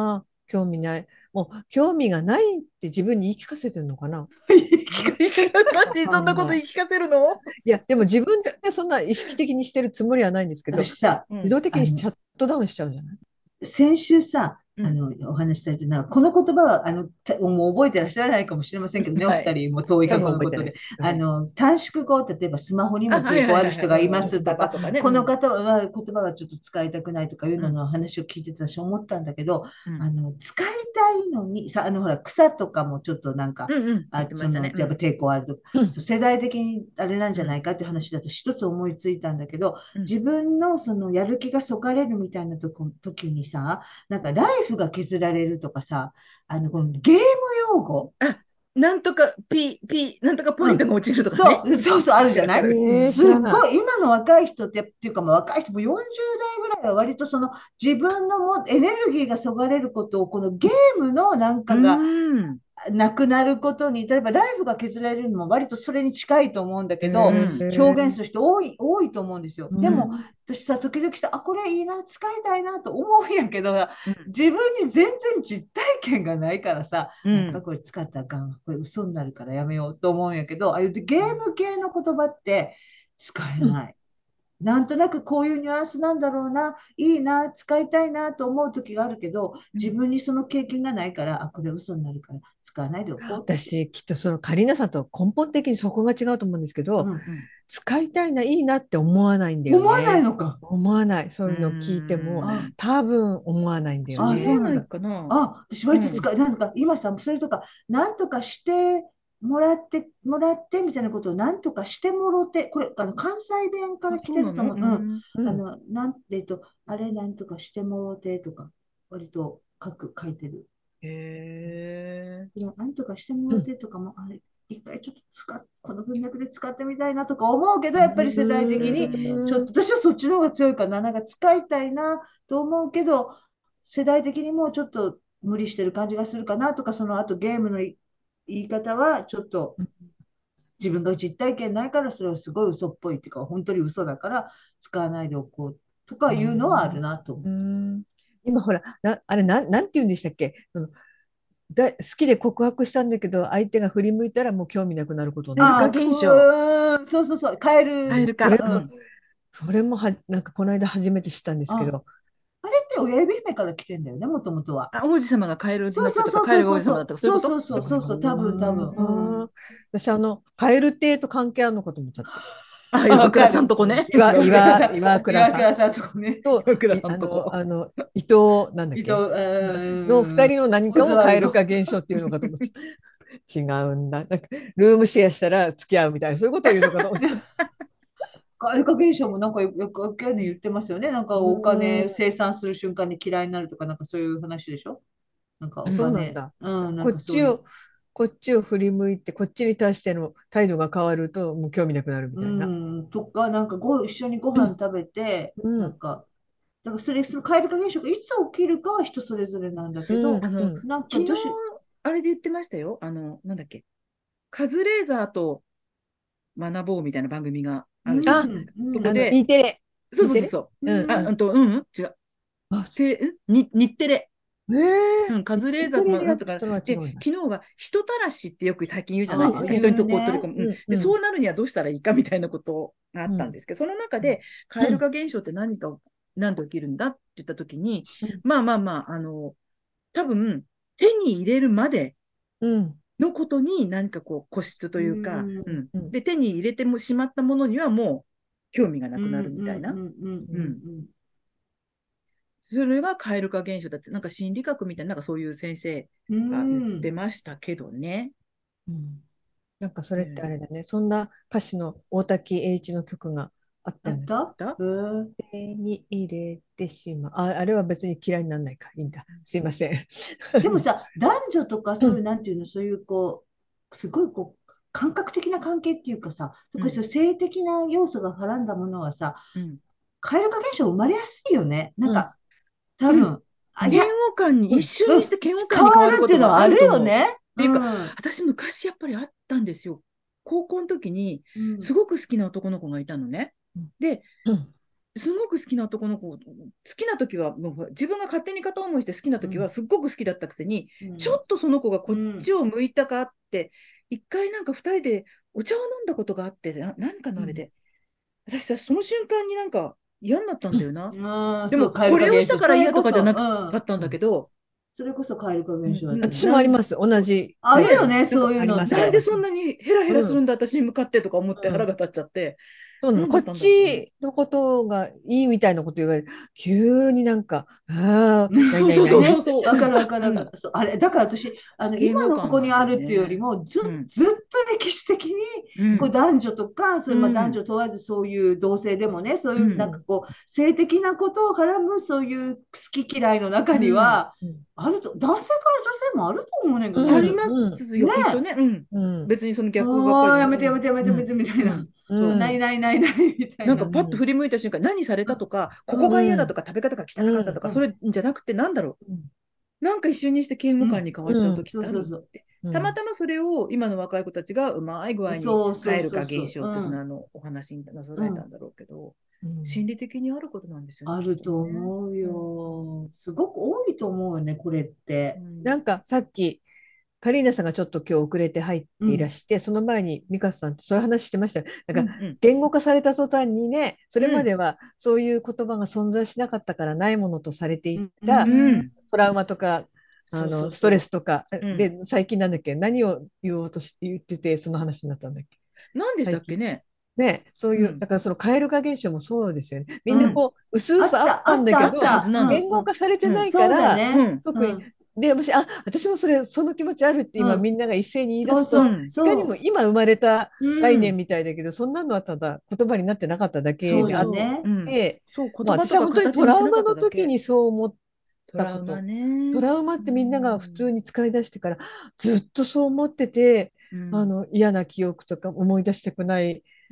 C: 興味ない、もう興味がないって自分に言い聞かせてるのかな。
A: 何そんなこと言い聞かせるの？
C: いや、でも自分でそんな意識的にしてるつもりはないんですけど、
B: 私さ、
C: 自動的にシャットダウンしちゃうんじゃない？
B: 先週さ、
A: うん
B: お話しされて、なんかこの言葉は、もう覚えてらっしゃらないかもしれませんけどね、お
A: はい
B: 二人も遠い過
C: 多分
B: 去のことで、
C: 覚えてない。はい。
B: 短縮語、例えばスマホにも
A: あ、はい
B: 抵抗ある
A: はいはいはい。
B: 人がいま
A: うん、ス
B: すとか、
A: タバとかね。
B: この方は言葉はちょっと使いたくないとかいうの
A: うん、
B: の話を聞いてたし思ったんだけど、
A: うん、
B: 使いたいのに、さ、ほら、草とかもちょっとなんか、
A: うん、うん、言ってましたね。う
B: やっぱ
A: ん、
B: 抵抗あると、
C: うん。
B: そう世代的にあれなんじ
A: うん、
B: ゃないかっていう話だと一つ思いついたんだけど、
A: うん。
B: 自分のそのやる気がそがれるみたいな時にさ、なんかライフが削られるとかさ、このゲーム用語、
A: あ、なんとかなんとかポイント
B: うん。
A: が落ちるとかね。
B: そう、そうそう、あるじゃない。すっ
C: 知らない。
B: ごい、今の若い人っていうか、まあ、若い人も40代ぐらいは割とその自分のエネルギーがそがれることを、このゲームのなん
A: うー
B: かが
A: ん、
B: なくなることに、例えばライフが削られるのも割とそれに近いと思うんだけど、
A: うん、
B: 表現する人多いと思うんですよ。でも、
A: うん、
B: 私さ、時々さ、あ、これいいな、使いたいなと思うんやけど、
A: うん、
B: 自分に全然実体験がないからさ、やっぱ
A: うん、
B: これ使ったらあかん、これ嘘になるからやめようと思うんやけど、ああいうゲーム系の言葉って使え
C: うん
B: ない。なんとなくこういうニュアンスなんだろうな、いいな、使いたいなと思う時があるけど、
A: うん。
B: 自分にその経験がないから、あ、これ嘘になるから使わないでおこうって。
C: 私、きっとそのカリーナさんと根本的にそこが違うと思うんですけど、
B: うん。
A: うん。
C: 使いたいな、いいなって思わないんだよ
B: 思わない
C: ね。
B: のか。
C: 思わない。そ
A: うー
C: ういうのを聞いても、
B: あ、
A: ん。
C: 多分思わないんだよ
B: あ、そ
C: ね。
B: うなんだ。
A: 思わないかな。
B: あ、私
A: うん。
B: 割となんか今さ、それとか、なんとかしてもらってみたいなことをなんとかしてもろて、これ、関西弁か
A: あ、
B: ら来
A: そうな
B: てると思う。うん。
A: の？うん。
C: うん。
B: あれなんとかしてもろてとか、割と書いてる。
A: へえ。
B: いや、なんとかしても
C: うん。
B: らってとかも、あれ、一回ちょっとこの文脈で使ってみたいなとか思うけど、
C: う
B: やっぱり世代的に、ちょっ
C: ーん。
B: と私はそっちの方が強いかな、なんか使いたいなと思うけど、世代的にもうちょっと無理してる感じがするかなとか、その後ゲームの言い方はちょっと自分が実体験ないから、それはすごい嘘っぽいっていうか、本当に嘘だから使わないでおこうとか
C: う
B: いうのはあるなと思
C: ー
B: う。
C: ん。今ほら、あれなんて言うんでしたっけ？好きで告白したんだけど、相手が振り向いたらもう興味なくなることね。
A: 蛙化
B: ああ、
A: 現象。
B: そうそうそう、カエルか、
A: 蛙化。
C: それも、
A: うん。
C: それもなんかこの間初めて知ったんですけ
B: あ、
C: ど、
B: あれって親指姫から来てんだよね、もともとは。
A: あ、王子様がカエルに
B: そう
A: なったとか、
B: そうそうそう
A: カエルが
B: そうそう、
A: 王子様だったとか、そういう
B: そうそう
A: こと？
B: そうそうそう、多分多分。うん。
C: 私、カエル亭と関係あるのかと思っちゃって。
A: あ、
B: あ、
A: 岩倉
B: わかる。
A: さんとこね。
B: 岩
C: 岩倉さん
B: 倉さんとこね。
C: と、
A: 岩倉さんとこ。
C: 伊藤、なんだっけ
B: 伊藤、
C: の二人の何
B: オ
C: かも
B: ズワルド。
C: 蛙化現象っていうのかと思ってた。違うんだ。なんかルームシェアしたら付き合うみたいな、そういうことを言うのかと思ってた。
B: カエル化現象もなんかよく言ってますよね。なんか
C: う
B: お金
C: ー
B: 生産する瞬間に嫌いになるとか、なんかそういう話でしょ。なんか
C: ん、
B: お金、
C: そうなんだ。
B: うん、なん
C: こ
B: かそういう。
C: こっちを振り向いて、こっちに対しての態度が変わると、もう興味なくなるみ
B: う
C: たいな。
B: ん、とか、なんか一緒にご
C: うん。
B: 飯食べて、
C: うん。
B: なんか、だからその蛙化現象がいつ起きるかは人それぞれなんだけど、
C: うん。
A: あの、
C: うん。
B: なんか
A: 昨日、
B: 女子、
A: あれで言ってましたよ。なんだっけ。カズレーザーと学ぼうみたいな番組が
B: う
A: あるじゃない
C: あ、
A: ですか。
B: ん、う
A: そこ
B: ん、
A: で、
C: E テレ。
A: そう
C: E テレ。
A: そうそうそう。あ、
C: うんうん。
A: 違う。
C: あ、
A: 日テレ。
C: ええ
A: うん、カズレー
C: ー、E
A: ザーと
C: テレでや
A: なんとか、
C: ってたのは違
A: で、
C: うんだ。
A: 昨日は人たらしってよく最近言うじゃないで
B: あ、
A: すか。人に
B: 言うね。
A: こう取り込む。うん。で、
C: うんうん。
A: そうなるにはどうしたらいいかみたいなことがあっ
C: うん。
A: たんですけど、その中で、
C: うん。
A: 蛙化現象って何で起きるんだって言ったときに、
C: うん。
A: まあまあまあ、多分、手に入れるまで
C: うん。
A: のことに何かこう固執と
B: う
A: いうか、う
B: ん、
A: ん。
C: うん。
A: で、手に入れてしまったものにはもう興味がな
B: うん、
A: くなる
B: うん、
A: みたいな。
B: うん、うん、
A: うん。
B: うん。
A: それが蛙化現象だって、なんか心理学みたいな、なんかそういう先生
B: う
A: が言って
B: ん。
A: ましたけどね。
C: うん。なんかそれってあ
A: で、
C: れだね。そんな歌詞の大滝栄一の曲があったよね。
B: あった
A: だ
C: 手に入れてしまう。あれは別に嫌いにならないか。いいんだ。すいません。
B: でもさ、男女とかそういう、
C: うん。
B: なんていうの、そういうすごい感覚的な関係っていうかさ、
A: うん、
B: 特にそういう性的な要素が絡んだものはさ、
A: うん、
B: 蛙化現象生まれやすいよね。なん
C: うん。
B: か、多
A: うん。
B: 分、あ、い
A: 嫌
B: や、
A: 悪感に、一瞬にし
B: うん、
A: て嫌悪感
B: 変わ
A: に変わる
B: るっていうの
A: ことはあ
B: はあるよ
A: ると思う。っ
B: ね。う
A: ていうか、
B: ん。
A: 私昔やっぱりあったんですよ。高校の時に、
B: うん。
A: すごく好きな男の子がいたのね。で、
C: うん。
A: すごく好きな男の子、好きな時は、もう自分が勝手に片思いして好きな時は、すっごく好きだったくせに、ちょっとその子がこっちを向いたかって、一回なんか二人でお茶を飲んだことがあって、何かのあれで、私さ、その瞬間になんか嫌になったんだよな。でも、
B: そう、蛙
A: これをした
B: 化現象。
A: から嫌とかじゃな
B: うん。
A: かったんだけど、
B: それこそ蛙化現象だと
C: 私
B: 思う。
C: もあります。同じタイプの。
B: あるよね、
A: なんか、
B: そういう
C: あります、あ
B: のって。
A: なんで
C: ります。
A: そんなにヘラヘラす
C: うん。
A: るんだ、私に向かってとか思って
C: うん。
A: 腹が立っちゃって、
C: そうなの。こっ
A: 何だったんだろうと思って。
C: ちのことがいいみたいなこと言われて、急になんか、ああ、ない
A: そうそうそう
C: ないないない。
B: ね、
A: そうそ
B: わかるわかる
A: う。
B: わかる。
A: うん。
B: そう、あれ、だから私、
A: ゲー
B: 今の子
A: ム感なんだよ
B: にあるっていうより
A: ね。
B: も、
A: うん。
B: ずっと歴史的に、こう
A: うん。
B: 男女とか、そういう、まあ、男
A: うん。
B: 女問わずそういう同性でもね、そういう、なんか
A: うん。
B: こう、性的なことをはらむ、そういう好き嫌いの中
A: うん。
B: には、あると、男性から女性もあると思うねんけど、
C: うん。
A: ありま
C: うん。
A: すよ、
B: ね
A: きっとね。うん。
C: うん。
A: 別にその逆ばっか
B: ああ、
A: りじゃなくて。
B: やめてやめてやめて
C: うん。
B: やめてみたいな。
A: うん。そう。
B: ないないないないみたいな。
A: なんかパッと振り向いた瞬間、何されたとか、ここが
B: うん
A: 嫌だとか、食べ方が汚かったとか、
B: うん。
A: それじゃなくて、なんだろ
C: うん。
A: う。なんか一瞬にして嫌悪感に変わっちゃう時ってあ
B: そうそうそう。
A: るって。たま
C: うん。
A: たまそれを今の若い子たちがうまい具合に
B: そうそう
A: 蛙化
B: そうそう。
A: 現象ってそのお話になぞらえたんだろうけど、
C: うん。
A: 心理的にあることなんですよね、
B: あると
A: きっとね。
B: 思う
A: うん。
B: よ。すごく多いと思うよね、これって。
C: なんかさっき、カリーナさんがちょっと今日遅れて入っていら
B: うん。
C: して、その前にミカさんとそういう話してましたよ。だから
A: うん。うん。
C: 言語化された途端にね、それ
A: うん。
C: まではそういう言葉が存在しなかったからないものとされてい
B: うん。う
C: た
B: ん。
C: トラウマとか、
A: そうそう
C: ストレス
A: そ
C: とか、
A: う。うん。
C: で、最近なんだっけ、何を言ってて、その話になったんだっけ、
A: 何でした
C: 最近。
A: っけね。
C: ね、そういう、
A: うん。
C: だからその蛙化現象もそうですよね。みん
A: うん。
C: なこう、うすう
B: あ
C: すあっ
B: った、あった、
C: たんだけど、
A: あったはず
B: あった。
A: なの。
C: 言語化されて
A: うん。
C: ないか
B: そうだ
C: ら、
B: ね。
A: うん。
C: 特に、
B: うん。
C: で、私もその気持ちあるって今
B: うん。
C: みんなが一斉に言い出すと、
B: そうそう、
A: うん。
C: いかにも
B: そう。
C: 今生まれた概念
B: うん。
C: みたいだけど、そんなのはただ言葉になってなかっただけ
B: そう
C: であっ
A: そうそう。
B: だね。
A: うん。
C: て、
A: そう、
C: まあ
A: 言葉とか
C: 私は本当に
A: 形にしなか
C: トラウマ
A: っただけ。
C: の時にそう思っ
A: トラウマ
C: たこと、ト
A: ね。
C: ラウマっ
A: う
C: てみんなが普通
A: ん。
C: に使い出してからずっとそう思ってて、
A: うん。
C: 嫌な記憶とか思い出したくない
A: うん。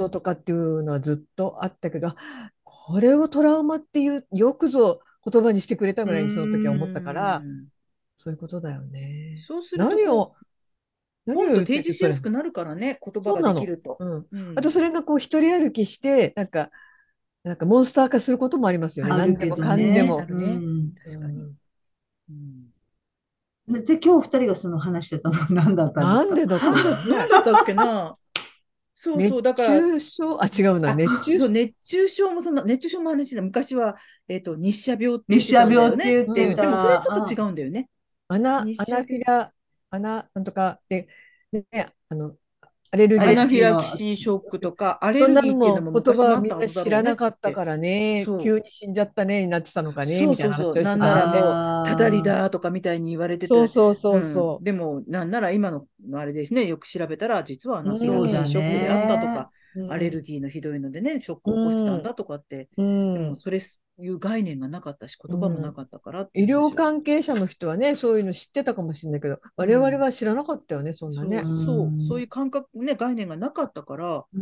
C: こととかっていうのはずっとあったけど、これをトラウマっていう、よくぞ言葉にしてくれた
B: う
C: ぐらいにその時は思ったから、
A: ん。
C: そういうことだよね。
A: そうすると、
C: 何を、何を
A: ポンと提
C: 言っててくれるの。
A: 示しやすくなるからね、言葉が
C: そうなの。
A: できると。
C: うん。あと
A: うん。
C: それがこう一人歩きして、なんかモンスター化することもありますよね。
B: あるけ
C: 何でも
A: あるね、
C: かんでも。
A: あるね。
B: うん。
A: 確かに。
C: うん。
A: うん。
B: で、今日二人がその話してたのは何だったんですか？
C: なんでだったんだろうね。
A: なんだったっけな。そう
C: 熱
A: そう、だから、
C: 中症、あ、違うな。
A: あ、
C: 熱中症。
A: そう、熱中症も話だ。昔は、日射病って言って
B: 日射
A: たんだよね
B: 病って言って
A: っていう。でも、それはちょっと違
B: た。
A: うんだよね。
C: アナ
A: 日射病。
C: フィラ、なんとかで、ね、アレル
B: アレ
C: ギー。
A: アナフィラ
B: ルギーの。
A: キシーショックとか、アレ
C: そん
A: ル
C: なのも
A: ギーっていうのも
C: 言葉はみん
A: 昔もあったはずだろうねっ
C: な知らなかった
A: て。
C: からね、
A: そう。
C: 急に死んじゃったねになってたのかね、みたいな
A: そうそうそう。
C: 話をして
A: なんなら
C: たもんね。
A: もう、たたり
B: ああ、
A: だとかみたいに言われてて、
C: そうそうそう
A: うん。
C: そ
A: でも、なんなら今のあれですね、よく調べたら、実はア
C: う。
A: ナフィラキシー
B: そうだ
A: ショックであったとか、
B: ね。
A: アレ
C: うん、
A: ルギーのひどいのでね、ショック
C: う
A: を起こしてたん
C: ん、
A: だとかって、
C: う
A: でも、
C: ん、
A: それいう概念がなかったし、言葉もな
C: うん。
A: かったからって
C: 医療
A: いう話を。
C: 関係者の人はね、そういうの知ってたかもしれないけど、我々
A: うん。
C: は知らなかったよね、そんな
A: そう
C: ね。
A: そう、そういう
B: ん。
A: 感覚、ね、概念がなかったから、
C: うん、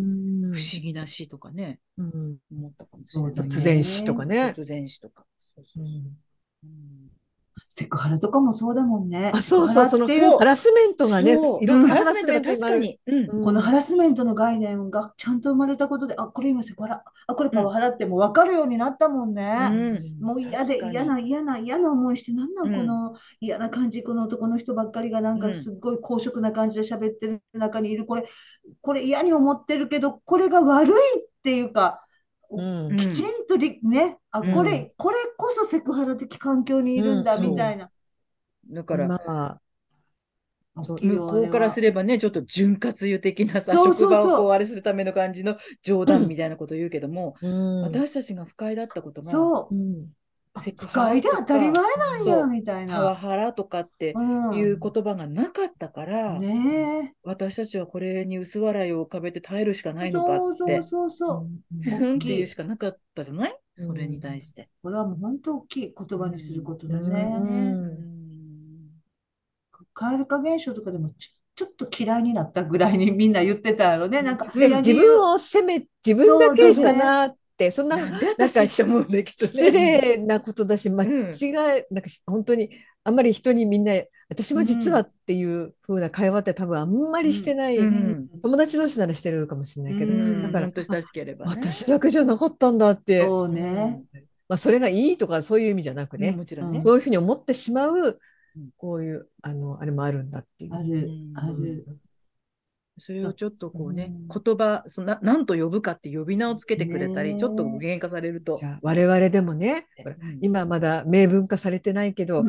A: 不思議な死とかね、
C: うん。
A: 思ったかもし
B: そうだ
A: れないけど、
C: 突然死とか
B: ね。
C: ね。
A: 突然死とか。そうそうそう。
C: うん。
A: うん、
B: セクハラとかもそうだもんね。
C: あ、
B: セクハ
C: そうそう、その
B: ラっていう、
A: そう、
C: ハラスメントがね、
A: そう、
C: いろんな
A: ハ
B: うん。
C: ハラスメン
A: ラスメントが
C: ト今ある。
A: 確かに、うん、
B: このハ
C: うん、
B: ラスメントの概念がちゃんと生まれたことで、あ、これ今セクハラ、あ、これ
A: うん、
B: パワハラってもう分かるようになったもん
A: う
B: ね。
A: ん、
B: もう嫌で
A: 確かに、
B: 嫌な思いして、なんな
A: うん、
B: んこの嫌な感じ、この男の人ばっかりがなん
A: うん、
B: かすっごい公職な感じで喋ってる中にいる、これ嫌に思ってるけど、これが悪いっていうか、
C: う
B: きち
C: ん、
B: んとね、あ、
A: うん、
B: これこそセクハラ的環境にいる
C: うん、
B: んだみ
C: うん。
B: たいな。
A: だから、
C: まあ、そう、
B: 大きいよ、あ
A: 向こうからす
B: れは。
A: ればね、ちょっと潤滑油的なさ、
B: そう
A: 職場をこう、
B: そうそ
A: あれするための感じの冗談みたいなことを言うけども、
C: うん、
A: 私たちが不快だったことが、
B: そう。
C: うん、
B: あ、
A: セク
B: 不
A: ハラ
B: 快で当たり前
A: とか、
B: なんや、
A: そう、
B: みたい
A: パワ
B: な。
A: ハラとかって
B: う
A: いう
B: ん。
A: 言葉がなかったから、
B: ね
A: 私たちはこれに薄笑いを浮かべて耐えるしかな
B: え。
A: いのかっ
B: そうそう
A: て、
B: そうそ
C: うん、
B: う。大
A: うんっていうし
B: きい。
A: かなかったじゃない
C: う
A: それに対
C: ん、
A: して。
B: これはもう本当大きい言
A: う
B: 葉にする
A: ん、
B: ことだ
A: 確かに
B: ね。
A: ね。う
C: うん。
A: ん。
B: 蛙化現象とかでもちょっと嫌いになったぐらいにみんな言ってたやろね。なんか、
A: うん、
C: 自分を責め、自分だ
B: そうだ
C: けか
A: そうそ
B: ね。
C: なって、そんな、
A: なんで
C: なんか
A: 私って思うね、きっと
C: 失
A: ね。
C: 礼なことだし、間違
A: うん。
C: い、なんか本当に、あんまり人にみんな、私
B: う
C: も実は
B: ん。
C: っていう風な会話って多分あんまりして
B: うん。
C: ない、
A: う
B: うん。
A: ん。
C: 友達同士ならしてるかもしれな
B: う
C: いけど、だ
A: うん。
C: から、
B: ん。
A: 本当親しければね。
C: 私だけじゃなかったんだって、
B: そうね。
A: うん。
C: まあ、それがいいとかそういう意味じゃなく
A: うん、
C: ね、
A: もちろんね。
B: うん。
C: そういうふうに思ってしまう、
A: うん。
C: こういう、あれもあるんだっていう。
B: あ
A: う
B: る、あ
A: ん。
B: る。
A: それをちょっと
B: う
A: こうね、
B: ん。
A: 言葉、何と呼ぶかって呼び名をつけてくれたり、ちょっと具
B: ね
A: 現化されると。
C: じゃあ我々でもね、ほら
A: うん。
C: 今まだ明文化されてないけ
B: え。
C: ど、
B: うん。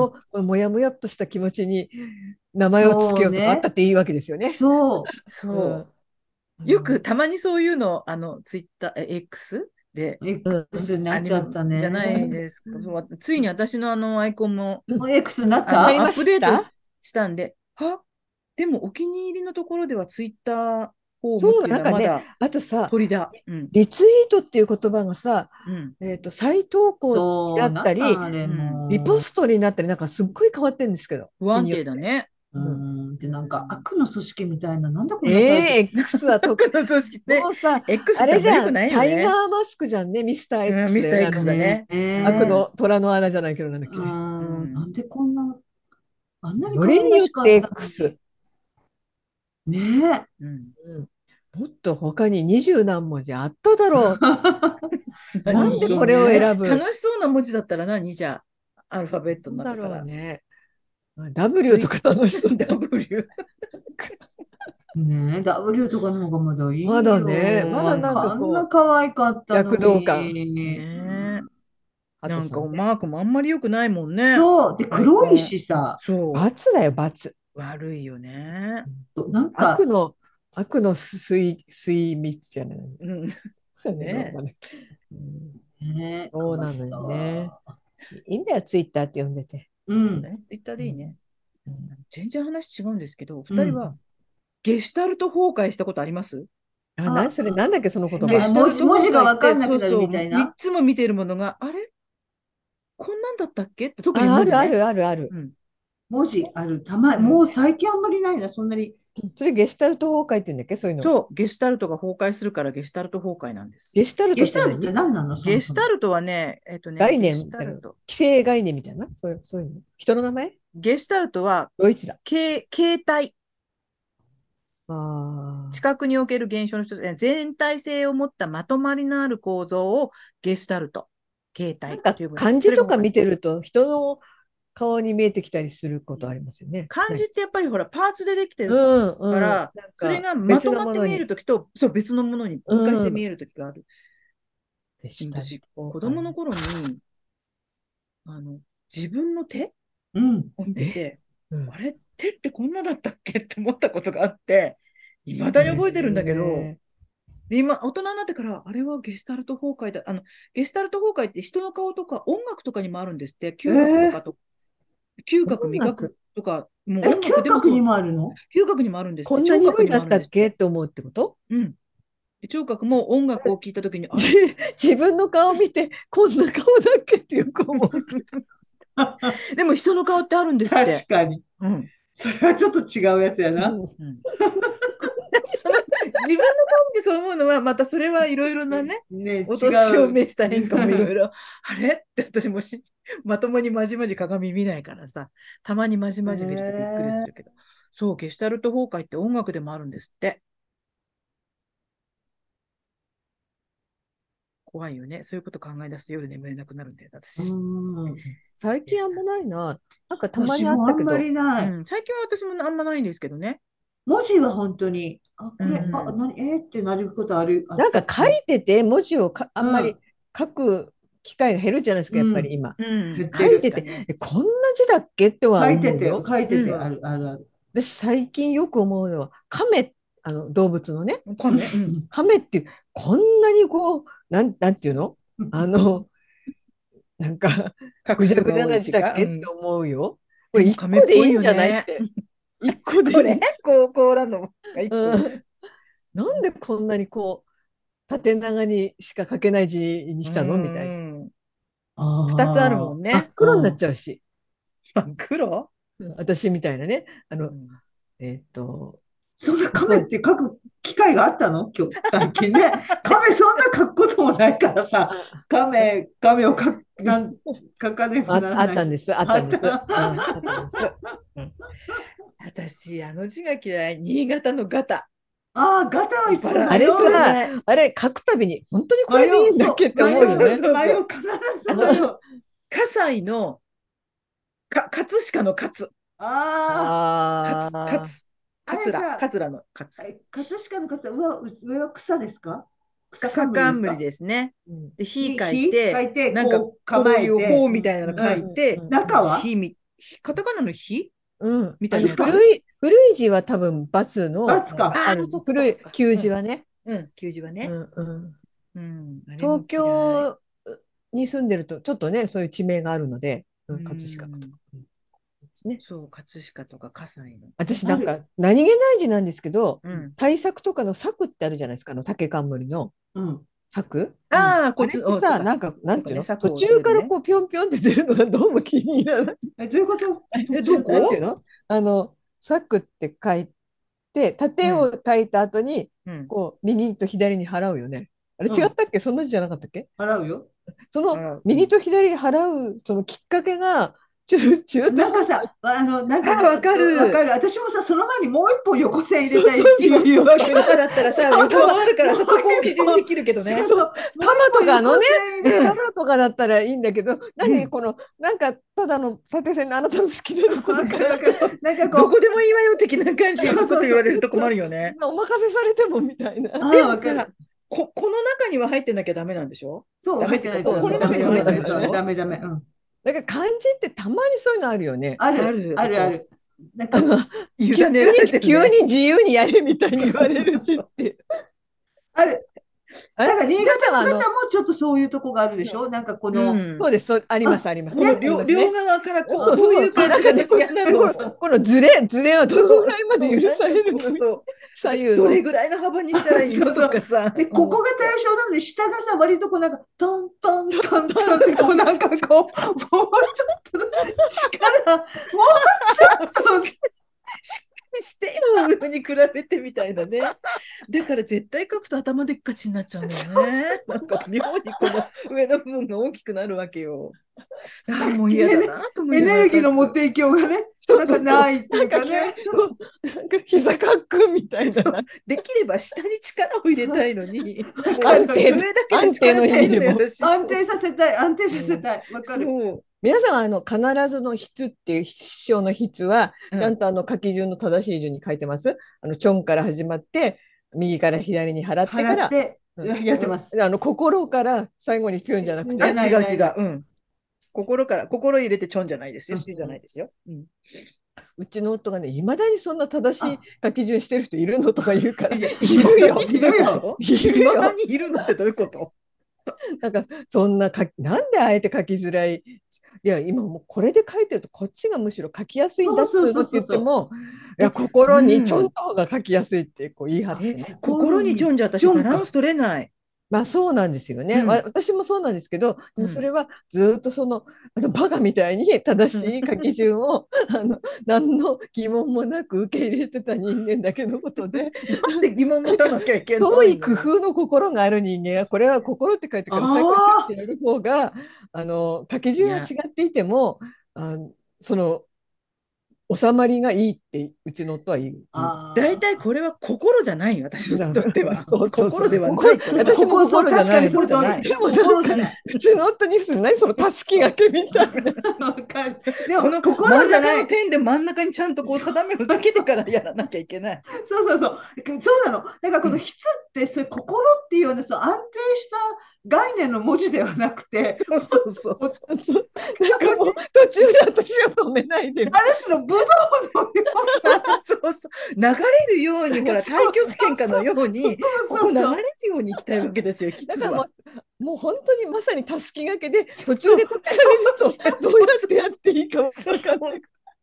C: このもやもやっとした気持ちに名前をつけようとかあっ
B: そうね。
C: たっていいわけですよね。
B: そ
C: う
A: そ
C: ん。
A: う。よく
C: うん。
A: たまにそういうの、ツイッター、X で、
B: う。
C: うん。
B: X にな
A: あれ
B: っちゃった
A: じゃな
B: ね。
A: いですか。そうついに私のアイコンも、
B: もう X になっ
C: なり
B: た。
A: アッ
C: ま
A: プデート
C: した。
A: したんで、でもお気に入りのところではツイッターホームっ
C: そう、
A: ていう
C: なんかね、
A: のはまだ
C: あとさ、
A: 鳥だ。うん。
C: リツイートっていう言葉がさ、
A: うん。
C: 再投稿にな
B: そう、
C: ったり、
B: なんなんあれ
A: うん。
C: リポ
B: も
C: ストになったり、なんかすっごい変わってるんですけど、
A: 不安
C: 日によって。
A: 定だね。
B: う。
C: うん。
B: で、
A: う
B: なんか
A: ん。
B: 悪の組織みたいな、なんでこんなタイトル。
C: X は
A: この組織ね。
C: もうさ、
A: X ってあんまり良く
C: あれじゃん、タイガ
A: ないよね。
C: ーマスクじゃんね、ミスター
A: うん、ミ
C: X
A: スター
C: だよね、
A: X だ
B: ね
A: ね。う
C: 悪
B: え。
C: の
A: ん。
C: 虎の穴じゃないけど、なんだっけ。
A: う
B: なん
A: ん。
B: でこんな、あんなに
C: よ
B: 可愛ら
C: りによって
B: しかったの
C: X。
B: に。ねえ。
A: うん。
C: うん、もっと他に二十何文字あっただろう。な
B: 本
C: んで
A: 何
C: これを
B: 当ね。
C: 選ぶ。
A: 楽しそうな文字だったら何じゃあ、アルファベットの
C: なんだろう
A: 中から。
C: ね。W
A: ツイ
C: とか楽しそう。
A: W。
B: ねえ、W とかの方がまだい
C: ま
B: い
C: だね、ま
B: よ。
C: だなんか
B: あんな
C: こ
B: 可愛かっ
C: う、
B: たの
C: 躍動感。
B: に。
A: ねえ。なんか
C: あとさ、ね、
A: マークもあんまり良くないもんね。
B: そう。で、
A: アイコ
B: 黒い
A: ン。
B: しさ。
A: そ
C: 罰だよ、罰。
A: う。悪いよね。
B: なんか、
C: 悪の、悪の水蜜じゃない。
A: うん。ね
C: うん、
B: ねえ、困っ
C: そうなのよ
B: た
C: ね。
B: わ。
C: いいんだよ、ツイッターって呼んでて。
B: うん。
A: そうね。ツイッター
C: うん。
A: でいいね。
C: うん。
A: 全然話違うんですけど、
B: うん。
A: 二人はゲシュタルト崩壊したことあります？
C: あ、
B: あ、
C: それ、なんだっけ、その言葉。
B: 文字が
A: ゲシュタルト崩壊って、
B: わかんなくなる
A: そうそう、
B: みたいな。
A: 三つも見ているものが、あれこんなんだったっけって、特に
C: あ、あ
A: 文字ね。
C: るあるあるある。
A: うん。
B: 文字ある。
A: うん。
B: もう最近あんまりないな、そんなに。
C: それゲシュタルト崩壊って言うんだっけ、そういうの。
A: そう、ゲシュタルトが崩壊するからゲシュタルト崩壊なんです。
C: ゲシュタルト
B: ゲシュタルトって
C: って何？
B: 何なのそもそも。
A: ゲシュタルトはね、
C: 概
A: ゲシュ
C: 念みたいな。
A: タルト。
C: 既成概念みたいな。そういうの。人の名前。
A: ゲシュタルトは、
C: ドイツだ。
A: 形態、知
C: あ
A: 覚における現象の一つで、全体性を持ったまとまりのある構造をゲシュタルト、形
C: あ。なん
A: 態
C: か
A: と呼ぶんです。
C: 漢字とか
A: それが崩壊する。
C: 見てると人の顔に見えてきたりすることありますよね。
A: 漢字ってやっぱりほら、パーツでできて
C: う
A: る
C: んうん。
A: から、
C: なん
A: それ
C: か別
A: がまとまって見える
C: のものに。
A: ときと、そう、別のものに分解し
C: うん。
A: て見えるときがある。
C: デジタル
A: 私、子供の
C: 崩壊。
A: 頃に、あの、自分の手
B: うん。
A: を見て
C: え、
A: て、
C: うん。
A: あれ、手ってこんなだったっけって思ったことがあって、未だに覚えてるんだけど、
C: え
A: で、今、大人になってから、あれはゲスタルト崩壊だ。ゲスタルト崩壊って人の顔とか音楽とかにもあるんですって。嗅覚とか
B: え
A: と、嗅覚、味覚
C: 音楽。
A: とか、もう
B: 嗅
A: 音楽でもそう、
B: 覚にもあるの？
A: 嗅覚にもあるんですって。
C: こんな
A: 聴覚にもあ
C: 匂いだったっ
A: るんですって。
C: けって思うってこと？
A: うん。で聴覚も音楽を聴いたときに、あ
C: じ
A: れ
C: 自分の顔見て、こんな顔だっけってよく思う。
A: でも人の顔ってあるんですって。
B: 確かに。
A: うん。
B: それはちょっと違うやつやな。
C: うん。
A: うん。その自分の顔見てそう思うのは、またそれはいろいろなね、
B: ね、違
A: お年を
B: う。
A: 召した変化もいろいろ、あれって私もまともにまじまじ鏡見ないからさ、たまにまじまじ見るとびっくりするけど、そう、ゲシュタルト崩壊って音楽でもあるんですって。怖いよね。そういうこと考え出すと夜眠れなくなるんだよ、
B: う
A: 私。
B: ん。
C: 最近あんま
A: ゲシュタル
C: ないな。なんかたま
B: 私
C: にあっ
B: もあんま
C: たけど、
B: りない。
A: トうん、最近は私もあんまないんですけどね。
B: 文字は本当に、あ、
A: う
B: これ、あ、
A: ん、
B: ってなることあっ
C: なんか書い
B: たかも。
C: てて文字をあんまり
B: うん。
C: 書く機会が減るじゃないですか、やっ
B: うん。
C: ぱり今。
A: うん、
C: 書
B: 減ってる。
C: いてて、
A: 確かに。
C: こんな字だっけっては
B: 書いてて、
C: 思うよ。
B: 書いてて、
A: うん、
B: ある、ある、ある。
C: 私最近よく思うのは、亀、動物のね、
A: 亀、うん。
C: 亀っていう、こんなにこう、なんていうのあの、なんか、
A: 画数が
C: ぐじゃぐじゃ
A: 多いっていうか、
C: な字だっけって
A: うん。
C: 思うよ。こ
A: で
C: れ
A: も亀っ
C: 一個でい
A: ぽいよ
C: いんじゃないっ
A: ね。
C: て。一個でい
A: これ
C: いんじ
A: こうらのが一個。
C: ゃん。うん。なんでこんなにこう、縦長にしか書けない字に
A: う
C: したのみたいな。
A: ん。二つあるも
B: ああ、
A: んね。
C: 真っ黒になっ
B: うん。
C: ちゃうし。
A: 真っ黒。
C: 私みたいなね。
A: うん。
C: えっと、
B: そんな亀って書く機会があったの今日、最近ね。亀そんな書くこともないからさ、亀を書かねばならない。
C: あったんです、あったんです。
B: あった
C: あったんです。
A: 私、あの字が嫌い。新潟のガタ。
B: ああ、ガタはいつも
C: あれ
A: バランスが
C: さ、
A: ない。
C: あれ書くたびに、本当にこれでいいんだっけって思うよね。
A: そうそう
B: 迷う、必ず迷う。
A: 葛西の葛飾の葛。
B: あ
A: 葛、
C: ああ、
A: 桂の葛。
B: 葛飾の葛は上は草ですか？草
A: 草冠
B: 冠ですか？
A: ですね。
C: うん、
A: で、火書い
B: 火書
A: て、
B: いて、
A: なんか
B: こう
A: こういう
B: 構えて、
A: 方みたいなの書いて、
B: 中は
A: カタカナの火みたいなやつ。
C: 古い字は多分×の
B: ×か。
C: ある、
A: そっかそっ
C: 古い
A: かそっか。
C: 旧字はね。
A: 旧字は
C: う
A: ね。
C: んうん、
A: あれ
C: 東
A: も嫌い。
C: 京に住んでると、ちょっとね、そういう地名があるので、
A: う
C: 葛飾区とか、
A: ん。
C: ですね。
A: そう、葛飾とか葛西の。
C: 私なん
B: ある。
C: か何気ない字なんですけど、
A: うん。
C: 対策とかの策ってあるじゃないですか、竹冠の
B: うん。
C: 策。
B: うん。
A: ああ、こ
C: あ
A: っちの、そう
C: れってさ、
A: か。
C: なんていうの、
A: そうかね、
C: 途
A: 策を
C: 中から
A: 立てるね。
C: こうぴょんぴょんって出るのがどうも気に入らない。
B: どういうこと
A: どこ
C: なんていうの、策って書いて、
A: うん。
C: 縦を書いた後に、
A: うん。
C: こう右と左に払うよね。あれ
B: うん。
C: 違ったっけ、そんな字じゃなかったっけ。
B: 払うよ。
C: その
A: うん。
C: 右と左に払うそのきっかけがちょっと中途半端。
B: なんかさ、なんか、
A: あ、わかる。
B: わかる。私もさ、その前にもう一本横線入れ
C: そう
B: たいって
C: そう
B: いう
A: 木と
C: そうそう。
A: かだったらさ、横があるからさ、そこを基準にできるけどね。
B: そうそう、もう
C: 玉
B: 一本横
C: とかのね、
B: 線入れたい。
A: うん。
C: 玉とかだったらいいんだけど、
A: うん。
C: 何この、なんかただの縦線のあなたの好きなところから
B: わかるわかる。なんか
A: ど
B: こ
A: こでもいいわよ的な感じのこと言
B: そうそうそう。
A: われると困るよね。
C: お任せされてもみたいな。
A: でもさ、
B: わかる。
A: この中には入ってなきゃダメなんでしょ？
B: そう、
A: ダメっていうか、
B: 入ってないとダメ。
C: そうそう、
B: ダメ、
A: この中には入ってるでし
B: ダ
A: ょ？
B: メ、ダメ。うん。
C: だから漢字ってたまにそういうのあるよね。
B: ある、
A: ある、
B: ある、ある。なんか、
C: あの
A: 委ねられてる
C: 急
A: ね。
C: に自由にやれみたいに言われる字
A: そう。
C: っていう。
B: ある。
C: あれ、
B: だから、新
C: 皆さんは
B: 潟の方もちょっとそういうとこがあるでしょ？なんかこ
A: う
B: の、
A: ん。
C: そうです、そう、あります、
B: あ、
C: あります。
A: この
B: ね、あります
A: 両
B: ね。
A: 側から
C: そう
A: こうい
C: そう。
A: う感じが
C: なんかね、
A: 私嫌なの。
C: このズレはどのぐらいまで許されるのみたいな。
A: そう。で、
C: 左右の。
A: どれぐらいの幅にしたらいいの
B: そうそう。
A: とかさ、
B: で、ここが
A: 思って。
B: 対象なのに、下がさ、割とこうなんか、トントントントンって、こ
A: そうそう
B: うなんかこう、
A: そう
B: もうちょっとの力、もうちょっと、
A: しっかりしてよ、上に比べてみたいなね。だから絶対書くと頭でっかちになっちゃうんだよね。なんか妙にこの上の部分が大きくなるわけよ。ああ、もう嫌だなと思い
B: エ
A: ながら
B: ネルギーの持っ
A: 書く。
B: ていきようがね、なんか
A: そうそうそう。
B: ないっていうかね。
C: こなんか膝かっくみたいな。
A: そう。できれば下に力を入れたいのに、
B: わかるわかる。
A: もう上だけで力
C: 安定の意
A: 強いのよ、
C: 味でも。
A: 私。
B: 安定
A: そう。
B: させたい、安定させ
C: うん、
B: たい。わかる。
A: そう。
C: 皆さんは必ずの筆っていう筆章の筆は
A: うん。
C: ちゃんと書き順の正しい順に書いてます。チョンから始まって右から左に払ってから、
B: 払って、
C: うん、
B: やってます。
C: 心から最後にピュンじゃなく
A: あ、
B: じゃ
C: て、
A: 違う違う。
B: ないないない。
A: うん。心入れてちょんじゃないですよ。
B: うん。
A: しじゃないですよ。うん。
C: うちの夫がね、いまだにそんな正しい
B: あ、
C: 書き順してる人いるのとか言うから、
B: いや、
C: いるよ、
A: いどういうこ
B: いるよ。
A: と？
C: いる
A: いまだ
C: よ。
A: にいるのってどういうこと？
C: なんかそんななんであえて書きづらい。いや、今もうこれで書いてるとこっちがむしろ書きやすいんだっ
B: そうそう
C: つうのって
B: そうそうそう。
C: 言っても、いや、
B: え、
C: 心にちょん
A: うん。
C: と方が書きやすいってこう言い張ってね。
A: 心にちょんじゃ
B: ジ
A: 私バランス
B: ョンか。
A: 取れない。
C: まあそうなんですよね。
A: うん。
C: 私もそうなんですけど、で
A: うん。
C: もそれはずっとバカみたいに正
A: うん。
C: しい書き順を何の疑問もなく受け入れてた人間だけのことで、
A: なんで疑問持
C: なんか
A: たなきゃいけ
C: 創意
A: ないの？
C: 工夫の心がある人間は、これは心って書いてから最後にピュッて
B: あ
C: やる方が、書き順は違
A: いや、
C: っていても、その収まりがいいってうちの夫は言う。
A: 大体
B: あ、
A: これは心じゃないよ、私にとっては。
C: そうそうそう。
A: 心ではない、これは。
C: 私も
B: そう、確か
C: 心じゃないの。
B: にその通り。
A: 心じゃない。
C: でもなんか、
B: 心じゃない。
C: 普通の夫にする何そのたすきがけみたいな。
B: わかる。でも、
A: この真ん中
B: 心じゃない。
A: の点で真ん中にちゃんとこう定めをつけてからやらなきゃいけない。
B: そうそうそう。そうなの。なんかこの
A: うん。
B: 筆ってそういう心っていうようなそう安定した概念の文字ではなくて、
A: そうそうそう
B: 本
A: そう。
C: そうなんかもう途中で私を止めないで。
B: 当にある種の武道のような、
A: そうそう。流れるように、ほら、太極拳かのように、こう流れ
B: そうそう
A: るように行きたいわけですよ、
C: だから
A: 筆は。
C: もう本当にまさにたすきがけで、途中
B: そう
C: で託されるとどうやってやっていいか分
A: そう
C: かんない。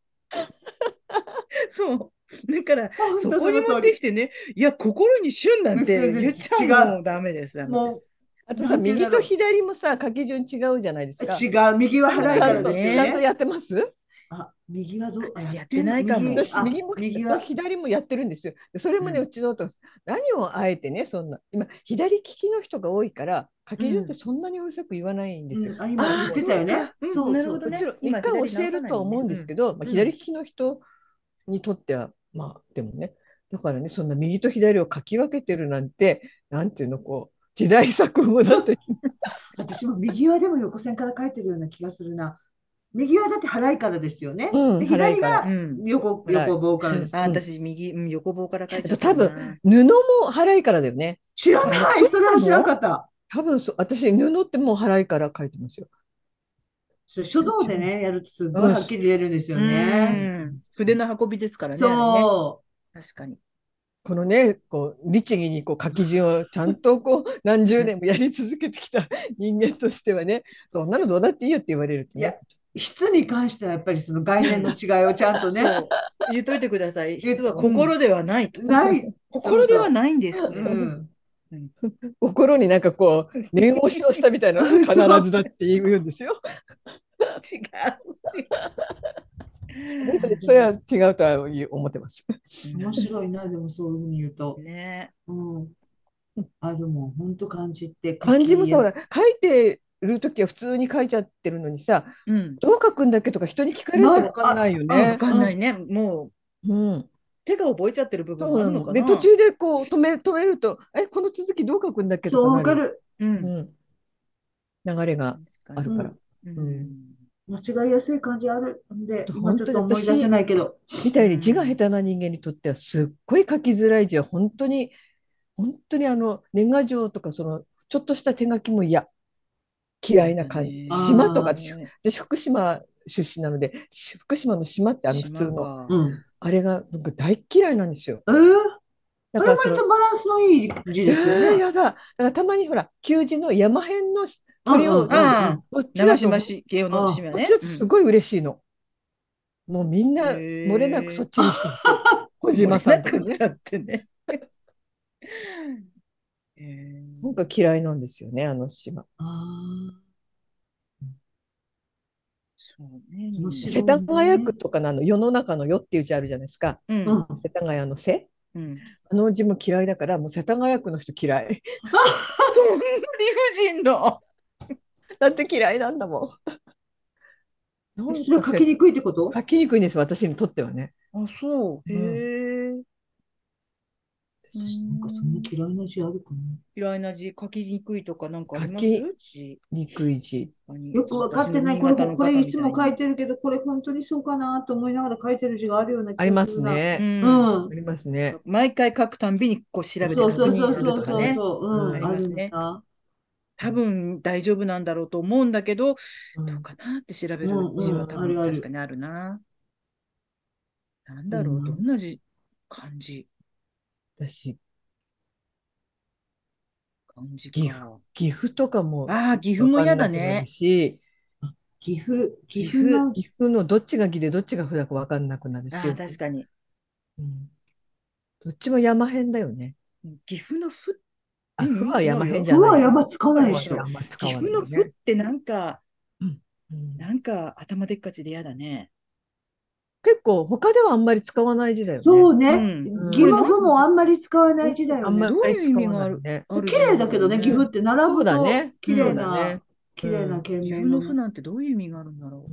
A: そう。だから、
B: 本当
A: そこに持って
B: その通り。
A: きてね、いや、心に旬なんて
B: 全然
A: 言っちゃ
B: 違う。
A: もうダメです、ダメで
B: も
A: す。
C: あ
B: う、な
C: とさ、右と
B: んていうんだろう。
C: 左もさ、書き順違うじゃないですか。
B: 違う。右は
A: そう
B: 払いから
A: だよ
C: ちゃんと、ちゃんと
A: ね。
B: ですよね。
C: やってます？
B: 右はどう、
A: 私やってないかも。
C: 私、右も
B: 右は、
C: 左もやってるんですよ。でそれもね、
A: うん
C: うちの夫が何をあえてね、そんな、今、左利きの人が多いから、書き順ってそんなにうるさく言わないんですよ。
B: 今言ってたよね。そうそう。
C: もち
A: なるほどね。今、
C: ろん一回
A: 左直
C: 教えるとは
A: さないもんね。
C: 思うんですけど、まあ、左利きの人にとっては、まあ、でもね、だからね、そんな右と左を書き分けてるなんて、なんていうの、こう、時代錯誤だって。
B: 私も右はでも横線から書いてるような気がするな。右はだって払いからですよね。
C: うん、
B: で、
C: 払いから。
A: うん。
C: 払い。
B: 横棒からです。
C: うん。
A: 私、横棒から書いちゃった
C: 多分、
A: な。
C: 布も払いからだよね。
B: 知ら
A: あ、
B: ない。
A: そう
B: それは知らなか
A: なの？
B: った。
C: 多分私、布ってもう払いから書いてますよ。
B: それ書道でね、やるとすっごい
C: うん、
B: はっきり出るんです
A: う
B: よね。
A: ーん。筆の運びですからね、あれね。
B: そ
A: 確かに。
C: このね、こう律儀にこう書き順をちゃんとこう何十年もやり続けてきた人間としてはね、そんなのどうだっていいよって言われると
B: う。いや、
C: ね。
B: 筆に関してはやっぱりその概念の
A: うん。
B: 違いをちゃんとね、
A: そう。言っといてください。質は
B: うん、
A: 心ではないと。
B: ない。そう
A: 心では
B: そ
A: ないんです、こ
B: う。
A: れは。
B: うん。
A: うん。
C: 心になんかこう念押しをしたみたいなのが必
B: そう。
C: ずだって言うんですよ。
A: 違
C: で
A: う。
C: それは違うとは思ってます。
B: 面
A: うん
B: 白いな、でもそういうふうに言うと。
A: ね。
B: うん。あ、でも本当漢字って書
C: 漢字もさ、ほ
B: きやす
C: ら書いてる時は普通に書いちゃってるのにさ、
A: うん。
C: どう書くんだっけとか人に聞かれると分
B: な、あ、
C: かんないよ
A: わ
C: ね。
A: かんないね。もう、
C: うん。
A: 手が覚えちゃってる部分があるの
C: そうなの。で、途
A: かな。
C: 中でこう止めると、この続きどう書くんだっけと
B: そう、
C: かなる。
B: わかる。
A: うん。
C: うん。流れが
A: 確かに。
C: あるから。
B: うん。
A: う
C: うん。
A: ん。
B: 間違いやすい漢字あるんで、今ちょっ
C: 本当に
B: と思い出せ
C: 私
B: ないけど。
C: みたいに字が下手な人間にとってはすっごい書きづらい字は本当に年賀状とかそのちょっとした手書きも嫌
A: やだ
C: いな感じ。島とか
B: あ
C: 私福島出身なので福島の島って普通の
A: 島か。
B: あ、うん。
C: あれがなんか大嫌いなんですよ。だ
B: あれ
C: から
B: 割とバランスのいい字ですよね。
C: やだ。だからたまにほら旧字の山辺の
B: うんう
C: 鳥を
B: んうんう
A: ああ、
B: ん。
C: こっち
A: 長
C: だと
A: 島茂雄の
B: あ
A: 島
C: こっちだ
A: ね。うん。
C: とすごい嬉しいの。もうみんな漏れなくそ
A: へえ。
C: っちにしてほしい。小島
A: 漏れな
C: さんとかね。
A: くったってね。へえ。
C: なんか嫌いなんですよね、あの島。
B: ああ、
A: そうね、
B: 面
C: 世
B: 白い
C: 田谷区
B: ね。
C: とかの世の中の世っていう字あるじゃないですか。
A: うん。
B: うん。
C: 世田谷の世。
A: うん。
C: あの字も嫌いだから、もう世田谷区の人嫌い。
A: そんな理不尽の。
C: だって嫌いなんだもん。なん
B: それ
C: か
B: は書きにくいってこと？
C: 書きにくいんです、私にとってはね。
A: あ、そう。
C: うん。
A: へえ。うー
B: なんかそんな
A: ん。
B: 嫌いな字あるかな。
A: 嫌いな字、書きにくいとかなんかあります
C: 書き
A: 字？
C: にくい字。
B: よくわかってない。
A: 私の新潟の
B: これ
A: 方
B: いつも書い
A: みたいに。
B: てるけど、これ本当にそうかなと思いながら書いてる字があるような気が
C: あります
B: するな。
A: う
C: ね。
A: ん。
B: うん。
C: ありますね。
A: 毎回書くたんびにこう調べて
B: そう
A: 確
B: そうそうそ
A: 認すると
B: うそう
A: かね。
B: そう。
C: うん。
B: うん。
A: あり
B: あ
A: ますね。
B: るんだ。
A: 多分大丈夫なんだろうと思うんだけど、ど
B: うん。
A: うかなって調べ
B: うん
A: る字は
B: うん。
A: 多分
B: あるある。
A: 確かにあるな。なんだろう、ど
B: うん。
A: んな字、漢字、
C: 私、
A: 漢字
C: 岐阜、
A: か。
C: 岐阜とかも
A: ああ、岐阜
C: わか
A: も嫌
C: んなくなる
A: だね。
C: し、
B: 岐
A: 岐阜。
B: 阜の、
C: 岐阜のどっちが岐でどっちが府だかわかんなくなるし、
A: ああ、確かに。
C: うん、どっちも山辺だよね。
A: 岐阜の府、う
C: あ、府
A: ん、
C: は山辺
A: 違うよ。
C: じゃないや。
B: 府は山つか
A: 府は
B: ないでしょ。
C: 府は山使
A: 岐阜の
C: わないよね。
A: 府ってなんか、
C: うんうん、
A: なんか頭でっかちで嫌だね。
C: 結構他ではあんまり使わない字だよね。
B: そうね。
A: うん。
B: 岐
C: うん、
A: これ
B: も府もあんまり使わない字だよね。
C: あんま
A: どういう意
C: り使わ
A: 味が
C: ないね。
A: ある
B: 綺
A: 字なんだろ
B: 麗だけどね、岐阜
A: うね。
B: って並
C: そう
B: ぶと
C: だね。
B: 綺
C: そう
B: 麗な、
C: だね。
B: 綺麗な
C: うん。
B: 県
A: 岐阜の府
B: 名のね。
A: なんてどういう意味があるんだろ
C: うん、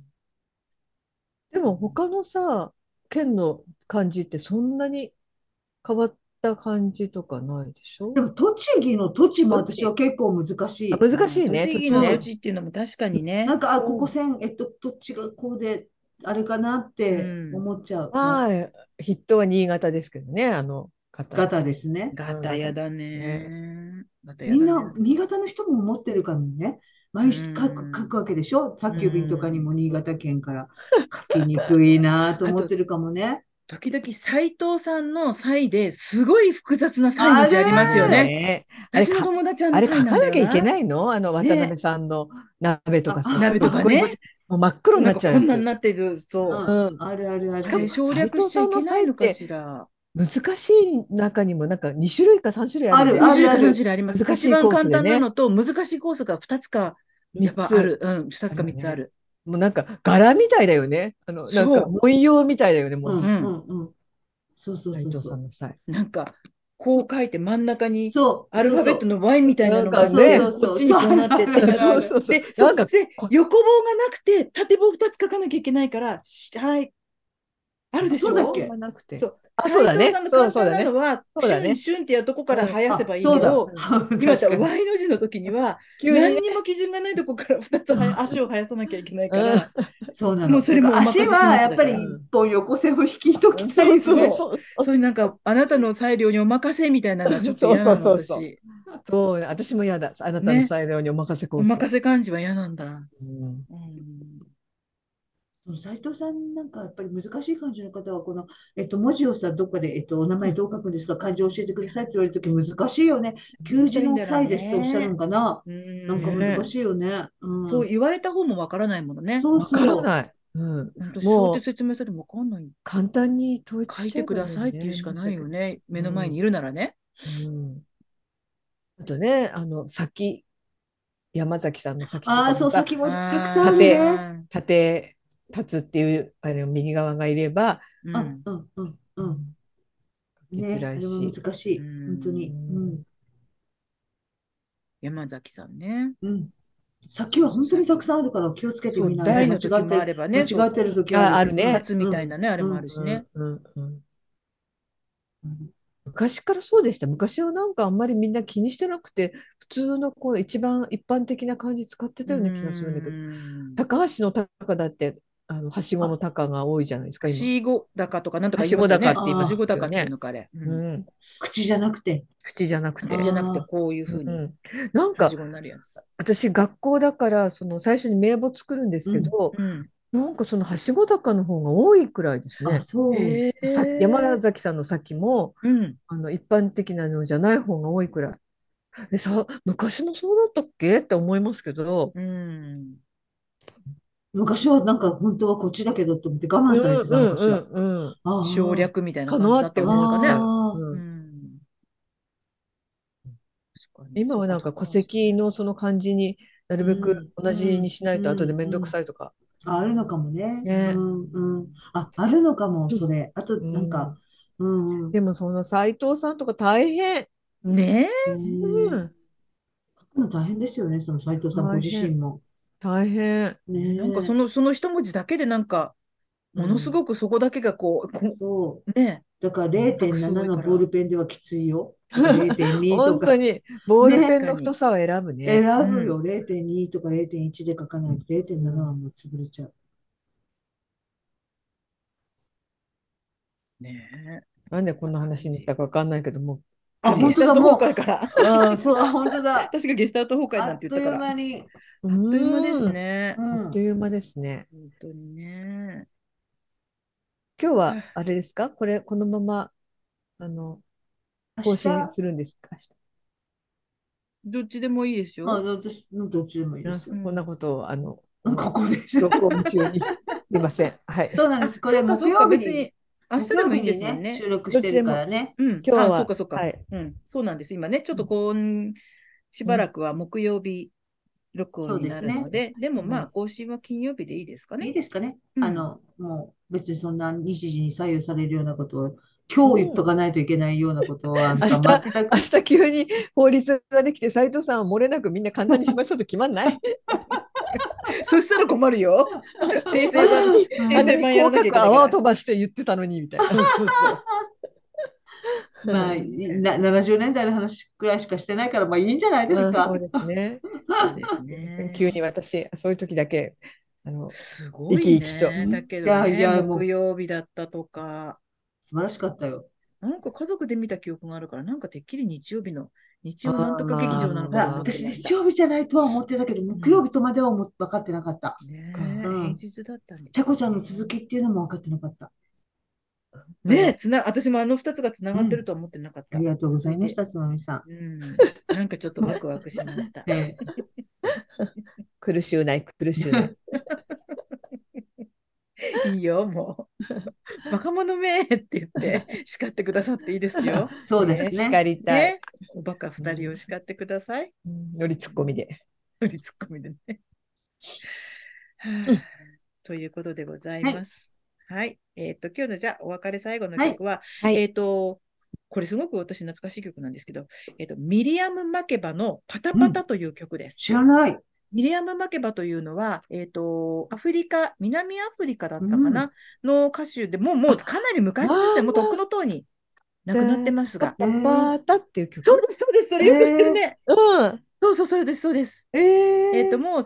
C: で
A: う。う
C: も他のさ、県の漢字ってそんなに変わった漢字とかないでしょ？
B: でも栃木の土地も私は
C: どっち？
B: 結構難し
C: あ、
B: い。
C: 難しいね、
A: 栃木
C: 土地ね。
B: うん。
A: の土地っていうのも確かにね。
B: なんか、ここ
C: うん。
B: 線、どっちがこうで、あれかなって
A: うん。
B: 思っちゃうの。
C: まあ、筆頭は新潟ですけどね、あの方。
B: ガタですね。
C: うん、方
A: ガタヤだ
C: ね。
A: ね。ガタヤ
B: みんな、
A: だね。
B: 新潟の人も思ってるかもね。
A: う
B: 毎日書
A: ん。
B: くわけでしょ？
A: う
B: 宅急便とかに
A: ん。
B: も新潟県から書きにくいなと
A: あと、
B: 思ってるかもね。
A: 時々斎藤さんの際ですごい複雑な際の
B: あ
A: 字ありますよ
C: ある
B: れ
A: ね。
C: ね。
A: 私の友達
C: あれ書
A: 際なんだ
C: かなきゃいけ
A: よな。
C: ないの？渡
A: ね。
C: 辺さんの鍋とかさ、す
B: あ、
A: 鍋と
C: っごい文字、
A: かね。
C: もう真っ黒になっ
A: なんかこんなに
C: ちゃうやつ。
A: なってる。そう。
B: うん、
C: うん。
B: あるあるあ
C: しかも、
A: あれ
B: る。
A: 省略しちゃい
C: 斉藤さんの
A: けないのか
C: 際って
A: しら。
C: 難しい中にもなんか2種類か3種類ある
B: ある
C: んだよね。
A: 2種類か3
B: あるある。
A: 種類あります。一
C: 難しいコース
A: 番簡
C: でね。
A: 単なのと難しいコースが2つか、や
C: 3つ
A: っぱある。うん、2つか3つあ
C: あるよね。
A: る。
C: もうなんか柄みたいだよね。なんか
A: そ
C: 文様みたいだよね、もう。
B: うん
A: う。
B: そうそう
C: 斉藤
B: そうそう。
C: さんの際。
A: なんか、こう書いて真ん中に
B: そう
A: アルファベット
B: そうそ
A: の Y みたいな
C: なん
A: のがあっ
B: そうそ
C: かね、
A: て、
B: うそう、
A: こっちに
B: そう、ある
A: こうなってって
B: ある
A: やつ。
C: そう
B: ある。
C: そうそう。
A: で、
C: なんか
A: で、横棒がなくて、縦棒2つ書かなきゃいけないから、ある
B: あ、
A: でしょ？
B: そうだっけ？
C: がなくて。
A: そう。
C: あ、そう
A: 斉
C: だね。
A: 藤さんの簡単
C: そうだね。
A: なのは、シュン
C: そうだね。
A: シュンってやるとこから
C: うん。
A: 生やせ
B: あ、
A: ばいい
B: そうだ。
A: けど、
C: うん。
A: 今言った
B: 確かに。
A: Y の字の時には、
C: 急にね。
A: 何にも基準がないとこから2つ足を生やさなきゃいけないか
C: うん。
A: ら、
B: そうなの。
A: もうそれ
B: だから
A: もお任せし
B: 足は
A: ますだから。
B: やっぱり一
C: うん。
B: 本横線を引きときたいよ
C: そう
B: ね。
A: そう。
C: そうそ
A: そういうなんか、あなたの裁量にお任せみたいなのはちょっ
C: う。そうそう
A: と嫌なの、
C: そうそう。
A: 私。
C: そう、私も嫌だ。あなたの
A: ね。
C: 裁量にお任せコ
A: お
C: ース。
A: 任せ感じは嫌なんだ。
C: うん。
A: うん。
B: 斉藤さんなんかやっぱり難しい感じの方は、この、文字をさ、どっかで、お名
A: うん。
B: 前どう書くんですか、漢字を教えてく
A: いや、
B: ださいって言われるとき難しいよね。
A: どうや
B: 旧字の
A: ったらいいんだろう
B: 際ですとおっしゃる
A: ね。
B: のかな。
A: う
B: なんか
A: ん。
B: 難
C: ね、
B: しいよね。うん。
A: そう言われた方もわからないものね。
B: そう
C: わから
B: そ
C: ない。うん。
A: 本当そうやって
C: もう
A: 説明されてもわかんない。
C: 簡単に統一
A: 書い
C: しちゃえばいい
A: てくださいっていう
C: のにね。
A: しかない
C: 申し訳ない。
A: よね。目の前にい
C: うん。
A: るならね。
C: うん。あとね、山崎さんの
B: う。
C: 先と
B: ああ、そう、
C: かもさ、
B: 先もたくさんある
C: 縦、
B: ね。
A: ああ、
C: 縦、立つっていう、右側がいれば、
B: あ、
A: うん。
B: うんうんうん。
C: うん、書きづ
B: ね、あれも
C: らいし。
B: 難し
A: う
B: い。本当
C: う
B: に。
A: ん。
B: うん。
C: ん。
A: 山崎さんね。
B: うん。先
A: そうそう、
B: は本当にたく
A: 先。
B: さんあるから気をつけて
A: そう、
B: みないと
A: 大の時もあればね、そう、
B: 間違ってる時あ
C: あ、あ
B: る。
C: るね。
B: うん、
A: 立つみ
B: うん、
A: たいなね、あれもあ
B: うん。
A: るしね。
C: うんうんうん。
B: うん、
C: 昔からそうでした。昔はなんかあんまりみんな気にしてなくて、普通のこう一番一般的な感じ使って
A: うー
C: たような気がするんだけど、
A: ん。
C: 高橋の高だって、はしごの
B: あ、
C: 高が多いじゃないですか、今。
A: はしご高とかなんとか
C: はし
A: 言いますよね。
C: ご高って言いま
A: はし
C: す
B: あ
A: ご高っていう
C: よね。
A: のかあれ。う
C: う
A: ん。
C: ん。
B: 口じゃなくて。
C: 口じゃなくて。
A: 口じゃなくて
B: あ
A: こういうふうに
C: うん。なんか、
A: はしごになるやつ。
C: 私、学校だから、最初に名簿作るんです
B: うん。
C: けど、
A: うん。
C: なんかそのはしご高の方が多いくらいです
B: あ、
C: ね。
B: そう。
A: へ
C: 山
A: え。
C: 崎さんの先も、
A: うん。
C: 一般的なのじゃない方が多いくらい。昔もそうだったっけって思いますけど、
A: うん。
B: 昔はなんか本当はこっちだけどと思って我慢されて
C: うんう
B: たのかしら。
C: んうんうん。
A: 省
B: あ
A: 略みたいな
C: か
A: 感じだったん
C: なって思
A: ですかね。
C: っちゃう。
B: あ、
A: う
C: うん。
A: ん。確かに。
C: 今
A: そうか、
C: はなんか戸
A: 高橋さん。
C: 籍のその漢字になるべく
B: うん、
C: 同じに
B: うん、
C: しないと後で
B: うん、
C: 面倒く
B: うん。
C: さいとか。
B: あ、あるのかもね。う
C: ね。
B: ん、うん。あ、あるのかも、それ。あと、
C: う
B: なんか、
C: ん。
B: うん、うん。
C: でもその斉藤さんとか大変。
A: ね
C: う
B: ねえ、
C: ん。
B: 書くの大変ですよね、その斉藤さんご
C: 大変。
B: 自身も。
C: 大変。
B: ね
A: なんか
B: え、
A: その一文字だけでなんか、ものす
B: うん。
A: ごくそこだけが
B: そう。
A: ね、
B: だから
C: うん
A: なんかす
B: 0.7のボー
A: ごいから。
B: ルペンではきついよ。とか0.2とか。
C: 本当に、ボールペ
B: ね、
C: ンの太
A: 確かに。
C: さを選ぶね。
A: うん。
B: 選ぶよ。0.2とか0.1で書かないと0.7は
C: うん。
B: もう潰れちゃう。
A: ねえ。
C: なんで
A: こんな
C: こんな話になっ
A: 感じ。
C: たかわかんないけども、
B: あ、
A: ゲ
B: 本当だ、
A: スタルト崩
B: も
A: 壊から。
B: う。うん、そう、あ、本当だ。
A: 確かゲスタルト崩壊なん
B: あっという
A: て言ったから。
B: 間に。
C: う
A: あっという間です
C: ーん、
A: ね。
B: う
C: あっと
B: ん。
C: いう間ですね。
A: 本当にね。
C: 今日
A: はあ、
C: はあれですか？このまま、あの、
B: 明
C: 更新
B: 日、
C: するんですか？明日。
A: どっちでもいいです
B: あ、
A: よ。
B: 私、どっちでもいいですよ。
C: こんな
A: うん。
C: ことを、
B: うん、ここで。
C: 録音中に。すいません。はい。
B: そうなんです。
A: あ、
B: これ、
A: そっかそっか。別に、明日
B: 木曜
A: でもいいんで
B: 日にね、
A: すもんね。
B: 収録してるから
C: どっちでも、
B: ね。
A: うん。あ、そう
C: 今日は、
A: かそうか。
C: はい。
A: うん。そうなんです。今ね、ちょっと
B: うん、
A: し
C: うん、
A: ばらくは木曜日録
B: そう
A: 音に
B: ですね。
A: なるので、でもまあ、
B: はい。
A: 更新は金曜日でいいですかね。
B: いいですかね。
A: うん。
B: もう別にそんな日時に左右されるようなことを、今日言っと
C: うん。
B: かないといけないようなことは、
C: 明日、
B: 全く。
C: 明日急に法律ができて、斉藤さんは漏れなくみんな簡単にしましょうと決まんない？
A: そしたら困るよ。訂
C: あんな
A: 正版やらなきゃい
C: に口角
A: けないから。
C: 泡を飛ばして言ってたのに、みたいな。
A: そうそうそう。
B: まあ、
A: ね、
B: 70年代の話くらいしかしてないから、まあいいんじゃないです
C: うん、そ
B: か。
C: うですね。
A: そうです
C: すいません。急に
A: ね。
C: 私、そういう時だけ、生
A: すごい
C: き生きと。
A: ね。だけ
B: いやい
A: どね、
B: や、もう
A: 木曜日だったとか、
B: 素晴らしかったよ。
A: なんか家族で見た記憶があるから、なんかてっきり日曜なんとか劇
C: あ
A: 場なのかと思って
B: 私、
A: ました。
B: 日曜日じゃないとは思ってたけど、
A: うん。
B: 木曜日とまでは分かってなかった。
A: ねえ、平
B: うん。
A: 日だったんで
B: ちゃ
A: す
B: こちゃんの続
A: ね。
B: きっていうのも分かってなかった。
A: ねえ、私もあの二つがつながってる
B: うん。
A: とは思ってなかった。
B: ありがとうござ
A: 続いて。
B: いました、つまみさ
A: うん。なんかちょっとワクワクしました。
B: ん。
C: 苦しゅうない、苦しゅうない。
A: いいよ、もう。バカ者めって言って叱ってくださっていいですよ。
B: そうで
C: ね、
B: すね。
C: 叱りたい。
A: ね。おバカ二人を
C: うん、
A: 叱ってください。
C: 乗りツッコミで。
A: 一人ツッコミでね。は
C: うん。
A: あということでござい
B: はい。
A: ます。はい。今日のじゃあお別れ最後の
B: はい。
A: 曲は、
C: はい。
A: これすごく私懐かしい曲なんですけど、ミリアム・マケバのパタ
B: うん。
A: パタという曲です。
B: 知らない。
A: ミリアム・マケバというのは、南アフリカだ
B: う
A: ったか
B: ん。
A: なの歌手で、もうかなり昔の人で、もうとっくのとうに亡くなってますが。
B: え
C: パパ
B: ー、
C: パタっていう曲。
A: そうです、そうです、それよく知ってる
B: え
A: ね。
C: うん。
A: そうそう、それです、そうです。
C: ええ
A: もう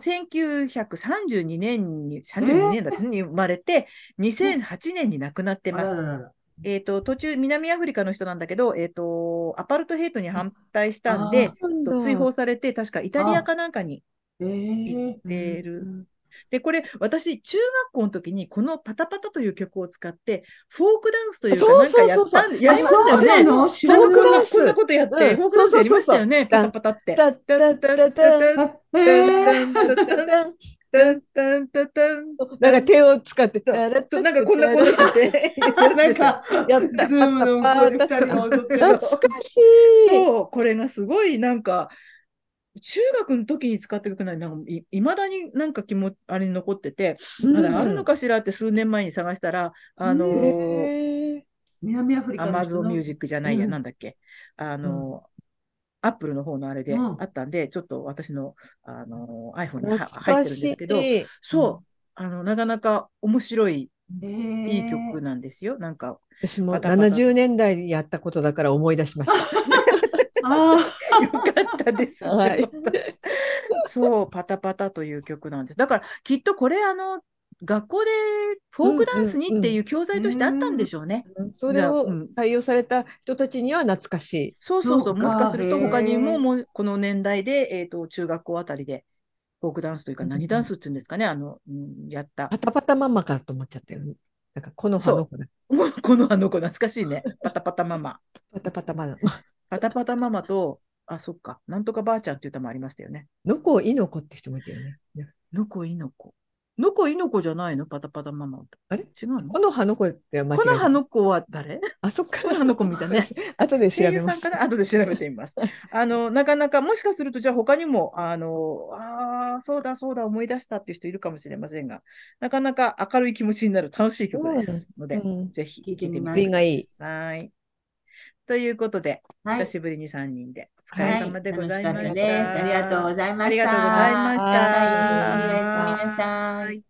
A: 1932年に、
B: ー、
A: 32年
B: え
A: に生まれて、
B: ー、
A: 2008年に亡くなって
B: あらら
A: ます。
B: らら。
A: 途中、南アフリカの人なんだけど、アパルトヘイトに反対したんで、
B: あ
C: なん
A: 追放
C: だ。
A: されて、確かイタリア
B: あ、
A: かなんかに
B: え
A: 行っ
B: ー、う
A: てる。
B: ん。
A: で、これ、私、中学校の時に、このパタパタという曲を使って、フォークダンスというか、
C: そう
A: なんか
C: そうそうそう。
A: や
B: あ、
A: りまし
B: そう
A: たよね。
B: なの知ら
A: なんか
C: フォークダン
A: こんな
C: ス。
A: ことやって、
C: うん。
A: フォーク
C: そう
A: ダンスやりま
C: そうそうそう。
A: したよね、パタ
C: タン、
A: パタって。
C: タッ
A: タッ
C: タッタッ
A: タッタッ
C: タン、
A: タッ
B: え、
A: タン
C: タン、
A: タンタ
C: タッタ
A: タン
C: タン、タン。
A: タンタンタタンタン。
C: なんか手を使って、
A: そう、そう、
C: タラッタッ
A: なんかこんな
C: タタラ。
A: こんなやってやるんですよ。
B: なんか、
C: やった。
B: ズーム
C: パタ
B: の向こう
C: パタ。
B: で二人が踊って
C: 懐
B: る。
A: そう
C: かしい。
A: そう、これがすごいなんか、中学の時に使ってる曲なのに、いまだになんかあれに残ってて、
C: う
A: まだあるの
C: ん。
A: かしらって数年前に探したら、
C: ええ
B: 南アフリ
A: アマゾンミュー
B: カの人の、
A: ジックじゃないや、なん
B: うん、
A: だっけ、あ
B: うん、
A: のアップルの方のあれであ
B: うん、
A: ったんで、ちょっと私の、iPhone に
C: 懐
A: 入ってるんです
C: かし
A: けど、
C: い。
A: そう、なかなか面白い、いい曲
B: ええ
A: なんですよ。なんか、
C: 私も
A: パタパタ。
C: 70年代にやったことだから思い出しました。
B: あ
A: よかったです。ちょ
C: はい。
A: っと。そう、パタパタという曲なんです。だから、きっとこれ、学校でフォーク
C: うん
A: ダンスにってい
C: うんうん。
A: う教
B: あ、
A: 材としてあったんでしょうね。
C: そ
A: じゃあ、
C: れを採用された人たちには懐かしい。
A: そうそうそう。もしか
B: そうか、へ
A: すると他にも、
B: え、
A: この年代で、中学校あたりで、フォークダンスというか、何ダンスっていうんですかね、やった。
C: パタパタママかと思っちゃったよね。なんか、この葉の
A: そ
C: 子だ。
A: う。この懐かしいね。パタパタママ。
C: パタパタママ。
A: パタパタママと、あ、そっか。なんとかばあちゃんっていう歌もありましたよね。
C: のこいのこって人もいたよね。
A: のこいのこ。のこいのこじゃないのパタパタママと。
C: あれ
A: 違うの
C: この葉の子って間違
A: この
C: えた。
A: 葉の子は誰？
C: あ、そっか。
A: この葉の子みたいね。
C: 後で調
A: 声優
C: べます。
A: さんかな後で調べてみます。なかなか、もしかすると、じゃあ他にも、そうだそうだ、思い出したっていう人いるかもしれませんが、なかなか明るい気持ちになる楽しい曲で
C: うん。
A: すので、
C: うん。
A: ぜひ
B: 聞いて
A: 聴いて
B: みます。
A: みてくだ
C: 首がいい。
A: さい。ということで、
B: はい、
A: 久しぶりに3人でお疲れ
C: はい。
B: はい、
A: 様でご
B: 楽しかっ
A: ざいまし
B: たです。ありがとう
A: た。
B: ございまし
A: ありがとうござい
B: た。
A: まし
B: は
C: は
B: い、おやすみな
A: た。
B: さい。
A: はい。